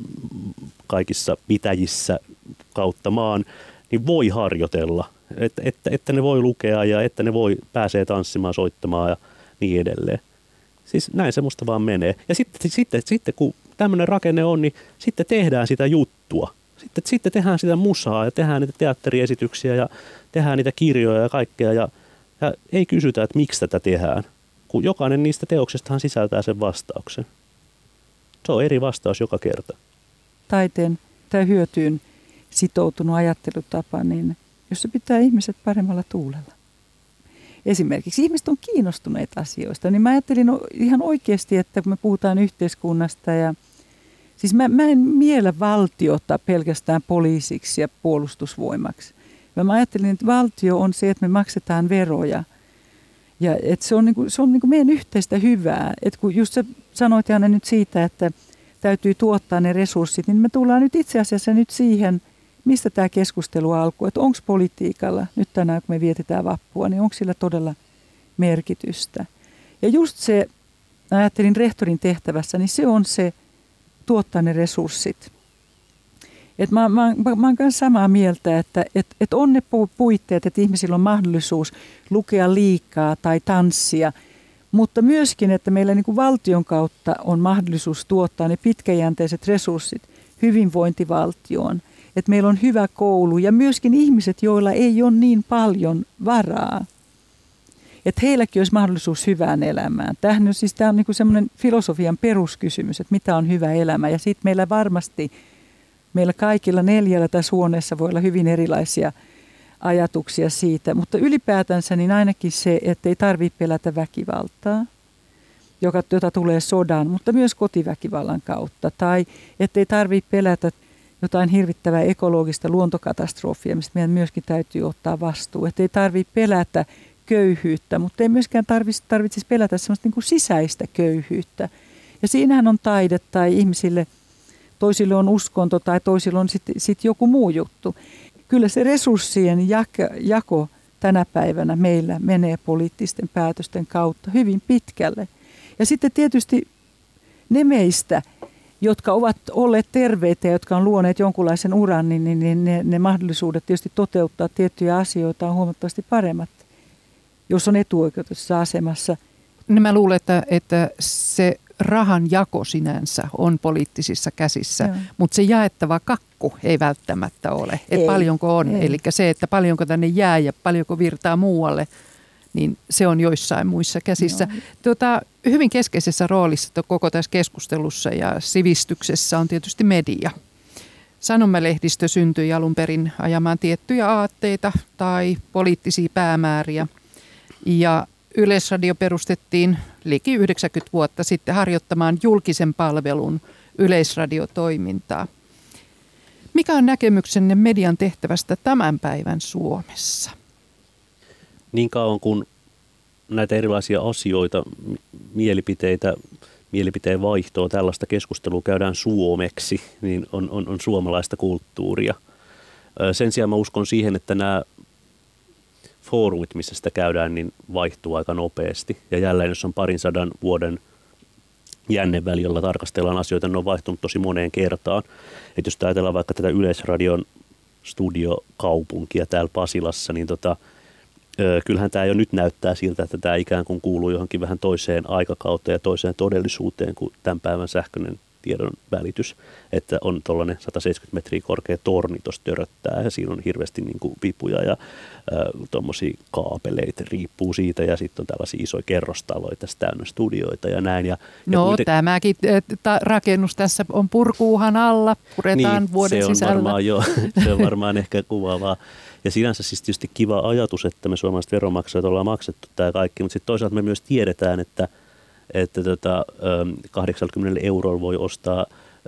kaikissa pitäjissä kautta maan, niin voi harjoitella. Että, että, että ne voi lukea ja että ne voi pääsee tanssimaan, soittamaan ja niin edelleen. Siis näin se musta vaan menee. Ja sitten, sitten, sitten kun tämmöinen rakenne on, niin sitten tehdään sitä juttua. Sitten, sitten tehdään sitä musaa ja tehdään niitä teatteriesityksiä ja tehdään niitä kirjoja ja kaikkea. Ja, ja ei kysytä, että miksi tätä tehdään, kun jokainen niistä teoksestahan sisältää sen vastauksen. Se on eri vastaus joka kerta. Taiteen tai hyötyyn sitoutunut ajattelutapa, niin jos se pitää ihmiset paremmalla tuulella. Esimerkiksi ihmiset on kiinnostuneita asioista, niin mä ajattelin ihan oikeasti, että kun me puhutaan yhteiskunnasta ja siis mä, mä en miellä valtiota pelkästään poliisiksi ja puolustusvoimaksi. Mä ajattelin, että valtio on se, että me maksetaan veroja. Ja että se on, niin kuin, se on niin kuin meidän yhteistä hyvää. Että kun just sä sanoit Janne nyt siitä, että täytyy tuottaa ne resurssit, niin me tullaan nyt itse asiassa nyt siihen, mistä tämä keskustelu alkoi. Että onko politiikalla, nyt tänään kun me vietetään vappua, niin onko sillä todella merkitystä. Ja just se, ajattelin rehtorin tehtävässä, niin se on se tuottaa ne resurssit. Et mä, mä, mä, mä oon myös samaa mieltä, että et, et on ne puitteet, että ihmisillä on mahdollisuus lukea liikaa tai tanssia, mutta myöskin, että meillä niin kuin valtion kautta on mahdollisuus tuottaa ne pitkäjänteiset resurssit hyvinvointivaltioon. Että meillä on hyvä koulu ja myöskin ihmiset, joilla ei ole niin paljon varaa. Että heilläkin olisi mahdollisuus hyvään elämään. Tämähän on siis tämä on niin kuin semmoinen filosofian peruskysymys, että mitä on hyvä elämä. Ja sitten meillä varmasti, meillä kaikilla neljällä tässä huoneessa voi olla hyvin erilaisia ajatuksia siitä. Mutta ylipäätänsä niin ainakin se, että ei tarvitse pelätä väkivaltaa, joka, jota tulee sodan, mutta myös kotiväkivallan kautta. Tai että ei tarvitse pelätä jotain hirvittävää ekologista luontokatastrofia, mistä meidän myöskin täytyy ottaa vastuu. Että ei tarvitse pelätä köyhyyttä, mutta ei myöskään tarvitsisi, tarvitsisi pelätä semmoista niin kuin sisäistä köyhyyttä. Ja siinähän on taide tai ihmisille, toisille on uskonto tai toisille on sitten sit joku muu juttu. Kyllä se resurssien jako, jako tänä päivänä meillä menee poliittisten päätösten kautta hyvin pitkälle. Ja sitten tietysti ne meistä, jotka ovat olleet terveitä ja jotka on luoneet jonkunlaisen uran, niin, niin, niin ne, ne mahdollisuudet tietysti toteuttaa tiettyjä asioita on huomattavasti paremmat, jos on etuoikeutuisessa asemassa. Niin mä luulen, että, että se rahan jako sinänsä on poliittisissa käsissä, Joo. mutta se jaettava kakku ei välttämättä ole. Että paljonko on, ei. Eli se, että paljonko tänne jää ja paljonko virtaa muualle, niin se on joissain muissa käsissä. Tuota, hyvin keskeisessä roolissa koko tässä keskustelussa ja sivistyksessä on tietysti media. Sanomalehdistö syntyi alun perin ajamaan tiettyjä aatteita tai poliittisia päämääriä. Ja Yleisradio perustettiin liki yhdeksänkymmentä vuotta sitten harjoittamaan julkisen palvelun yleisradiotoimintaa. Mikä on näkemyksenne median tehtävästä tämän päivän Suomessa? Niin kauan kuin näitä erilaisia asioita, mielipiteitä, mielipiteen vaihtoa, tällaista keskustelua käydään suomeksi, niin on, on, on suomalaista kulttuuria. Sen sijaan mä uskon siihen, että nämä foorumit, missä sitä käydään, niin vaihtuu aika nopeasti. Ja jälleen, jos on parin sadan vuoden jänneväli, jolla tarkastellaan asioita, ne on vaihtunut tosi moneen kertaan. Et jos ajatellaan vaikka tätä Yleisradion studiokaupunkia täällä Pasilassa, niin tota, kyllähän tämä jo nyt näyttää siltä, että tämä ikään kuin kuuluu johonkin vähän toiseen aikakauteen ja toiseen todellisuuteen kuin tämän päivän sähköinen tiedon välitys, että on tuollainen sata seitsemänkymmentä metriä korkea torni tuossa töröttää ja siinä on hirveästi niin kuin vipuja ja tuommoisia kaapeleita riippuu siitä ja sitten on tällaisia isoja kerrostaloja tässä täynnä studioita ja näin. Ja, no ja kuiten... tämäkin ta- rakennus tässä on purkuuhan alla, puretaan niin, vuoden se on sisällä. Varmaan, joo, se on varmaan ehkä kuvaavaa. Ja sinänsä siis tietysti kiva ajatus, että me suomalaiset veronmaksajat ollaan maksettu tämä kaikki, mutta sitten toisaalta me myös tiedetään, että että tota, kahdeksankymmentä eurolla voi ostaa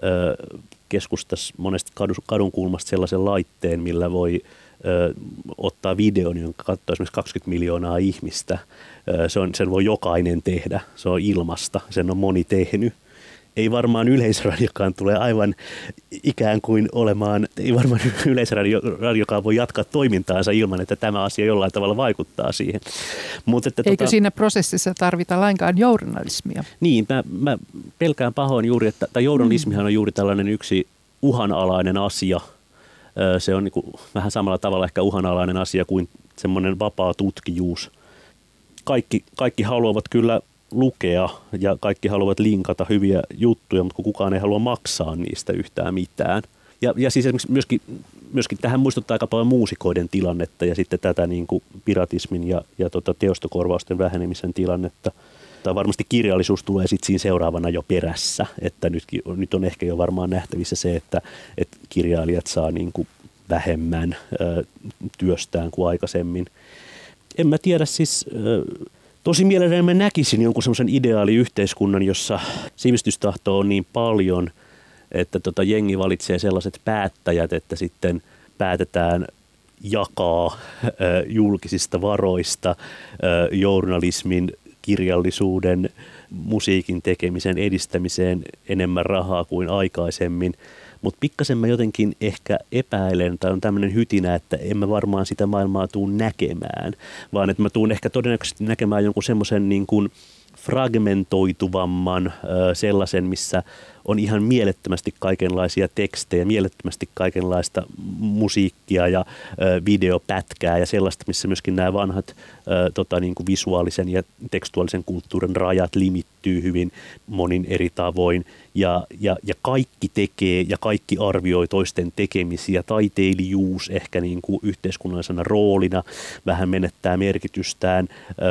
keskustassa monesta kadun kulmasta sellaisen laitteen, millä voi ö, ottaa videon, jonka katsoo esimerkiksi kaksikymmentä miljoonaa ihmistä. Ö, se on, sen voi jokainen tehdä, se on ilmasta, sen on moni tehnyt. Ei varmaan Yleisradiokaan tule aivan ikään kuin olemaan, ei varmaan Yleisradiokaan voi jatkaa toimintaansa ilman, että tämä asia jollain tavalla vaikuttaa siihen. Mut että Eikö tota, siinä prosessissa tarvita lainkaan journalismia? Niin, mä, mä pelkään pahoin juuri, että tämä journalismihan on juuri tällainen yksi uhanalainen asia. Se on niin kuin vähän samalla tavalla ehkä uhanalainen asia kuin semmoinen vapaa tutkijuus. Kaikki, kaikki haluavat kyllä lukea ja kaikki haluavat linkata hyviä juttuja, mutta kukaan ei halua maksaa niistä yhtään mitään. Ja, ja siis esimerkiksi myöskin, myöskin tähän muistuttaa aika paljon muusikoiden tilannetta ja sitten tätä niin kuin piratismin ja, ja tota teostokorvausten vähenemisen tilannetta. Tai varmasti kirjallisuus tulee sitten siinä seuraavana jo perässä, että nytkin, nyt on ehkä jo varmaan nähtävissä se, että, että kirjailijat saa niin kuin vähemmän ö, työstään kuin aikaisemmin. En mä tiedä siis, ö, tosi mielelläni mä näkisin jonkun semmoisen ideaaliyhteiskunnan, jossa sivistystahto on niin paljon, että tota jengi valitsee sellaiset päättäjät, että sitten päätetään jakaa ö, julkisista varoista ö, journalismin, kirjallisuuden, musiikin tekemisen edistämiseen enemmän rahaa kuin aikaisemmin. Mutta pikkasen mä jotenkin ehkä epäilen, tai on tämmöinen hytinä, että en mä varmaan sitä maailmaa tuun näkemään, vaan että mä tuun ehkä todennäköisesti näkemään jonkun semmoisen niin kuin fragmentoituvamman sellaisen, missä on ihan mielettömästi kaikenlaisia tekstejä, mielettömästi kaikenlaista musiikkia ja videopätkää ja sellaista, missä myöskin nämä vanhat tota, niin kuin visuaalisen ja tekstuaalisen kulttuurin rajat limittyy hyvin monin eri tavoin. Ja, ja, ja kaikki tekee ja kaikki arvioi toisten tekemisiä. Taiteilijuus ehkä niin kuin yhteiskunnallisena roolina vähän menettää merkitystään,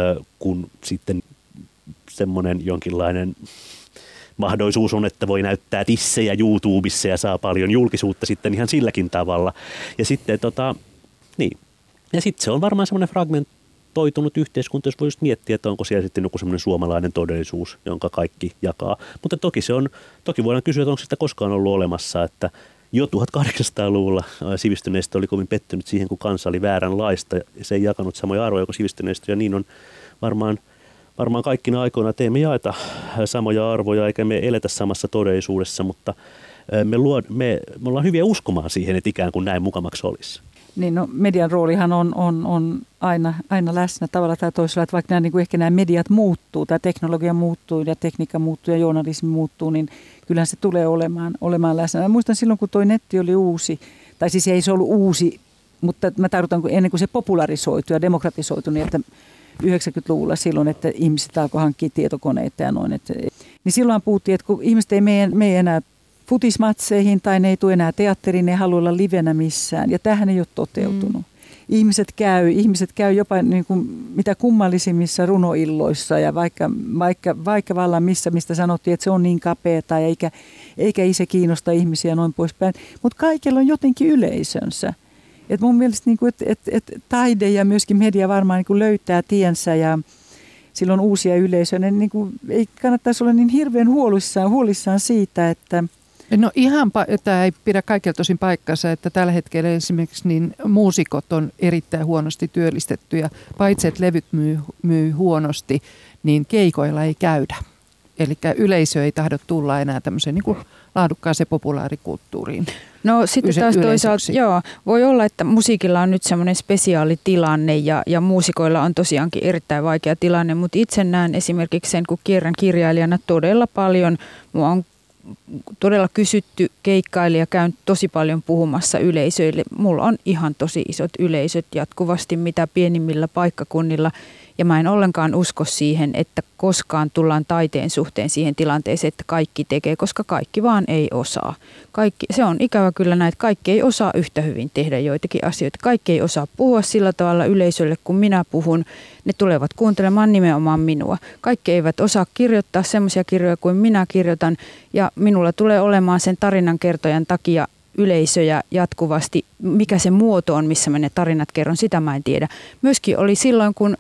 kun sitten semmoinen jonkinlainen mahdollisuus on, että voi näyttää tissejä YouTubessa ja saa paljon julkisuutta sitten ihan silläkin tavalla. Ja sitten tota, niin. Ja sitten se on varmaan semmoinen fragmentoitunut yhteiskunta, jos voi just miettiä, että onko siellä sitten joku semmoinen suomalainen todellisuus, jonka kaikki jakaa. Mutta toki se on, toki voidaan kysyä, että onko sitä koskaan ollut olemassa, että jo tuhatkahdeksansataaluvulla sivistyneistö oli kovin pettynyt siihen, kun kansa oli vääränlaista ja se ei jakanut samoja arvoja kuin sivistyneistö, ja niin on varmaan Varmaan kaikkina aikoina teemme jaeta samoja arvoja eikä me eletä samassa todellisuudessa, mutta me, luo, me, me ollaan hyviä uskomaan siihen, että ikään kuin näin mukamaksi olisi. Niin no, median roolihan on, on, on aina, aina läsnä tavalla tai toisella, että vaikka nämä, niin kuin ehkä nämä mediat muuttuu, tämä teknologia muuttuu ja tekniikka muuttuu ja journalismi muuttuu, niin kyllähän se tulee olemaan, olemaan läsnä. Mä muistan silloin, kun toi netti oli uusi, tai siis ei se ollut uusi, mutta mä tarkoitan ennen kuin se popularisoitui ja demokratisoitui, niin että yhdeksänkymmentäluvulla silloin, että ihmiset alkoi hankkia tietokoneita ja noin. Että, niin silloin puhuttiin, että kun ihmiset ei mene, mene enää futismatseihin tai ne ei tule enää teatteriin, ne ei halua olla livenä missään. Ja tämähän ei ole toteutunut. Mm. Ihmiset käy, ihmiset käy jopa niin kuin mitä kummallisimmissa runoilloissa ja vaikka, vaikka, vaikka vallan missä, mistä sanottiin, että se on niin kapeata ja eikä, eikä se kiinnosta ihmisiä noin poispäin. Mutta kaikilla on jotenkin yleisönsä. Et mun mielestä niin kuin, et, et, et taide ja myöskin media varmaan niin kuin löytää tiensä ja silloin uusia yleisöjä. Ne, niin kuin, ei kannattaisi olla niin hirveän huolissaan, huolissaan siitä, että... No ihan, tämä ei pidä kaikilta tosin paikkansa, että tällä hetkellä esimerkiksi niin muusikot on erittäin huonosti työllistettyjä. Paitsi että levyt myy, myy huonosti, niin keikoilla ei käydä. Eli yleisö ei tahdo tulla enää tämmöiseen niin kuin laadukkaaseen populaarikulttuuriin. No sitten taas toisaalta, joo, voi olla, että musiikilla on nyt semmoinen spesiaalitilanne ja, ja muusikoilla on tosiaankin erittäin vaikea tilanne, mutta itse näen esimerkiksi sen, kun kierrän kirjailijana todella paljon, mua on todella kysytty keikkailija, käyn tosi paljon puhumassa yleisöille. Mulla on ihan tosi isot yleisöt jatkuvasti, mitä pienimmillä paikkakunnilla. Ja mä en ollenkaan usko siihen, että koskaan tullaan taiteen suhteen siihen tilanteeseen, että kaikki tekee, koska kaikki vaan ei osaa. Kaikki, se on ikävä kyllä näin, että kaikki ei osaa yhtä hyvin tehdä joitakin asioita. Kaikki ei osaa puhua sillä tavalla yleisölle, kun minä puhun. Ne tulevat kuuntelemaan nimenomaan minua. Kaikki eivät osaa kirjoittaa semmoisia kirjoja kuin minä kirjoitan. Ja minulla tulee olemaan sen tarinankertojan takia yleisöjä jatkuvasti. Mikä se muoto on, missä mä ne tarinat kerron, sitä mä en tiedä. Myöskin oli silloin, kun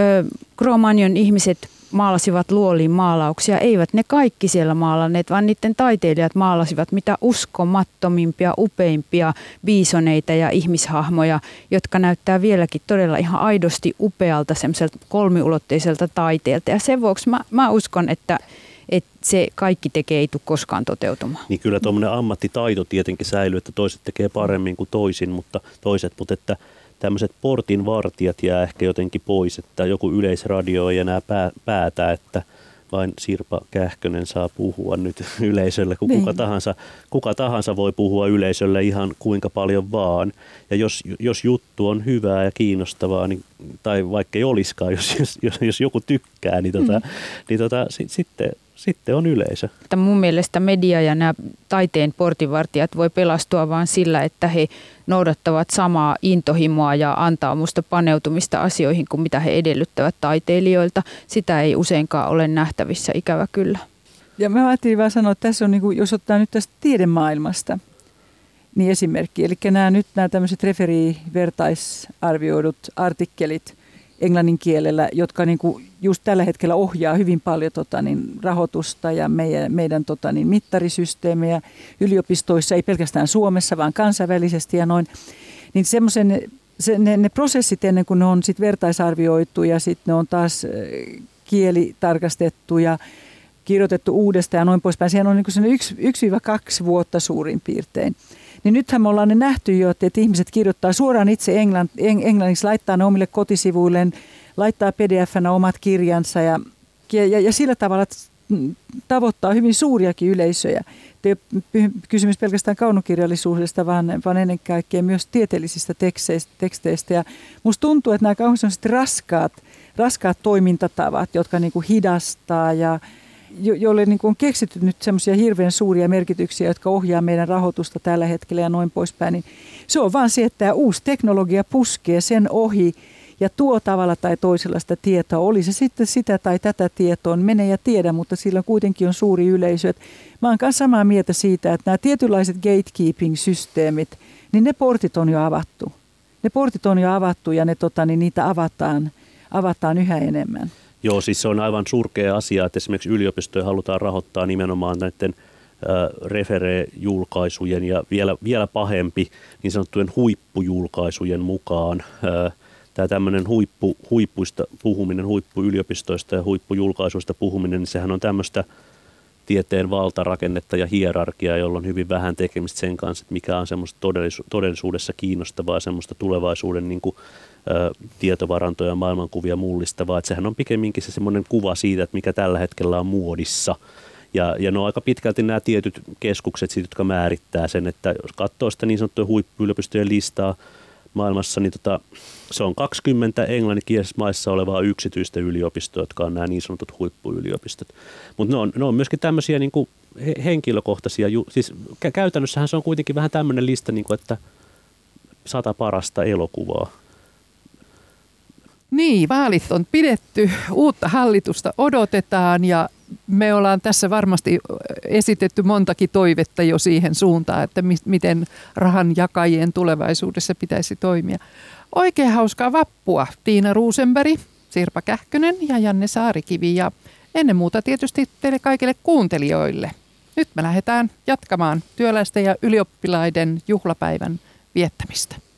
Cro-Magnon ihmiset maalasivat luoliin maalauksia. Eivät ne kaikki siellä maalanneet, vaan niiden taiteilijat maalasivat mitä uskomattomimpia, upeimpia biisoneita ja ihmishahmoja, jotka näyttää vieläkin todella ihan aidosti upealta semmoiselta kolmiulotteiselta taiteelta. Ja sen vuoksi mä, mä uskon, että että se kaikki tekee ei tule koskaan toteutumaan. Niin kyllä tuommoinen ammattitaito tietenkin säilyy, että toiset tekee paremmin kuin toisin, mutta toiset, mutta että tämmöiset portinvartijat jää ehkä jotenkin pois, että joku yleisradio ei enää pää, päätä, että vain Sirpa Kähkönen saa puhua nyt yleisölle, kun kuka tahansa, kuka tahansa voi puhua yleisölle ihan kuinka paljon vaan. Ja jos, jos juttu on hyvää ja kiinnostavaa, niin, tai vaikka ei olisikaan, jos, jos, jos joku tykkää, niin, tota, mm. niin tota, sit, sitten, sitten on yleisö. Mun mielestä media ja nämä taiteen portinvartijat voi pelastua vain sillä, että he noudattavat samaa intohimoa ja antaa musta paneutumista asioihin kuin mitä he edellyttävät taiteilijoilta. Sitä ei useinkaan ole nähtävissä, ikävä kyllä. Ja mä ajattelin vaan sanoa, että tässä on, niin kuin, jos ottaa nyt tästä tiedemaailmasta, Niin esimerkki. Eli nämä nyt nämä tämmöiset referi-vertaisarvioidut artikkelit englannin kielellä, jotka niin kuin just tällä hetkellä ohjaa hyvin paljon tota, niin, rahoitusta ja meidän, meidän tota, niin, mittarisysteemejä yliopistoissa, ei pelkästään Suomessa, vaan kansainvälisesti ja noin. Niin semmoisen, se, ne, ne prosessit ennen kuin ne on sit vertaisarvioitu ja sitten ne on taas kielitarkastettu ja kirjoitettu uudestaan ja noin poispäin. Siihen on niin yksi, yksi kaksi vuotta suurin piirtein. Niin nythän me ollaan ne nähty jo, että ihmiset kirjoittaa suoraan itse englann, englanniksi, laittaa ne omille kotisivuilleen, laittaa P D F-nä omat kirjansa ja, ja, ja sillä tavalla tavoittaa hyvin suuriakin yleisöjä. Ei ole kysymys pelkästään kaunokirjallisuudesta, vaan, vaan ennen kaikkea myös tieteellisistä teksteistä. teksteistä. Ja musta tuntuu, että nämä kauhean raskaat, raskaat toimintatavat, jotka niin kuin hidastaa ja jo, joille niin kuin on keksitty nyt semmoisia hirveän suuria merkityksiä, jotka ohjaa meidän rahoitusta tällä hetkellä ja noin poispäin, niin se on vaan se, että tämä uusi teknologia puskee sen ohi ja tuo tavalla tai toisella sitä tietoa. Oli se sitten sitä tai tätä tietoa, mene ja tiedä, mutta sillä kuitenkin on suuri yleisö. Mä oon myös samaa mieltä siitä, että nämä tietynlaiset gatekeeping-systeemit, niin ne portit on jo avattu. Ne portit on jo avattu ja ne, tota, niin niitä avataan, avataan yhä enemmän. Joo, siis se on aivan surkea asia, että esimerkiksi yliopistoja halutaan rahoittaa nimenomaan näiden refere-julkaisujen ja vielä, vielä pahempi niin sanottujen huippujulkaisujen mukaan. Tämä tämmöinen huippu, huippuista puhuminen, huippuyliopistoista ja huippujulkaisuista puhuminen, niin sehän on tämmöistä tieteen valtarakennetta ja hierarkiaa, jolla on hyvin vähän tekemistä sen kanssa, että mikä on semmoista todellisu- todellisuudessa kiinnostavaa, semmoista tulevaisuuden niin kuin, ä, tietovarantoja ja maailmankuvia mullistavaa. Että sehän on pikemminkin se semmoinen kuva siitä, että mikä tällä hetkellä on muodissa. Ja, ja ne on aika pitkälti nämä tietyt keskukset, jotka määrittää sen, että jos katsoo sitä niin sanottuja huippuyliopistojen listaa maailmassa, niin tota, se on kaksikymmentä englanninkielisessä maissa olevaa yksityistä yliopistoa, jotka on nämä niin sanotut huippuyliopistot. Mutta ne on, ne on myöskin tämmöisiä niin kuin henkilökohtaisia, siis käytännössähän se on kuitenkin vähän tämmöinen lista, niin kuin, että sata parasta elokuvaa. Niin, vaalit on pidetty, uutta hallitusta odotetaan ja me ollaan tässä varmasti esitetty montakin toivetta jo siihen suuntaan, että mi- miten rahan jakajien tulevaisuudessa pitäisi toimia. Oikein hauskaa vappua Tiina Rosenberg, Sirpa Kähkönen ja Janne Saarikivi ja ennen muuta tietysti teille kaikille kuuntelijoille. Nyt me lähdetään jatkamaan työläisten ja ylioppilaiden juhlapäivän viettämistä.